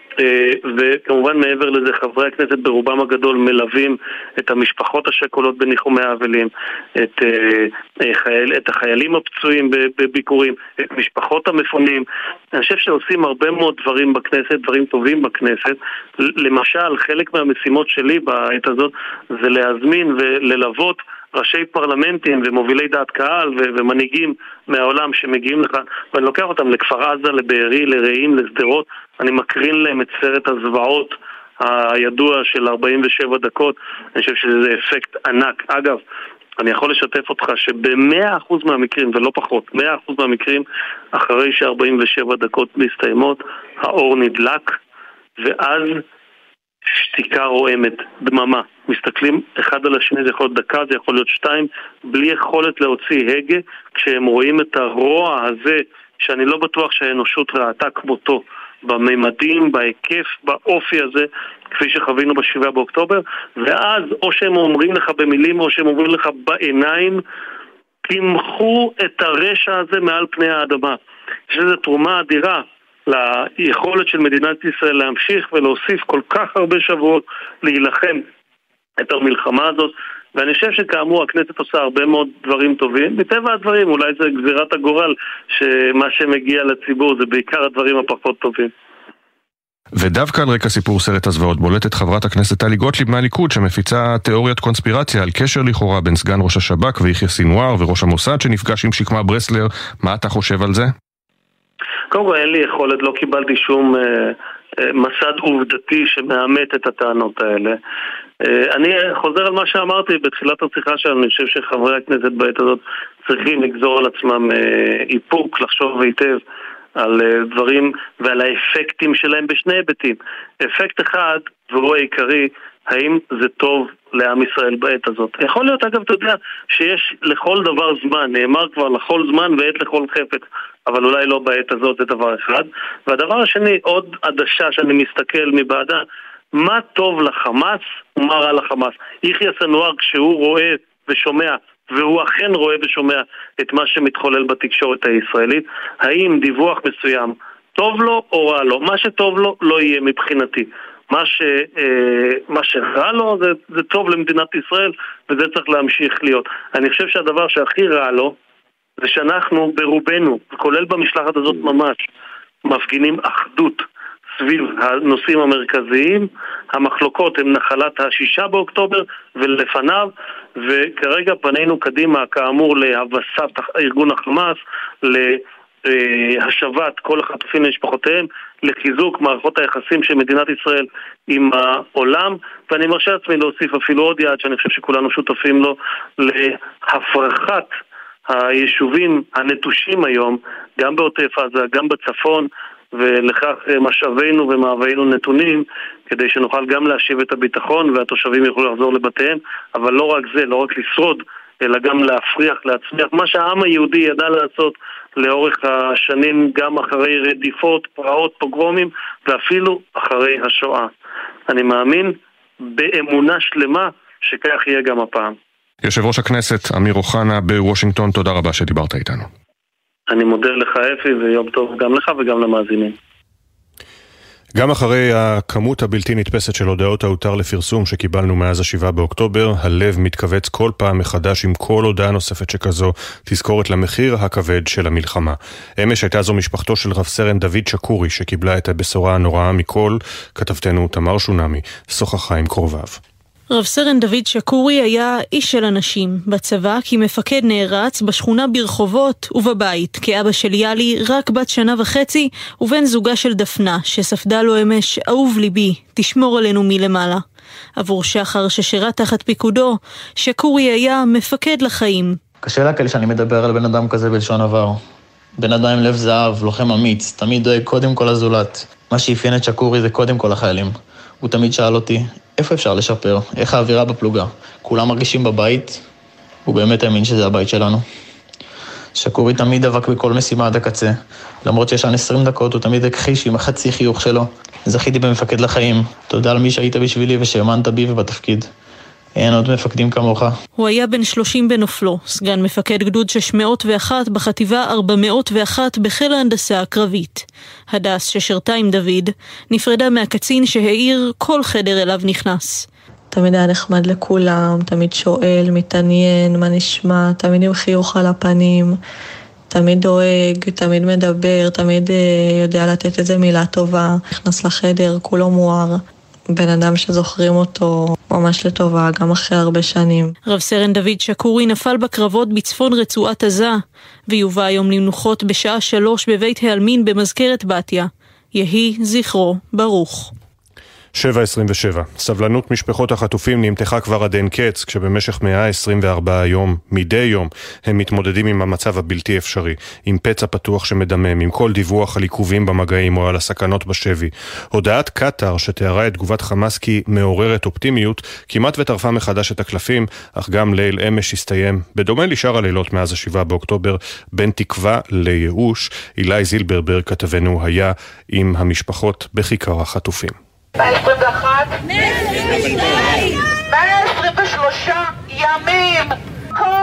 וכמובן מעבר לזה, חברי הכנסת ברובם הגדול מלווים את המשפחות השכולות בניחומי האבלים, את, את החיילים הפצועים בביקורים, את משפחות המפונים. אני חושב שעושים הרבה מאוד דברים בכנסת, דברים טובים בכנסת. למשל, חלק מהמשימות שלי בעת הזאת זה להזמין וללוות ראשי פרלמנטים ומובילי דעת קהל ומנהיגים מהעולם שמגיעים לכאן, ואני לוקח אותם לכפר עזה, לבארי, לרעים, לסדרות. אני מקרין להם את סרט הזוועות הידוע של ארבעים ושבע דקות. אני חושב שזה אפקט ענק. אגב, אני יכול לשתף אותך שב-מאה אחוז מהמקרים, ולא פחות, מאה אחוז מהמקרים, אחרי ש-ארבעים ושבע דקות מסתיימות, האור נדלק, ואז שתיקה רועמת, דממה. מסתכלים אחד על השני, זה יכול להיות דקה, זה יכול להיות שתיים, בלי יכולת להוציא הגה, כשהם רואים את הרוע הזה, שאני לא בטוח שהאנושות ראתה כמותו, בממדים, בהיקף, באופי הזה, כפי שחווינו בשבעה באוקטובר, ואז או שהם אומרים לך במילים, או שהם אומרים לך בעיניים, תמחו את הרשע הזה מעל פני האדמה. יש לזה תרומה אדירה ליכולת של מדינת ישראל להמשיך ולהוסיף כל כך הרבה שבועות להילחם את המלחמה הזאת, ואני חושב שכאמור הכנסת עושה הרבה מאוד דברים טובים. מטבע הדברים, אולי זה גזירת הגורל, שמה שמגיע לציבור זה בעיקר הדברים הפחות טובים. ודווקא על רקע סיפור סרט הזוועות בולטת חברת הכנסת טלי גוטליב מהליכוד שמפיצה תיאוריית קונספירציה על קשר לכאורה בין סגן ראש השב"כ ויחיא סינואר וראש המוסד שנפגש עם שקמה ברסלר. מה אתה חושב על זה? קודם כל אין לי יכולת, לא קיבלתי שום אה, אה, מסד עובדתי שמאמת את הטענות האלה. אה, אני חוזר על מה שאמרתי בתחילת השיחה שלנו. אני חושב שחברי הכנסת בעת הזאת צריכים לגזור על עצמם אה, איפוק, לחשוב היטב על uh, דברים ועל האפקטים שלהם בשני היבטים. אפקט אחד, והוא העיקרי, האם זה טוב לעם ישראל בעת הזאת. יכול להיות, אגב, אתה יודע, שיש לכל דבר זמן, נאמר כבר לכל זמן ועת לכל חפץ, אבל אולי לא בעת הזאת, זה דבר אחד. והדבר השני, עוד עדשה שאני מסתכל מבעדה, מה טוב לחמאס ומה רע לחמאס. יחיא סנואר, כשהוא רואה ושומע, והוא אכן רואה ושומע את מה שמתחולל בתקשורת הישראלית, האם דיווח מסוים טוב לו או רע לו? מה שטוב לו לא יהיה מבחינתי. מה, ש, אה, מה שרע לו זה, זה טוב למדינת ישראל, וזה צריך להמשיך להיות. אני חושב שהדבר שהכי רע לו זה שאנחנו ברובנו, כולל במשלחת הזאת ממש, מפגינים אחדות סביב הנושאים המרכזיים. המחלוקות הן נחלת השישה באוקטובר ולפניו, וכרגע פנינו קדימה כאמור להבסת ארגון החמאס, להשבת כל החטופים למשפחותיהם, לחיזוק מערכות היחסים של מדינת ישראל עם העולם, ואני מרשה לעצמי להוסיף אפילו עוד יעד שאני חושב שכולנו שותפים לו, להפרחת היישובים הנטושים היום, גם בעוטף עזה, גם בצפון, ולכך משאבינו ומאווינו נתונים, כדי שנוכל גם להשיב את הביטחון והתושבים יוכלו לחזור לבתיהם, אבל לא רק זה, לא רק לשרוד, אלא גם להפריח, להצמיח, מה שהעם היהודי ידע לעשות לאורך השנים, גם אחרי רדיפות, פרעות, פוגרומים, ואפילו אחרי השואה. אני מאמין באמונה שלמה שכך יהיה גם הפעם. יושב ראש הכנסת אמיר אוחנה בוושינגטון, תודה רבה שדיברת איתנו. אני מודה לך אפי, ויום טוב גם לך וגם למאזינים. גם אחרי הכמות הבלתי נתפסת של הודעות ההותר לפרסום שקיבלנו מאז השבעה באוקטובר, הלב מתכווץ כל פעם מחדש עם כל הודעה נוספת שכזו, תזכורת למחיר הכבד של המלחמה. אמש הייתה זו משפחתו של רב סרן דוד שקורי שקיבלה את הבשורה הנוראה מכל. כתבתנו תמר שונמי שוחחה עם קרוביו. רב סרן דוד שקורי היה איש של אנשים בצבא, כי מפקד נערץ בשכונה ברחובות ובבית, כאבא של יאלי רק בת שנה וחצי ובן זוגה של דפנה שספדה לו אמש, אהוב ליבי, תשמור עלינו מלמעלה. עבור שחר ששירת תחת פיקודו, שקורי היה מפקד לחיים. קשה להקל שאני מדבר על בן אדם כזה בלשון עבר. בן אדם עם לב זהב, לוחם אמיץ, תמיד דואג קודם כל הזולת. מה שאפיין את שקורי זה קודם כל החיילים. הוא תמיד שאל אותי, איפה אפשר לשפר? איך האווירה בפלוגה? כולם מרגישים בבית? הוא באמת האמין שזה הבית שלנו. שקורי תמיד דבק בכל משימה עד הקצה. למרות שיש עד עשרים דקות, הוא תמיד הכחיש עם החצי חיוך שלו. זכיתי במפקד לחיים. תודה למי שהיית בשבילי ושהאמנת בי ובתפקיד. אין עוד מפקדים כמוך. הוא היה בן שלושים בנופלו, סגן מפקד גדוד שש מאות ואחת בחטיבה ארבע מאות ואחת בחיל ההנדסה הקרבית. הדס ששרתה עם דוד נפרדה מהקצין שהעיר כל חדר אליו נכנס. תמיד היה נחמד לכולם, תמיד שואל, מתעניין, מה נשמע, תמיד עם חיוך על הפנים, תמיד דואג, תמיד מדבר, תמיד יודע לתת איזה מילה טובה. נכנס לחדר, כולו מואר. בן אדם שזוכרים אותו ממש לטובה, גם אחרי הרבה שנים. רב סרן דוד שקורי נפל בקרבות בצפון רצועת עזה, ויובא היום למנוחות בשעה שלוש בבית העלמין במזכרת בתיה. יהי זכרו ברוך. שבע עשרים ושבע. סבלנות משפחות החטופים נמתחה כבר עד אין קץ, כשבמשך מאה עשרים וארבעה יום, מדי יום, הם מתמודדים עם המצב הבלתי אפשרי, עם פצע פתוח שמדמם, עם כל דיווח על עיכובים במגעים או על הסכנות בשבי. הודעת קטר שתיארה את תגובת חמאס כי מעוררת אופטימיות, כמעט וטרפה מחדש את הקלפים, אך גם ליל אמש הסתיים, בדומה לשאר הלילות מאז השבעה באוקטובר, בין תקווה לייאוש. אילי זילברברג כתבנו היה עם המשפחות בכיכר החטופים. מאה עשרים ואחת, מאה עשרים ושתיים, מאה עשרים ושלושה ימים, כל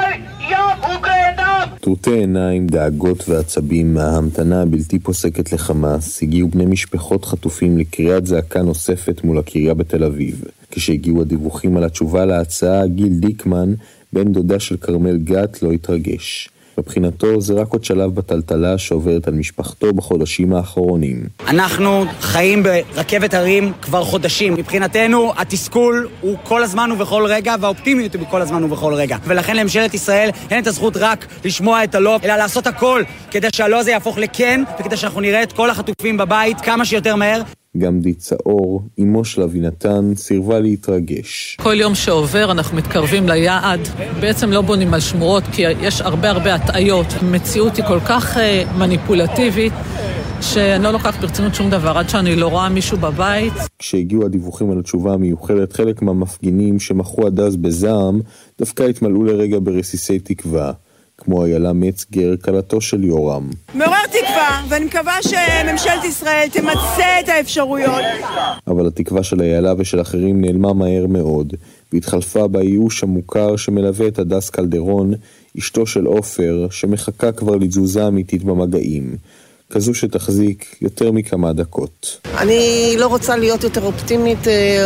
טרוטי עיניים, דאגות ועצבים מההמתנה הבלתי פוסקת לחמאס הגיעו בני משפחות חטופים לקריאת זעקה נוספת מול הקריה בתל אביב. כשהגיעו הדיווחים על התשובה להצעה, גיל דיקמן, בן דודה של קרמל גת, לא התרגש. מבחינתו זה רק עוד שלב בטלטלה שעוברת על משפחתו בחודשים האחרונים. אנחנו חיים ברכבת הרים כבר חודשים. מבחינתנו התסכול הוא כל הזמן ובכל רגע, והאופטימיות היא בכל הזמן ובכל רגע. ולכן לממשלת ישראל אין את הזכות רק לשמוע את הלא, אלא לעשות הכל כדי שהלא הזה יהפוך לכן, וכדי שאנחנו נראה את כל החטופים בבית כמה שיותר מהר. גם דיצה אור, אמו של אבינתן, סירבה להתרגש. כל יום שעובר אנחנו מתקרבים ליעד. בעצם לא בונים על שמורות, כי יש הרבה הרבה הטעיות. המציאות היא כל כך מניפולטיבית, שאני לא לוקחת ברצינות שום דבר, עד שאני לא רואה מישהו בבית. כשהגיעו הדיווחים על התשובה המיוחדת, חלק מהמפגינים שמחו עד אז בזעם, דווקא התמלאו לרגע ברסיסי תקווה. כמו איילה מצגר, קלתו של יורם. מעורר תקווה, ואני מקווה שממשלת ישראל תמצא את האפשרויות. אבל התקווה של איילה ושל אחרים נעלמה מהר מאוד, והתחלפה בייאוש המוכר שמלווה את הדס קלדרון, אשתו של עופר, שמחכה כבר לתזוזה אמיתית במגעים. כזו שתחזיק יותר מכמה דקות. אני לא רוצה להיות יותר אופטימית,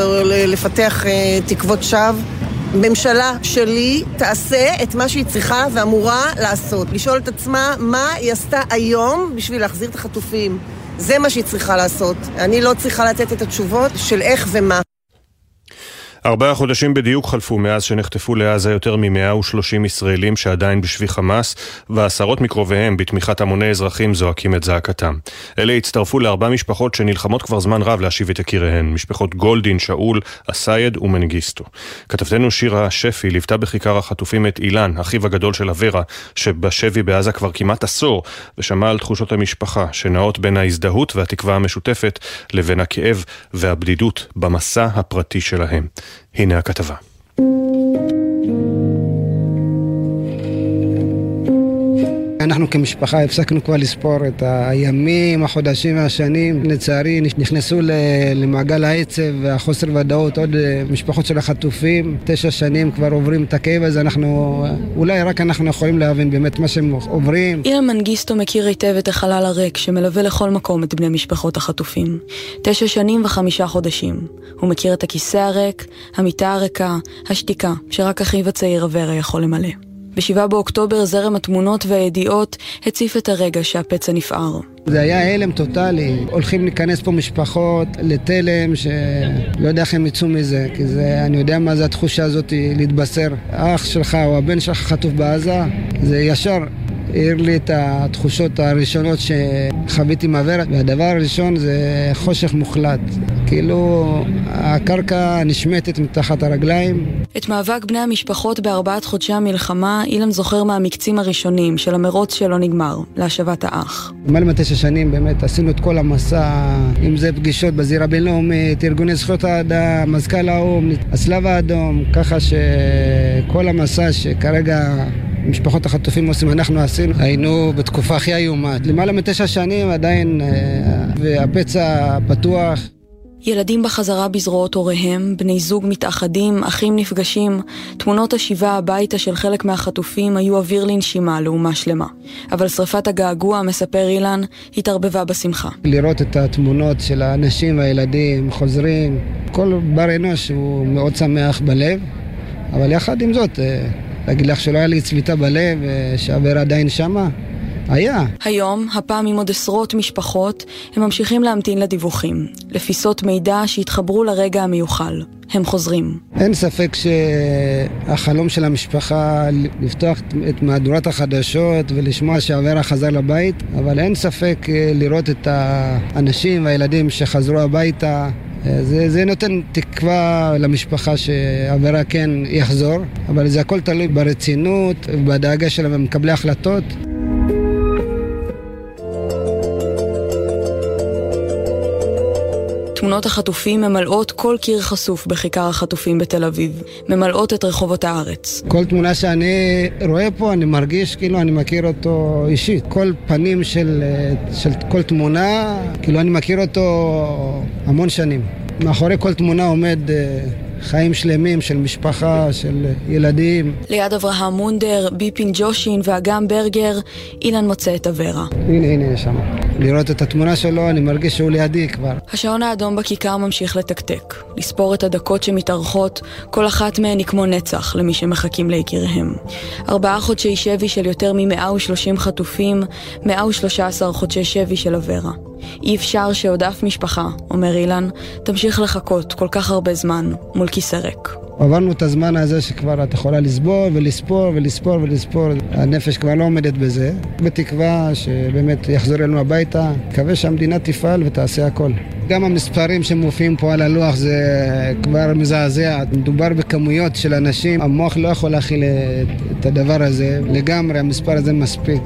לפתח תקוות שווא. ממשלה שלי תעשה את מה שהיא צריכה ואמורה לעשות. לשאול את עצמה מה היא עשתה היום בשביל להחזיר את החטופים. זה מה שהיא צריכה לעשות. אני לא צריכה לתת את התשובות של איך ומה. ארבעה חודשים בדיוק חלפו מאז שנחטפו לעזה יותר מ-מאה ושלושים ישראלים שעדיין בשבי חמאס, ועשרות מקרוביהם בתמיכת המוני אזרחים זועקים את זעקתם. אלה הצטרפו לארבע משפחות שנלחמות כבר זמן רב להשיב את יקיריהן, משפחות גולדין, שאול, אסייד ומנגיסטו. כתבתנו שירה שפי ליוותה בכיכר החטופים את אילן, אחיו הגדול של אברה, שבשבי בעזה כבר כמעט עשור, ושמע על תחושות המשפחה שנעות בין ההזדהות והתקווה המשותפת לבין הכאב והבדידות במסע הפרטי שלהם. הנה הכתבה. אנחנו כמשפחה הפסקנו כבר לספור את הימים, החודשים והשנים. לצערי נכנסו למעגל העצב והחוסר ודאות עוד משפחות של החטופים. תשע שנים כבר עוברים את הכאב הזה. אנחנו, אולי רק אנחנו יכולים להבין באמת מה שהם עוברים. אילן מנגיסטו מכיר היטב את החלל הריק שמלווה לכל מקום את בני משפחות החטופים. תשע שנים וחמישה חודשים. הוא מכיר את הכיסא הריק, המיטה הריקה, השתיקה שרק אחיו הצעיר אברה יכול למלא. בשבעה באוקטובר זרם התמונות והידיעות הציף את הרגע שהפצע נפער. זה היה הלם טוטלי. הולכים להיכנס פה משפחות לתלם שלא יודע איך הם יצאו מזה, כי זה, אני יודע מה זה התחושה הזאת להתבשר. האח שלך או הבן שלך חטוף בעזה, זה ישר העיר לי את התחושות הראשונות שחוויתי מעברת, והדבר הראשון זה חושך מוחלט. כאילו הקרקע נשמטת מתחת הרגליים. את מאבק בני המשפחות בארבעת חודשי המלחמה אילן זוכר מהמקצים הראשונים של המרוץ שלא נגמר, להשבת האח. למעלה מתשע שנים באמת עשינו את כל המסע, אם זה פגישות בזירה בינלאומית, ארגוני זכויות האדם, מזכ"ל האו"ם, הצלב האדום, ככה שכל המסע שכרגע משפחות החטופים עושים, אנחנו עשינו, היינו בתקופה הכי איומה. למעלה מתשע שנים עדיין, והפצע פתוח. ילדים בחזרה בזרועות הוריהם, בני זוג מתאחדים, אחים נפגשים. תמונות השיבה הביתה של חלק מהחטופים היו אוויר לנשימה לאומה שלמה. אבל שריפת הגעגוע, מספר אילן, התערבבה בשמחה. לראות את התמונות של האנשים והילדים חוזרים, כל בר אנוש הוא מאוד שמח בלב, אבל יחד עם זאת, להגיד לך שלא היה לי צביטה בלב, שאברה עדיין שמה, היה. היום, הפעם עם עוד עשרות משפחות, הם ממשיכים להמתין לדיווחים, לפיסות מידע שהתחברו לרגע המיוחל. הם חוזרים. אין ספק שהחלום של המשפחה לפתוח את מהדורת החדשות ולשמוע שאברה חזר לבית, אבל אין ספק לראות את האנשים והילדים שחזרו הביתה. זה, זה נותן תקווה למשפחה שאברה כן יחזור, אבל זה הכל תלוי ברצינות ובדאגה של מקבלי החלטות. תמונות החטופים ממלאות כל קיר חשוף בכיכר החטופים בתל אביב, ממלאות את רחובות הארץ. כל תמונה שאני רואה פה אני מרגיש כאילו אני מכיר אותו אישית. כל פנים של, של כל תמונה, כאילו אני מכיר אותו המון שנים. מאחורי כל תמונה עומד חיים שלמים של משפחה, של ילדים. ליד אברהם מונדר, ביפין ג'ושין ואגם ברגר, אילן מוצא את אברה. הנה, הנה, שם. לראות את התמונה שלו, אני מרגיש שהוא לידי כבר. השעון האדום בכיכר ממשיך לתקתק. לספור את הדקות שמתארכות, כל אחת מהן היא כמו נצח למי שמחכים ליקיריהם. ארבעה חודשי שבי של יותר מ-מאה ושלושים חטופים, מאה ושלושה עשר חודשי שבי של אברה. אי אפשר שעוד אף משפחה, אומר אילן, תמשיך לחכות כל כך הרבה זמן מול כיסא ריק. עברנו את הזמן הזה שכבר את יכולה לסבור ולספור ולספור ולספור. הנפש כבר לא עומדת בזה. בתקווה שבאמת יחזור אלינו הביתה. מקווה שהמדינה תפעל ותעשה הכל. גם המספרים שמופיעים פה על הלוח זה כבר מזעזע. מדובר בכמויות של אנשים. המוח לא יכול להכיל את הדבר הזה. לגמרי המספר הזה מספיק.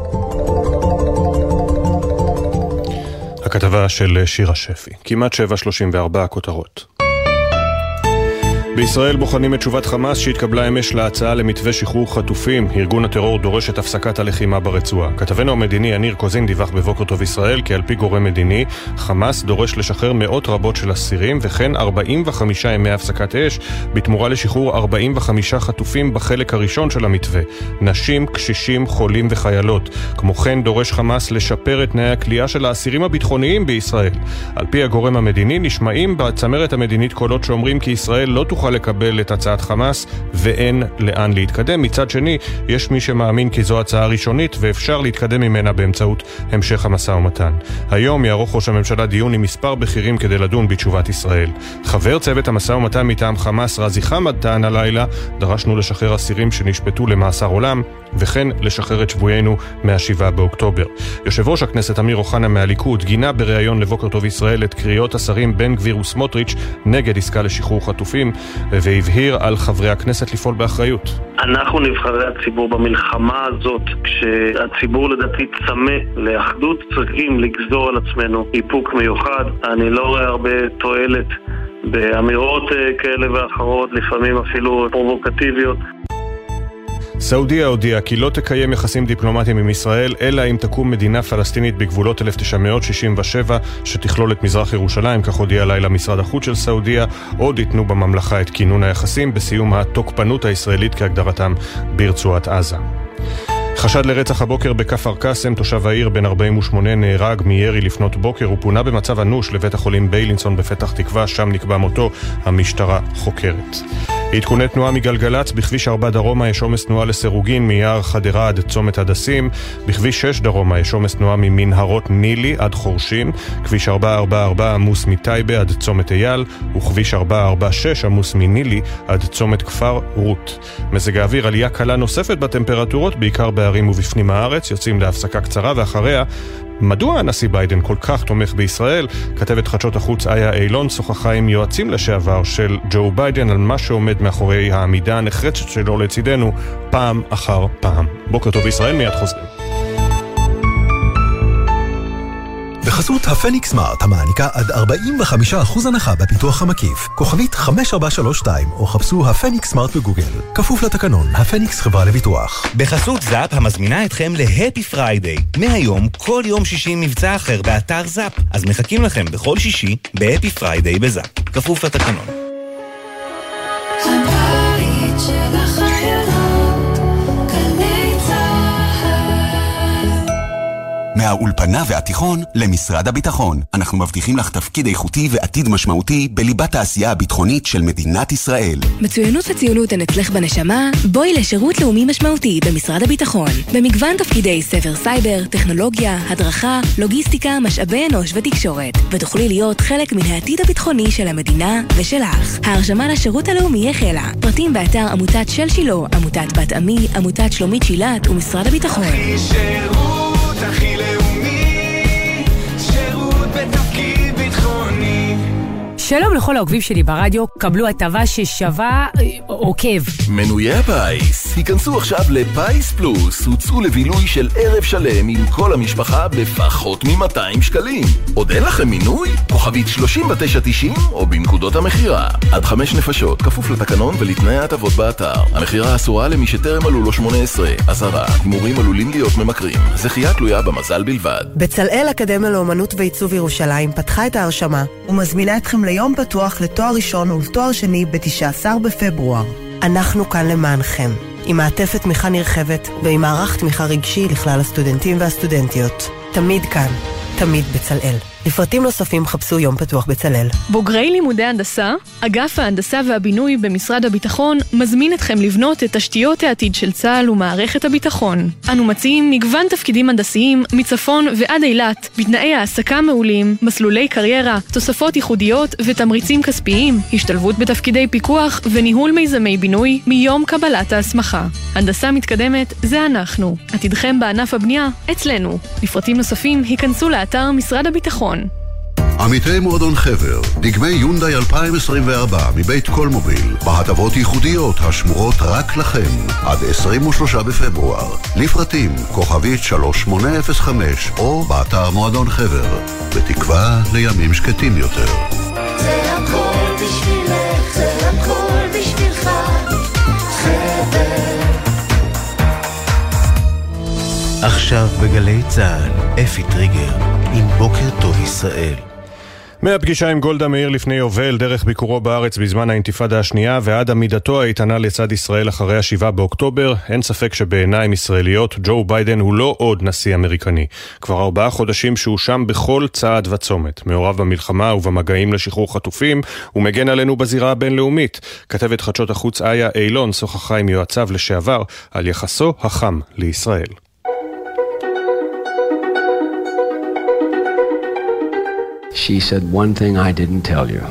הכתבה של שירה שפי. כמעט שבע שלושים וארבע כותרות. בישראל בוחנים את תשובת חמאס שהתקבלה אמש להצעה למתווה שחרור חטופים. ארגון הטרור דורש את הפסקת הלחימה ברצועה. כתבנו המדיני יניר קוזין דיווח בבוקר טוב ישראל כי על פי גורם מדיני, חמאס דורש לשחרר מאות רבות של אסירים וכן ארבעים וחמישה ימי הפסקת אש בתמורה לשחרור ארבעים וחמישה חטופים בחלק הראשון של המתווה. נשים, קשישים, חולים וחיילות. כמו כן דורש חמאס לשפר את תנאי הכליאה של האסירים הביטחוניים בישראל. על פי הגורם המדיני נשמעים בצמרת המדינית קולות שאומרים כי ישראל לא תוכל לקבל את הצעת חמאס ואין לאן להתקדם. מצד שני, יש מי שמאמין כי זו הצעה ראשונית ואפשר להתקדם ממנה באמצעות המשך המשא ומתן. היום יערוך ראש הממשלה דיון עם מספר בכירים כדי לדון בתשובת ישראל. חבר צוות המשא ומתן מטעם חמאס רזי חמד טען הלילה, דרשנו לשחרר אסירים שנשפטו למאסר עולם וכן לשחרר את שבוינו מהשבעה באוקטובר. יושב ראש הכנסת אמיר אוחנה מהליכוד גינה בריאיון לבוקר טוב ישראל את קריאות השרים בן גביר וסמוטריץ' נגד עסקה לשחרור חטופים והבהיר על חברי הכנסת לפעול באחריות. אנחנו נבחרי הציבור במלחמה הזאת, כשהציבור לדעתי צמא לאחדות, צריכים לגזור על עצמנו איפוק מיוחד. אני לא רואה הרבה תועלת באמירות כאלה ואחרות, לפעמים אפילו פרובוקטיביות. סעודיה הודיעה כי לא תקיים יחסים דיפלומטיים עם ישראל, אלא אם תקום מדינה פלסטינית בגבולות אלף תשע מאות שישים ושבע שתכלול את מזרח ירושלים, כך הודיע לילה משרד החוץ של סעודיה. עוד ייתנו בממלכה את כינון היחסים בסיום התוקפנות הישראלית כהגדרתם ברצועת עזה. חשד לרצח הבוקר בכפר קאסם, תושב העיר בן ארבעים ושמונה נהרג מירי לפנות בוקר ופונה במצב אנוש לבית החולים ביילינסון בפתח תקווה, שם נקבע מותו, המשטרה חוקרת. עדכוני תנועה מגלגלץ, בכביש ארבע דרומה יש עומס תנועה לסירוגין מיער חדרה עד צומת הדסים, בכביש שש דרומה יש עומס תנועה ממנהרות נילי עד חורשים, כביש ארבע ארבע ארבע עמוס מטייבה עד צומת אייל, וכביש ארבע ארבע שש עמוס מנילי עד צומת כפר רות. מזג האוויר, עלייה קלה נוספת בטמפרטורות, בעיקר בערים ובפנים הארץ. יוצאים להפסקה קצרה ואחריה מדוע הנשיא ביידן כל כך תומך בישראל? כתבת חדשות החוץ איה אילון שוחחה עם יועצים לשעבר של ג'ו ביידן על מה שעומד מאחורי העמידה הנחרצת שלו לצידנו פעם אחר פעם. בוקר טוב ישראל, מיד חוזרים. בחסות הפניקס סמארט המעניקה עד ארבעים וחמישה אחוז הנחה בפיתוח המקיף. כוכבית חמש ארבע שלוש שתיים או חפשו הפניקס סמארט בגוגל. כפוף לתקנון, הפניקס חברה לביטוח. בחסות זאפ המזמינה אתכם להפי פריידיי. מהיום כל יום שישי מבצע אחר באתר זאפ. אז מחכים לכם בכל שישי בהפי פריידיי בזאפ. כפוף לתקנון. הבית של החיילות, גלי צהל. מהאולפנה והתיכון למשרד הביטחון. אנחנו מבטיחים לך תפקיד איכותי ועתיד משמעותי בליבת העשייה הביטחונית של מדינת ישראל. מצוינות וציונות הן אצלך בנשמה, בואי לשירות לאומי משמעותי במשרד הביטחון. במגוון תפקידי סבר סייבר, טכנולוגיה, הדרכה, לוגיסטיקה, משאבי אנוש ותקשורת. ותוכלי להיות חלק מן העתיד הביטחוני של המדינה ושלך. ההרשמה לשירות הלאומי החלה. פרטים באתר עמותת של שילה, עמותת בת עמי, עמותת שלומית שילת ומשרד הביטחון. הכי לאומי, שירות בתפקיד ביטחוני. שלום לכל העוקבים שלי ברדיו, קבלו הטבה ששווה עוקב. מנויי הפיס, היכנסו עכשיו לפייס פלוס, הוצאו לבילוי של ערב שלם עם כל המשפחה בפחות מ-מאתיים שקלים. עוד אין לכם מינוי? כוכבית שלושים ותשע תשעים או בנקודות המחירה. עד חמש נפשות, כפוף לתקנון ולתנאי ההטבות באתר. המחירה אסורה למי שטרם מלאו לו שמונה עשרה. אזהרה, הימורים עלולים להיות ממכרים. זכייה תלויה במזל בלבד. בצלאל אקדמיה לאומנות ועיצוב ירושלים פתחה את ההרשמה ומזמינה אתכם ליום יום פתוח לתואר ראשון ולתואר שני ב-תשעה עשר בפברואר. אנחנו כאן למענכם, עם מעטפת תמיכה נרחבת ועם מערך תמיכה רגשי לכלל הסטודנטים והסטודנטיות. תמיד כאן, תמיד בצלאל. לפרטים נוספים חפשו יום פתוח בצלאל. בוגרי לימודי הנדסה, אגף ההנדסה והבינוי במשרד הביטחון מזמין אתכם לבנות את תשתיות העתיד של צה"ל ומערכת הביטחון. אנו מציעים מגוון תפקידים הנדסיים מצפון ועד אילת, בתנאי העסקה מעולים, מסלולי קריירה, תוספות ייחודיות ותמריצים כספיים, השתלבות בתפקידי פיקוח וניהול מיזמי בינוי מיום קבלת ההסמכה. הנדסה מתקדמת זה אנחנו. עתידכם בענף הבנייה אצלנו. לפרטים נוספים היכנסו לאתר משרד הביטחון. עמיתי מועדון חבר, דגמי יונדאי אלפיים עשרים וארבע מבית קולמוביל, בהטבות ייחודיות השמורות רק לכם, עד עשרים ושלושה בפברואר. לפרטים, כוכבית שלוש שמונה אפס חמש, או באתר מועדון חבר, בתקווה לימים שקטים יותר. זה הכל בשבילך, זה הכל בשבילך, חבר. עכשיו בגלי צה"ל, אפי טריגר, עם בוקר טוב ישראל. מהפגישה עם גולדה מאיר לפני יובל, דרך ביקורו בארץ בזמן האינתיפאדה השנייה ועד עמידתו האיתנה לצד ישראל אחרי השבעה באוקטובר, אין ספק שבעיניים ישראליות ג'ו ביידן הוא לא עוד נשיא אמריקני. כבר ארבעה חודשים שהוא שם בכל צעד וצומת, מעורב במלחמה ובמגעים לשחרור חטופים, ומגן עלינו בזירה הבינלאומית. כתבת חדשות החוץ איה אילון שוחחה עם יועציו לשעבר על יחסו החם לישראל. She said one thing I didn't tell you.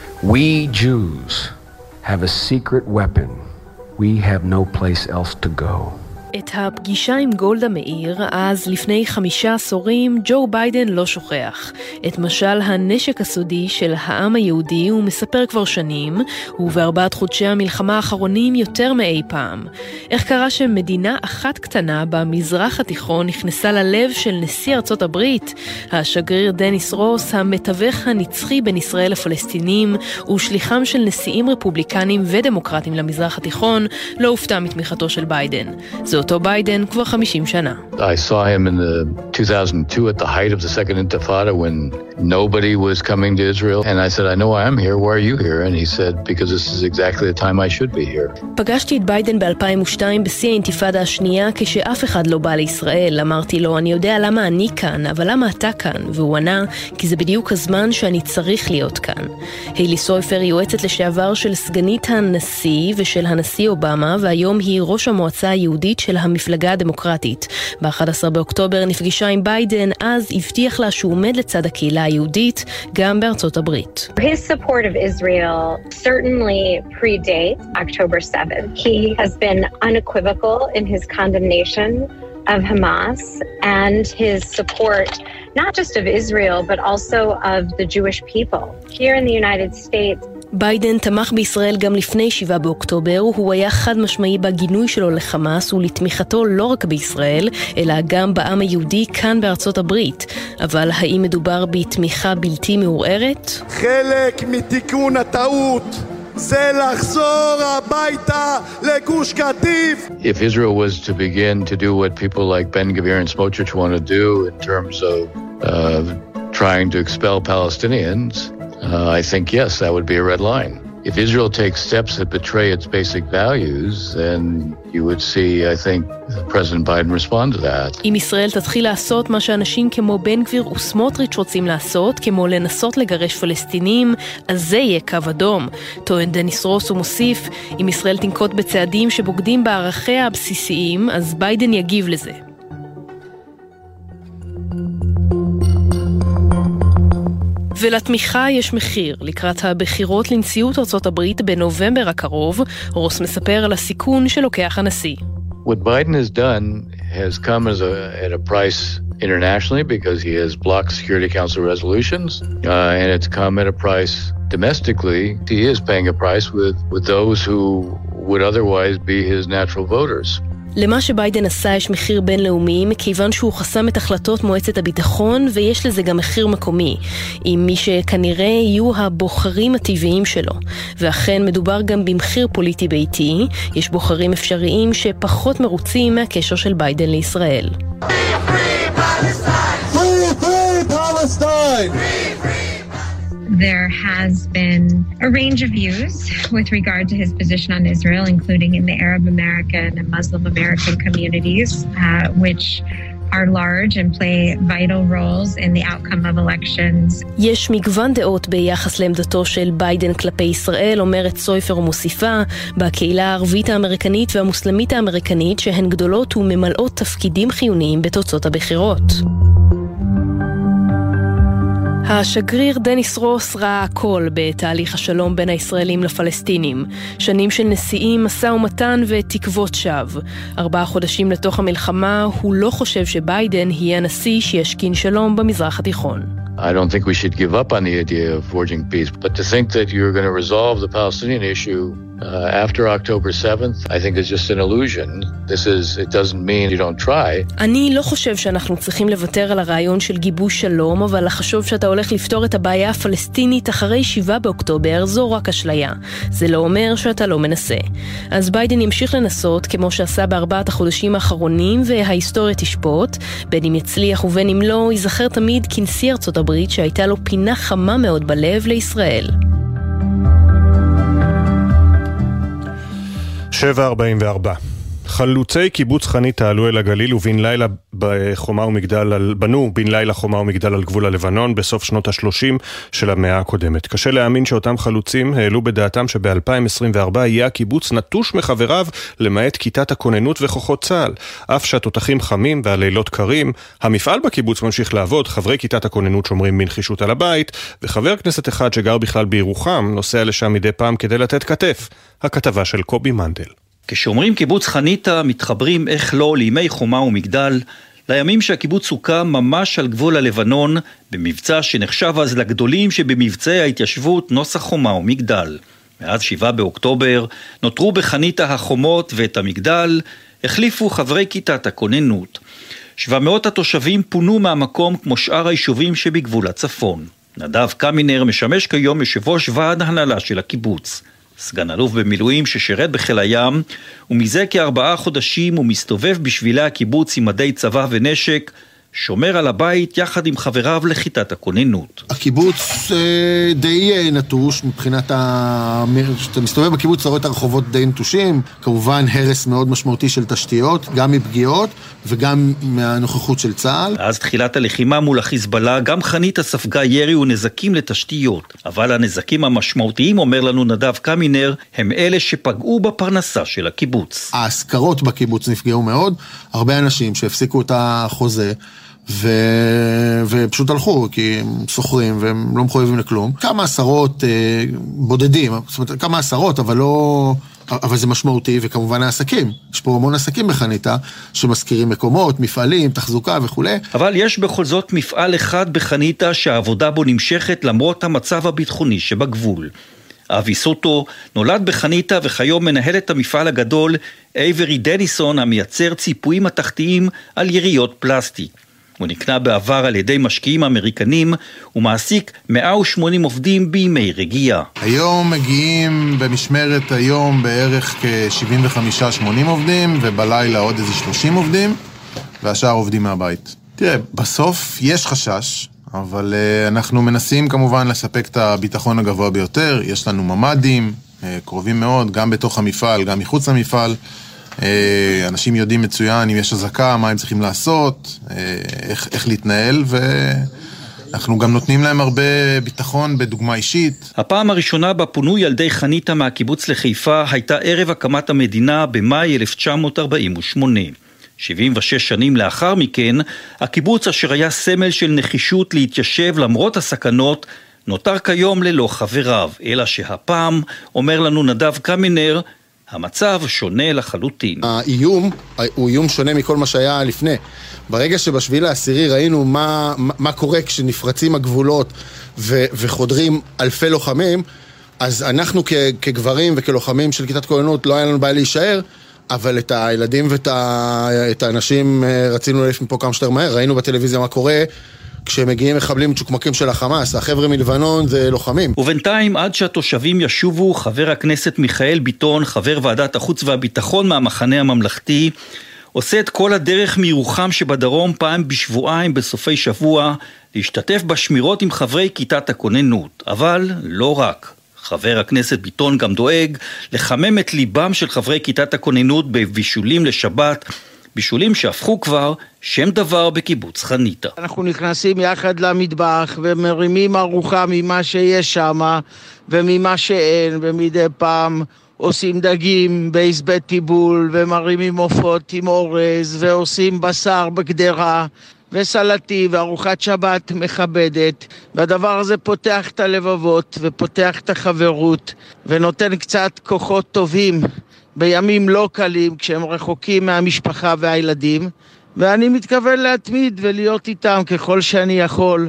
We Jews have a secret weapon. We have no place else to go. את הפגישה עם גולדה מאיר, אז לפני חמישה עשורים, ג'ו ביידן לא שוכח. את משל הנשק הסודי של העם היהודי הוא מספר כבר שנים, ובארבעת חודשי המלחמה האחרונים יותר מאי פעם. איך קרה שמדינה אחת קטנה במזרח התיכון נכנסה ללב של נשיא ארצות הברית? השגריר דניס רוס, המתווך הנצחי בין ישראל לפלסטינים, ושליחם של נשיאים רפובליקנים ודמוקרטים למזרח התיכון, לא הופתע מתמיכתו של ביידן. זו אותו ביידן כבר חמישים שנה. I saw him in the two thousand two at the height of the second intifada when nobody was coming to Israel and I said I know why I'm here, why are you here? And he said because this is exactly the time I should be here. פגשתי את ביידן ב-אלפיים ושתיים בשיא האינתיפאדה השנייה כשאף אחד לא בא לישראל. אמרתי לו אני יודע למה אני כאן, אבל למה אתה כאן? והוא ענה כי זה בדיוק הזמן שאני צריך להיות כאן. היילי סויפר היא יועצת לשעבר של סגנית הנשיא ושל הנשיא אובמה, והיום היא ראש המועצה היהודית של המפלגה הדמוקרטית. ב-אחד עשר באוקטובר נפגישה עם ביידן, אז הבטיח לה שהוא עומד לצד הקהילה היהודית גם בארצות הברית. His support of Israel certainly predates October seventh. He has been unequivocal in his condemnation of Hamas and his support not just of Israel but also of the Jewish people. Here in the United States ביידן תמך בישראל גם לפני שבעה באוקטובר, הוא היה חד משמעי בגינוי שלו לחמאס ולתמיכתו לא רק בישראל, אלא גם בעם היהודי כאן בארצות הברית. אבל האם מדובר בתמיכה בלתי מעורערת? חלק מתיקון הטעות זה לחזור הביתה לגוש קטיף. If Israel was to begin to do what people like Ben Gvir and Smotrich want to do in terms of uh, trying to expel Palestinians, Uh, I think, yes, that would be a red line. If Israel takes steps that betray its basic values, then you would see, I think, President Biden respond to that. אם ישראל תתחיל לעשות מה שאנשים כמו בן גביר וסמוטריץ' רוצים לעשות, כמו לנסות לגרש פלסטינים, אז זה יהיה קו אדום. טוען דניס רוס ומוסיף, אם ישראל תנקוט בצעדים שבוגדים בערכיה הבסיסיים, אז ביידן יגיב לזה. ולתמיכה יש מחיר. לקראת הבחירות לנשיאות ארצות הברית בנובמבר הקרוב, רוס מספר על הסיכון שלוקח הנשיא. What Biden has done has come as a, at a price internationally because he has blocked Security Council resolutions, uh, and it's come at a price domestically. He is paying a price with, with those who would otherwise be his natural voters. למה שביידן עשה יש מחיר בינלאומי, מכיוון שהוא חסם את החלטות מועצת הביטחון, ויש לזה גם מחיר מקומי, עם מי שכנראה יהיו הבוחרים הטבעיים שלו. ואכן מדובר גם במחיר פוליטי ביתי, יש בוחרים אפשריים שפחות מרוצים מהקשר של ביידן לישראל. Free, free Palestine! Free, free Palestine! Free, free There has been a range of views with regard to his position on Israel, including in the Arab American and Muslim American communities, uh, which are large and play vital roles in the outcome of elections. יש מגוון דעות ביחס לעמדתו של ביידן כלפי ישראל, אומרת סויפר ומוסיפה, בקהילה הערבית האמריקנית והמוסלמית האמריקנית שהן גדולות וממלאות תפקידים חיוניים בתוצאות הבחירות. השגריר דניס רוס ראה הכל בתהליך השלום בין הישראלים לפלסטינים. שנים של נשיאים, משא ומתן ותקוות שווא. ארבעה חודשים לתוך המלחמה, הוא לא חושב שביידן יהיה הנשיא שישכין שלום במזרח התיכון. I don't think we should give up on the idea of forging peace, but to think that you're going to resolve the Palestinian issue uh, after October seventh, I think is just an illusion. This is, it doesn't mean you don't try. אני לא חושב שאנחנו צריכים לוותר על הרעיון של גיבוש שלום, אבל לחשוב שאתה הולך לפתור את הבעיה הפלסטינית אחרי שבעה באוקטובר, זו רק אשליה. זה לא אומר שאתה לא מנסה. אז ביידן ימשיך לנסות, כמו שעשה בארבעת החודשים האחרונים, וההיסטוריה תשפוט. בין אם יצליח ובין אם לא, ייזכר תמיד כנשיא ארצות הברית שהייתה לו פינה חמה מאוד בלב לישראל. שבע ארבעים וארבע. חלוצי קיבוץ חניתה עלו אל הגליל ובן לילה בחומה ומגדל על, בנו בן לילה חומה ומגדל על גבול הלבנון בסוף שנות ה-שלושים של המאה הקודמת. קשה להאמין שאותם חלוצים העלו בדעתם שב-אלפיים עשרים וארבע יהיה הקיבוץ נטוש מחבריו למעט כיתת הכוננות וכוחות צה"ל. אף שהתותחים חמים והלילות קרים, המפעל בקיבוץ ממשיך לעבוד, חברי כיתת הכוננות שומרים בנחישות על הבית, וחבר כנסת אחד שגר בכלל בירוחם נוסע לשם מדי פעם כדי לתת כתף. הכתבה של קובי מנדל. כשאומרים קיבוץ חניתה, מתחברים איך לא לימי חומה ומגדל, לימים שהקיבוץ הוקם ממש על גבול הלבנון, במבצע שנחשב אז לגדולים שבמבצעי ההתיישבות נוסח חומה ומגדל. מאז שבעה באוקטובר נותרו בחניתה החומות ואת המגדל, החליפו חברי כיתת הכוננות. שבע מאות התושבים פונו מהמקום כמו שאר היישובים שבגבול הצפון. נדב קמינר משמש כיום יושב ראש ועד הנהלה של הקיבוץ. סגן אלוף במילואים ששירת בחיל הים, ומזה כארבעה חודשים הוא מסתובב בשבילי הקיבוץ עם מדי צבא ונשק, שומר על הבית יחד עם חבריו לכיתת הכוננות. הקיבוץ אה, די נטוש מבחינת ה... כשאתה מסתובב בקיבוץ אתה רואה את הרחובות די נטושים, כמובן הרס מאוד משמעותי של תשתיות, גם מפגיעות וגם מהנוכחות של צה"ל. אז תחילת הלחימה מול החיזבאללה, גם חניתה ספגה ירי ונזקים לתשתיות, אבל הנזקים המשמעותיים, אומר לנו נדב קמינר, הם אלה שפגעו בפרנסה של הקיבוץ. ההשכרות בקיבוץ נפגעו מאוד, הרבה אנשים שהפסיקו את החוזה ו... ופשוט הלכו, כי הם סוחרים והם לא מחויבים לכלום. כמה עשרות אה, בודדים, זאת אומרת, כמה עשרות, אבל לא... אבל זה משמעותי, וכמובן העסקים. יש פה המון עסקים בחניתה, שמזכירים מקומות, מפעלים, תחזוקה וכו'. אבל יש בכל זאת מפעל אחד בחניתה שהעבודה בו נמשכת למרות המצב הביטחוני שבגבול. אבי סוטו נולד בחניתה וכיום מנהל את המפעל הגדול אייברי דניסון, המייצר ציפויים התחתיים על יריות פלסטיק. הוא נקנה בעבר על ידי משקיעים אמריקנים ומעסיק מאה ושמונים עובדים בימי רגיעה. היום מגיעים במשמרת היום בערך כ-שבעים וחמש שמונים עובדים, ובלילה עוד איזה שלושים עובדים, והשאר עובדים מהבית. תראה, בסוף יש חשש, אבל uh, אנחנו מנסים כמובן לספק את הביטחון הגבוה ביותר. יש לנו ממדים, uh, קרובים מאוד, גם בתוך המפעל, גם מחוץ למפעל. אנשים יודעים מצוין אם יש הזקה, מה הם צריכים לעשות, איך, איך להתנהל, ואנחנו גם נותנים להם הרבה ביטחון בדוגמה אישית. הפעם הראשונה בפונו ילדי חניתה מהקיבוץ לחיפה הייתה ערב הקמת המדינה במאי אלף תשע מאות ארבעים ושמונה. שבעים ושש שנים לאחר מכן, הקיבוץ אשר היה סמל של נחישות להתיישב למרות הסכנות, נותר כיום ללא חבריו, אלא שהפעם, אומר לנו נדב קמינר, המצב שונה לחלוטין. האיום הוא איום שונה מכל מה שהיה לפני. ברגע שבשביעי לעשירי ראינו מה, מה קורה כשנפרצים הגבולות ו, וחודרים אלפי לוחמים, אז אנחנו כ, כגברים וכלוחמים של כיתת כוננות לא היה לנו בעיה להישאר, אבל את הילדים ואת ה, את האנשים רצינו להעיף מפה כמה שיותר מהר. ראינו בטלוויזיה מה קורה כשמגיעים מחבלים צ'וקמקים של החמאס, החבר'ה מלבנון זה לוחמים. ובינתיים עד שהתושבים ישובו, חבר הכנסת מיכאל ביטון, חבר ועדת החוץ והביטחון מהמחנה הממלכתי, עושה את כל הדרך מירוחם שבדרום פעם בשבועיים בסופי שבוע, להשתתף בשמירות עם חברי כיתת הכוננות, אבל לא רק. חבר הכנסת ביטון גם דואג לחמם את ליבם של חברי כיתת הכוננות בבישולים לשבת, בישולים שהפכו כבר שם דבר בקיבוץ חניתה. אנחנו נכנסים יחד למטבח ומרימים ארוחה ממה שיש שם וממה שאין, ומדי פעם עושים דגים בעזבי טיבול ומרימים עופות עם אורז ועושים בשר בגדרה וסלטי וארוחת שבת מכבדת, והדבר הזה פותח את הלבבות ופותח את החברות ונותן קצת כוחות טובים בימים לא קלים כשהם רחוקים מהמשפחה והילדים, ואני מתכוון להתמיד ולהיות איתם ככל שאני יכול.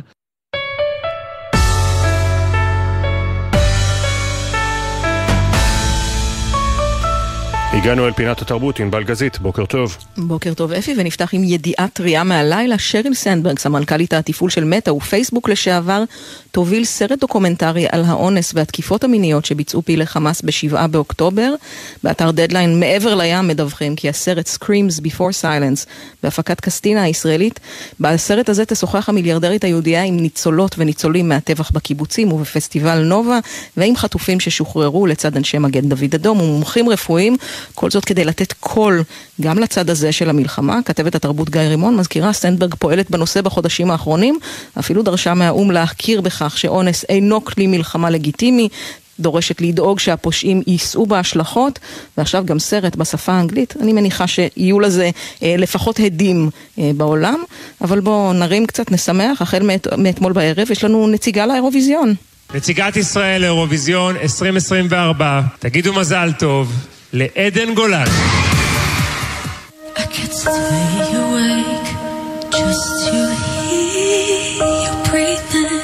הגענו אל פינת התרבות עם בלגזית, בוקר טוב. בוקר טוב אפי, ונפתח עם ידיעה טריה מהלילה. שריל סנדברג, סמנכ"לית התפעול של מטא ופייסבוק לשעבר, תוביל סרט דוקומנטרי על האונס והתקיפות המיניות שביצעו פעילי חמאס בשבעה באוקטובר. באתר דדליין מעבר לים מדווחים כי הסרט Screams Before Silence בהפקת קסטינה הישראלית. בסרט הזה תשוחח המיליארדרית היהודייה עם ניצולות וניצולים מהטבח בקיבוצים ובפסטיבל נובה, ועם חטופים ששוחררו לצד אנשי מגן דוד אדום ומומחים רפואיים. כל זאת כדי לתת קול גם לצד הזה של המלחמה. כתבת התרבות גיא רימון מזכירה, סטנדברג פועלת בנושא בחודשים האחרונים, אפילו דרשה מהאום להכיר בכך שאונס אינו כלי מלחמה לגיטימי, דורשת לדאוג שהפושעים יישאו בהשלכות, ועכשיו גם סרט בשפה האנגלית. אני מניחה שיהיו לזה אה, לפחות הדים אה, בעולם, אבל בואו נרים קצת, נשמח. החל מאת, מאתמול בערב יש לנו נציגה לאירוויזיון. נציגת ישראל לאירוויזיון עשרים עשרים וארבע, תגידו מזל טוב לעדן גולן. I could stay awake just to hear you breathing.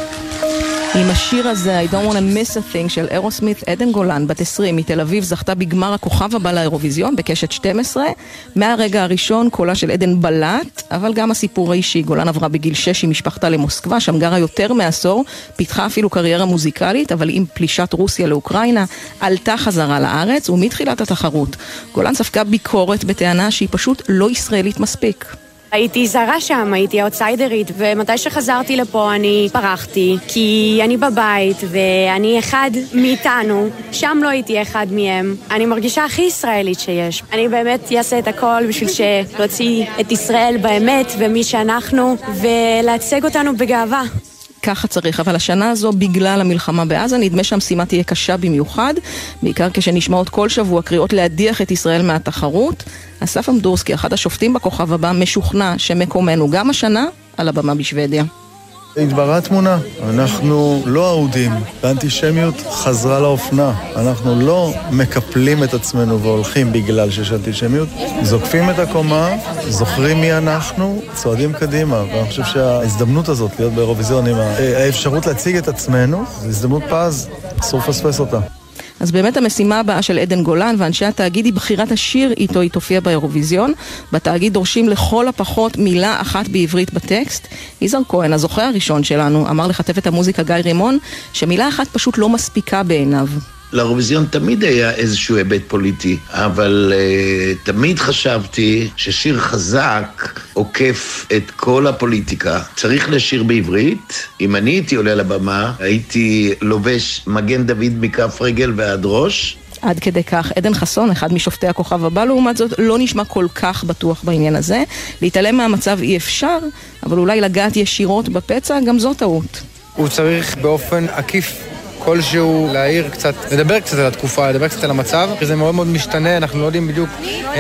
עם השיר הזה, I don't want to miss a thing של אירוסמית, עדן גולן, בת עשרים, מתל אביב, זכתה בגמר הכוכב הבא לאירוויזיון בקשת שתים עשרה. מהרגע הראשון קולה של עדן בלט, אבל גם הסיפור האישי. גולן עברה בגיל שש עם משפחתה למוסקבה, שם גרה יותר מעשור, פיתחה אפילו קריירה מוזיקלית, אבל עם פלישת רוסיה לאוקראינה, עלתה חזרה לארץ, ומתחילת התחרות גולן ספגה ביקורת בטענה שהיא פשוט לא ישראלית מספיק. הייתי זרה שם, הייתי אאוטסיידרית, ומתי שחזרתי לפה אני פרחתי, כי אני בבית ואני אחד מאיתנו, שם לא הייתי אחד מהם. אני מרגישה הכי ישראלית שיש. אני באמת אעשה את הכל בשביל להוציא את ישראל באמת ומי שאנחנו, ולהציג אותנו בגאווה. ככה צריך, אבל השנה הזו בגלל המלחמה בעזה נדמה שהמשימה תהיה קשה במיוחד, בעיקר כשנשמעות כל שבוע קריאות להדיח את ישראל מהתחרות. אסף אמדורסקי, אחד השופטים בכוכב הבא, משוכנע שמקומנו גם השנה על הבמה בשוודיה. התבררה תמונה, אנחנו לא אהודים, האנטישמיות חזרה לאופנה, אנחנו לא מקפלים את עצמנו והולכים בגלל שיש אנטישמיות, זוקפים את הקומה, זוכרים מי אנחנו, צועדים קדימה, ואני חושב שההזדמנות הזאת להיות באירוויזיון, האפשרות להציג את עצמנו, זו הזדמנות פז, אסור לפספס אותה. אז באמת המשימה הבאה של עדן גולן ואנשי התאגיד היא בחירת השיר איתו היא תופיע באירוויזיון. בתאגיד דורשים לכל הפחות מילה אחת בעברית בטקסט. יזהר כהן, הזוכה הראשון שלנו, אמר לכתבת המוזיקה גיא רימון שמילה אחת פשוט לא מספיקה בעיניו. לאירוויזיון תמיד היה איזשהו היבט פוליטי, אבל uh, תמיד חשבתי ששיר חזק עוקף את כל הפוליטיקה. צריך לשיר בעברית. אם אני הייתי עולה לבמה, הייתי לובש מגן דוד מכף רגל ועד ראש. עד כדי כך. עדן חסון, אחד משופטי הכוכב הבא, לעומת זאת לא נשמע כל כך בטוח בעניין הזה. להתעלם מהמצב אי אפשר, אבל אולי לגעת ישירות בפצע, גם זו טעות. הוא צריך באופן עקיף כלשהו להעיר קצת, לדבר קצת על התקופה, לדבר קצת על המצב. זה מאוד מאוד משתנה, אנחנו לא יודעים בדיוק.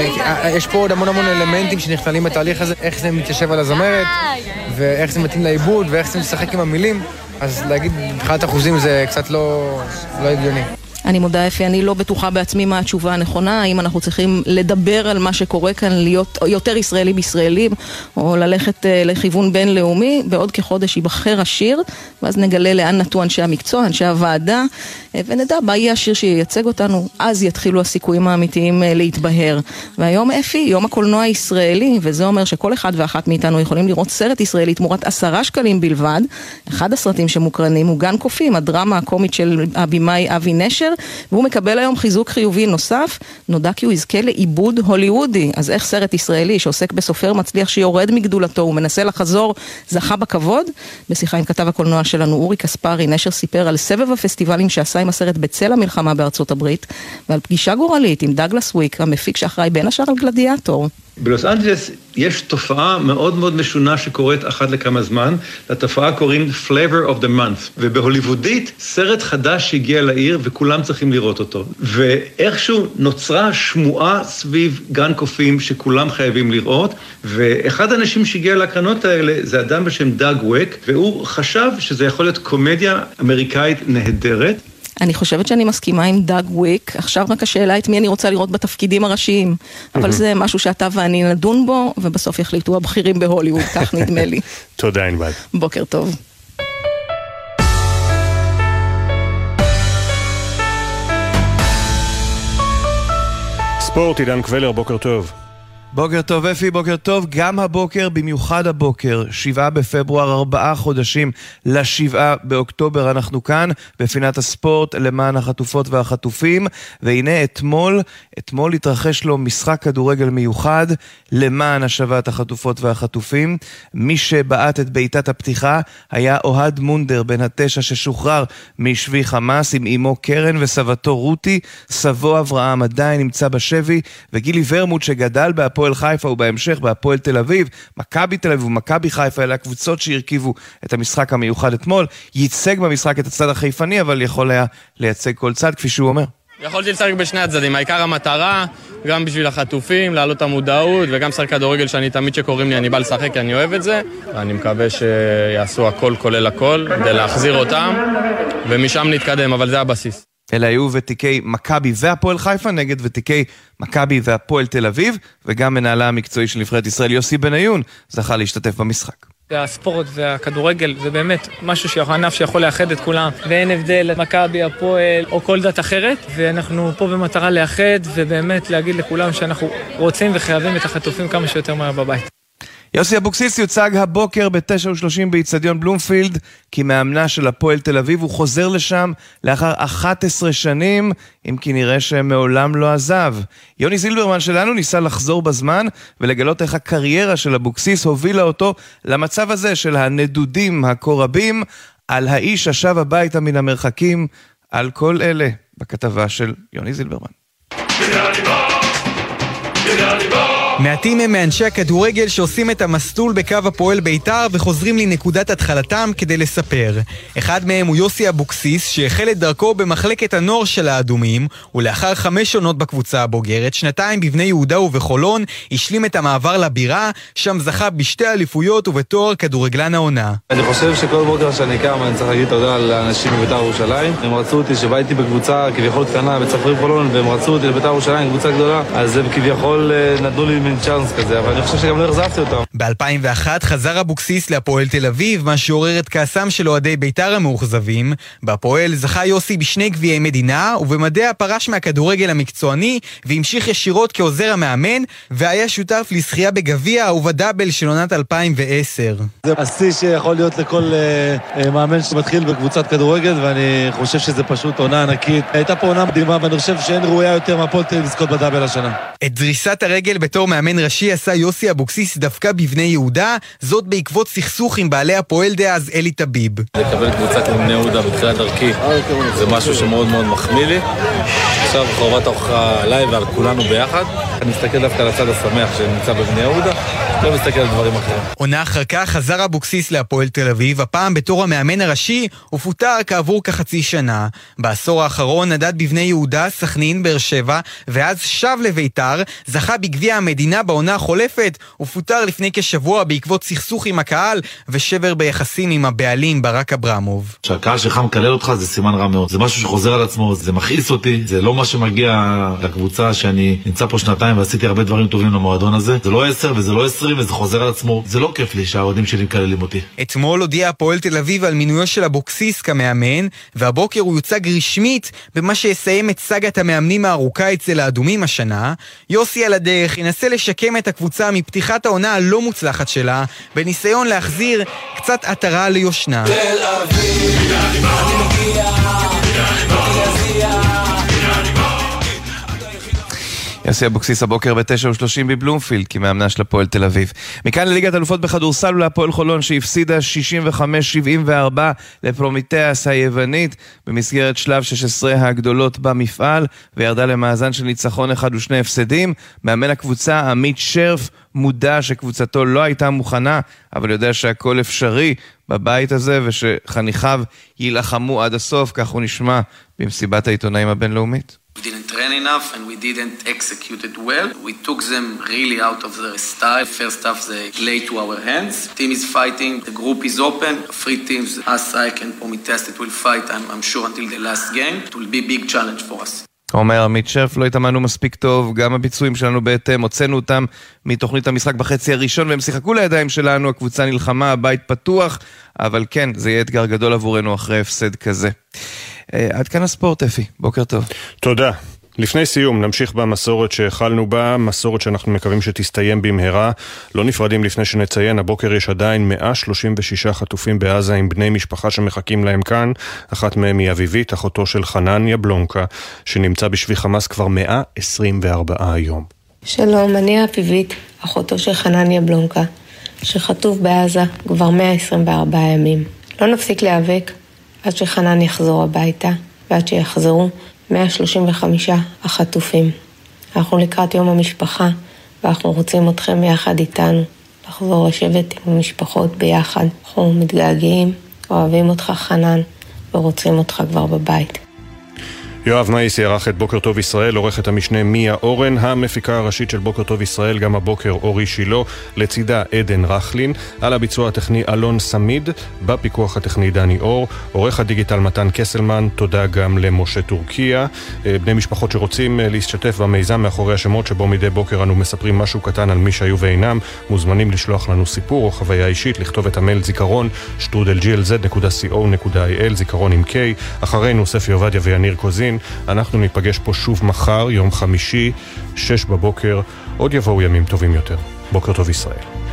יש פה עוד המון המון אלמנטים שנכללים בתהליך הזה, איך זה מתיישב על הזמרת, ואיך זה מתאים לעיבוד, ואיך זה משחק עם המילים. אז להגיד מבחינת אחוזים זה קצת לא, לא הגיוני. אני מודה אפי, אני לא בטוחה בעצמי מה התשובה הנכונה, האם אנחנו צריכים לדבר על מה שקורה כאן, להיות יותר ישראלים ישראלים, או ללכת לכיוון בינלאומי. בעוד כחודש ייבחר השיר, ואז נגלה לאן נטו אנשי המקצוע, אנשי הוועדה. ונדע מה יהיה השיר שייצג אותנו, אז יתחילו הסיכויים האמיתיים להתבהר. והיום אפי, יום הקולנוע הישראלי, וזה אומר שכל אחד ואחת מאיתנו יכולים לראות סרט ישראלי תמורת עשרה שקלים בלבד. אחד הסרטים שמוקרנים הוא גן קופים, הדרמה הקומית של הבימאי אבי נשר, והוא מקבל היום חיזוק חיובי נוסף, נודע כי הוא יזכה לעיבוד הוליוודי. אז איך סרט ישראלי שעוסק בסופר מצליח שיורד מגדולתו ומנסה לחזור, זכה בכבוד? בשיחה עם כתב הקולנוע שלנו אורי קספרי, נשר סיפר על סבב הפסטיבלים שעשה עם הסרט בצל המלחמה בארצות הברית, ועל פגישה גורלית עם דאגלס וויק, המפיק שאחראי בין השאר על גלדיאטור. בלוס אנג'לס יש תופעה מאוד מאוד משונה שקורית אחת לכמה זמן, לתופעה קוראים Flavor of the Month, ובהוליוודית סרט חדש שהגיע לעיר וכולם צריכים לראות אותו, ואיכשהו נוצרה שמועה סביב גן קופים שכולם חייבים לראות, ואחד האנשים שהגיע להקרנות האלה זה אדם בשם דאג וויק, והוא חשב שזה יכול להיות קומדיה אמריקאית נהדרת. אני חושבת שאני מסכימה עם דאג וויק. עכשיו רק השאלה את מי אני רוצה לראות בתפקידים הראשיים. אבל זה משהו שאתה ואני נדון בו, ובסוף יחליטו הבכירים בהוליווד, כך נדמה לי. תודה ענבל. בוקר טוב. ספורט, עידן קבלר, בוקר טוב. בוקר טוב אפי, בוקר טוב. גם הבוקר, במיוחד הבוקר, שבעה בפברואר, ארבעה חודשים לשבעה באוקטובר, אנחנו כאן בפינת הספורט למען החטופות והחטופים, והנה אתמול, אתמול התרחש לו משחק כדורגל מיוחד למען השבת החטופות והחטופים. מי שבעט את בעיטת הפתיחה היה אוהד מונדר, בן התשע ששוחרר משבי חמאס עם אמו קרן וסבתו רותי. סבו אברהם עדיין נמצא בשבי, וגילי ורמוט שגדל בהפועל הפועל חיפה ובהמשך בהפועל תל אביב, מכבי תל אביב ומכבי חיפה, אלה הקבוצות שהרכיבו את המשחק המיוחד אתמול. ייצג במשחק את הצד החיפני, אבל יכול היה לייצג כל צד, כפי שהוא אומר. יכולתי לשחק בשני הצדדים, העיקר המטרה, גם בשביל החטופים, להעלות את המודעות, וגם שחק כדורגל שאני תמיד שקוראים לי, אני בא לשחק, כי אני אוהב את זה. אני מקווה שיעשו הכל כולל הכל, כדי להחזיר אותם, ומשם נתקדם, אבל זה הבסיס. אלה היו ותיקי מכבי והפועל חיפה נגד ותיקי מכבי והפועל תל אביב, וגם מנהלה המקצועי של נבחרת ישראל יוסי בניון זכה להשתתף במשחק. הספורט והכדורגל זה באמת משהו שיכול, ענף שיכול לאחד את כולם, ואין הבדל מכבי, הפועל או כל דת אחרת, ואנחנו פה במטרה לאחד ובאמת להגיד לכולם שאנחנו רוצים וחייבים את החטופים כמה שיותר מהר בבית. יוסי אבוקסיס יוצג הבוקר ב-תשע ושלושים באצטדיון בלומפילד כמאמנה של הפועל תל אביב. הוא חוזר לשם לאחר אחת עשרה שנים, אם כי נראה שמעולם לא עזב. יוני זילברמן שלנו ניסה לחזור בזמן ולגלות איך הקריירה של אבוקסיס הובילה אותו למצב הזה של הנדודים הקורבים. על האיש השב הביתה מן המרחקים, על כל אלה בכתבה של יוני זילברמן. מעטים הם מאנשי הכדורגל שעושים את המסלול בקו הפועל ביתר וחוזרים לנקודת התחלתם כדי לספר. אחד מהם הוא יוסי אבוקסיס, שהחל את דרכו במחלקת הנוער של האדומים, ולאחר חמש עונות בקבוצה הבוגרת, שנתיים בבני יהודה ובחולון, השלים את המעבר לבירה, שם זכה בשתי אליפויות ובתואר כדורגלן העונה. אני חושב שכל בוקר שאני קם אני צריך להגיד תודה לאנשים מביתר ירושלים. הם רצו אותי שבאתי בקבוצה כביכול קטנה בצפרים חולון, והם רצו אותי לביתר ירושלים, קבוצה גדולה, אז הם כביכול נתנו לי מין צ'אנס כזה, אבל אני חושב שגם לא הרזפתי אותם. ב-אלפיים ואחת חזר אבוקסיס להפועל תל אביב, מה שעורר את כעסם של אוהדי ביתר המאוכזבים. בהפועל זכה יוסי בשני גביעי מדינה, ובמדע פרש מהכדורגל המקצועני, והמשיך ישירות כעוזר המאמן, והיה שותף לזכייה בגביע ובדאבל של עונת אלפיים ועשר. זה השיא שיכול להיות לכל uh, uh, מאמן שמתחיל בקבוצת כדורגל, ואני חושב שזה פשוט עונה ענקית. הייתה פה עונה מדהימה, ואני חושב שאין ראויה יותר מהפועל תל אביב לזכות בדאבל השנה. את דריסת הרגל בתור מאמן ראשי עשה יוסי אבוקסיס דווקא בבני יהודה, זאת בעקבות סכסוך עם בעלי הפועל דאז אלי טביב. לקבל קבוצת בני יהודה בתחילת דרכי זה משהו שמאוד מאוד מחמיא לי. עכשיו חובת ההוכחה עליי ועל כולנו ביחד. אני מסתכל דווקא על הצד השמח שנמצא בבני יהודה, לא מסתכל על דברים אחרים. עונה אחר כך חזר אבוקסיס להפועל תל אביב, הפעם בתור המאמן הראשי, ופוטר כעבור כחצי שנה. בעשור האחרון נדד בבני יהודה, סכנין, באר שבע, ואז שב לביתר, זכה בגביע המדינה בעונה החולפת, ופוטר לפני כשבוע בעקבות סכסוך עם הקהל ושבר ביחסים עם הבעלים ברק אברמוב. שהקהל שלך מקלל אותך זה סימן רע מאוד. זה משהו שחוזר על עצמו, זה מכעיס אותי, זה לא מה שמגיע לקבוצה שאני נמצא פה שנתיים ועשיתי הרבה דברים טובים למועדון הזה. זה לא עשר וזה לא עשרים חוזרים וזה חוזר על עצמו. זה לא כיף לי שהאוהדים שלי מקללים אותי. אתמול הודיע הפועל תל אביב על מינויו של אבוקסיס כמאמן, והבוקר הוא יוצג רשמית במה שיסיים את סגת המאמנים הארוכה אצל האדומים השנה. יוסי על הדרך ינסה לשקם את הקבוצה מפתיחת העונה הלא מוצלחת שלה, בניסיון להחזיר קצת עטרה ליושנה. תל אביב, אני מגיע, יוסי אבוקסיס הבוקר ב-תשע ושלושים בבלומפילד, כמאמנה של הפועל תל אביב. מכאן לליגת אלופות בכדורסל ולהפועל חולון שהפסידה שישים וחמש שבעים וארבע לפרומיטאס היוונית במסגרת שלב שש עשרה הגדולות במפעל, וירדה למאזן של ניצחון אחד ושני הפסדים. מאמן הקבוצה עמית שרף מודע שקבוצתו לא הייתה מוכנה, אבל יודע שהכל אפשרי בבית הזה ושחניכיו יילחמו עד הסוף. כך הוא נשמע במסיבת העיתונאים הבינלאומית. We didn't train enough and we didn't execute it well. We took them really out of their style. First half they lay to our hands. The team is fighting. The group is open. Three teams, us, Ike and Prometheus, that will fight, I'm, I'm sure, until the last game. It will be a big challenge for us. אומר עמית שרף, לא התאמנו מספיק טוב, גם הביצועים שלנו בהתאם, הוצאנו אותם מתוכנית המשחק בחצי הראשון והם שיחקו לידיים שלנו, הקבוצה נלחמה, הבית פתוח, אבל כן, זה יהיה אתגר גדול עבורנו אחרי הפסד כזה. עד כאן הספורט, אפי, בוקר טוב. תודה. לפני סיום נמשיך במסורת שהחלנו בה, מסורת שאנחנו מקווים שתסתיים במהרה. לא נפרדים לפני שנציין, הבוקר יש עדיין מאה שלושים ושש חטופים בעזה עם בני משפחה שמחכים להם כאן. אחת מהם היא אביבית, אחותו של חנן יבלונקה, שנמצא בשבי חמאס כבר מאה עשרים וארבע היום. שלום, אני אביבית, אחותו של חנן יבלונקה, שחטוף בעזה כבר מאה עשרים וארבע ימים. לא נפסיק להיאבק עד שחנן יחזור הביתה, ועד שיחזרו מאה שלושים וחמש החטופים. אנחנו לקראת יום המשפחה, ואנחנו רוצים אתכם יחד איתנו, לחזור לשבת עם המשפחות ביחד. אנחנו מתגעגעים, אוהבים אותך חנן, ורוצים אותך כבר בבית. יואב מאיס יערך את בוקר טוב ישראל, עורכת המשנה מיה אורן, המפיקה הראשית של בוקר טוב ישראל, גם הבוקר אורי שילו, לצידה עדן רחלין, על הביצוע הטכני אלון סמיד, בפיקוח הטכני דני אור, עורך הדיגיטל מתן קסלמן, תודה גם למשה טורקיה. בני משפחות שרוצים להשתתף במיזם מאחורי השמות, שבו מדי בוקר אנו מספרים משהו קטן על מי שהיו ואינם, מוזמנים לשלוח לנו סיפור או חוויה אישית, לכתוב את המייל זיכרון שטרודל ג'י אל זד נקודה סי או נקודה איי אל, זיכרון עם K. אחרינו ספי עובדיה ויניר קוזין. אנחנו ניפגש פה שוב מחר, יום חמישי, שש בבוקר. עוד יבואו ימים טובים יותר. בוקר טוב ישראל.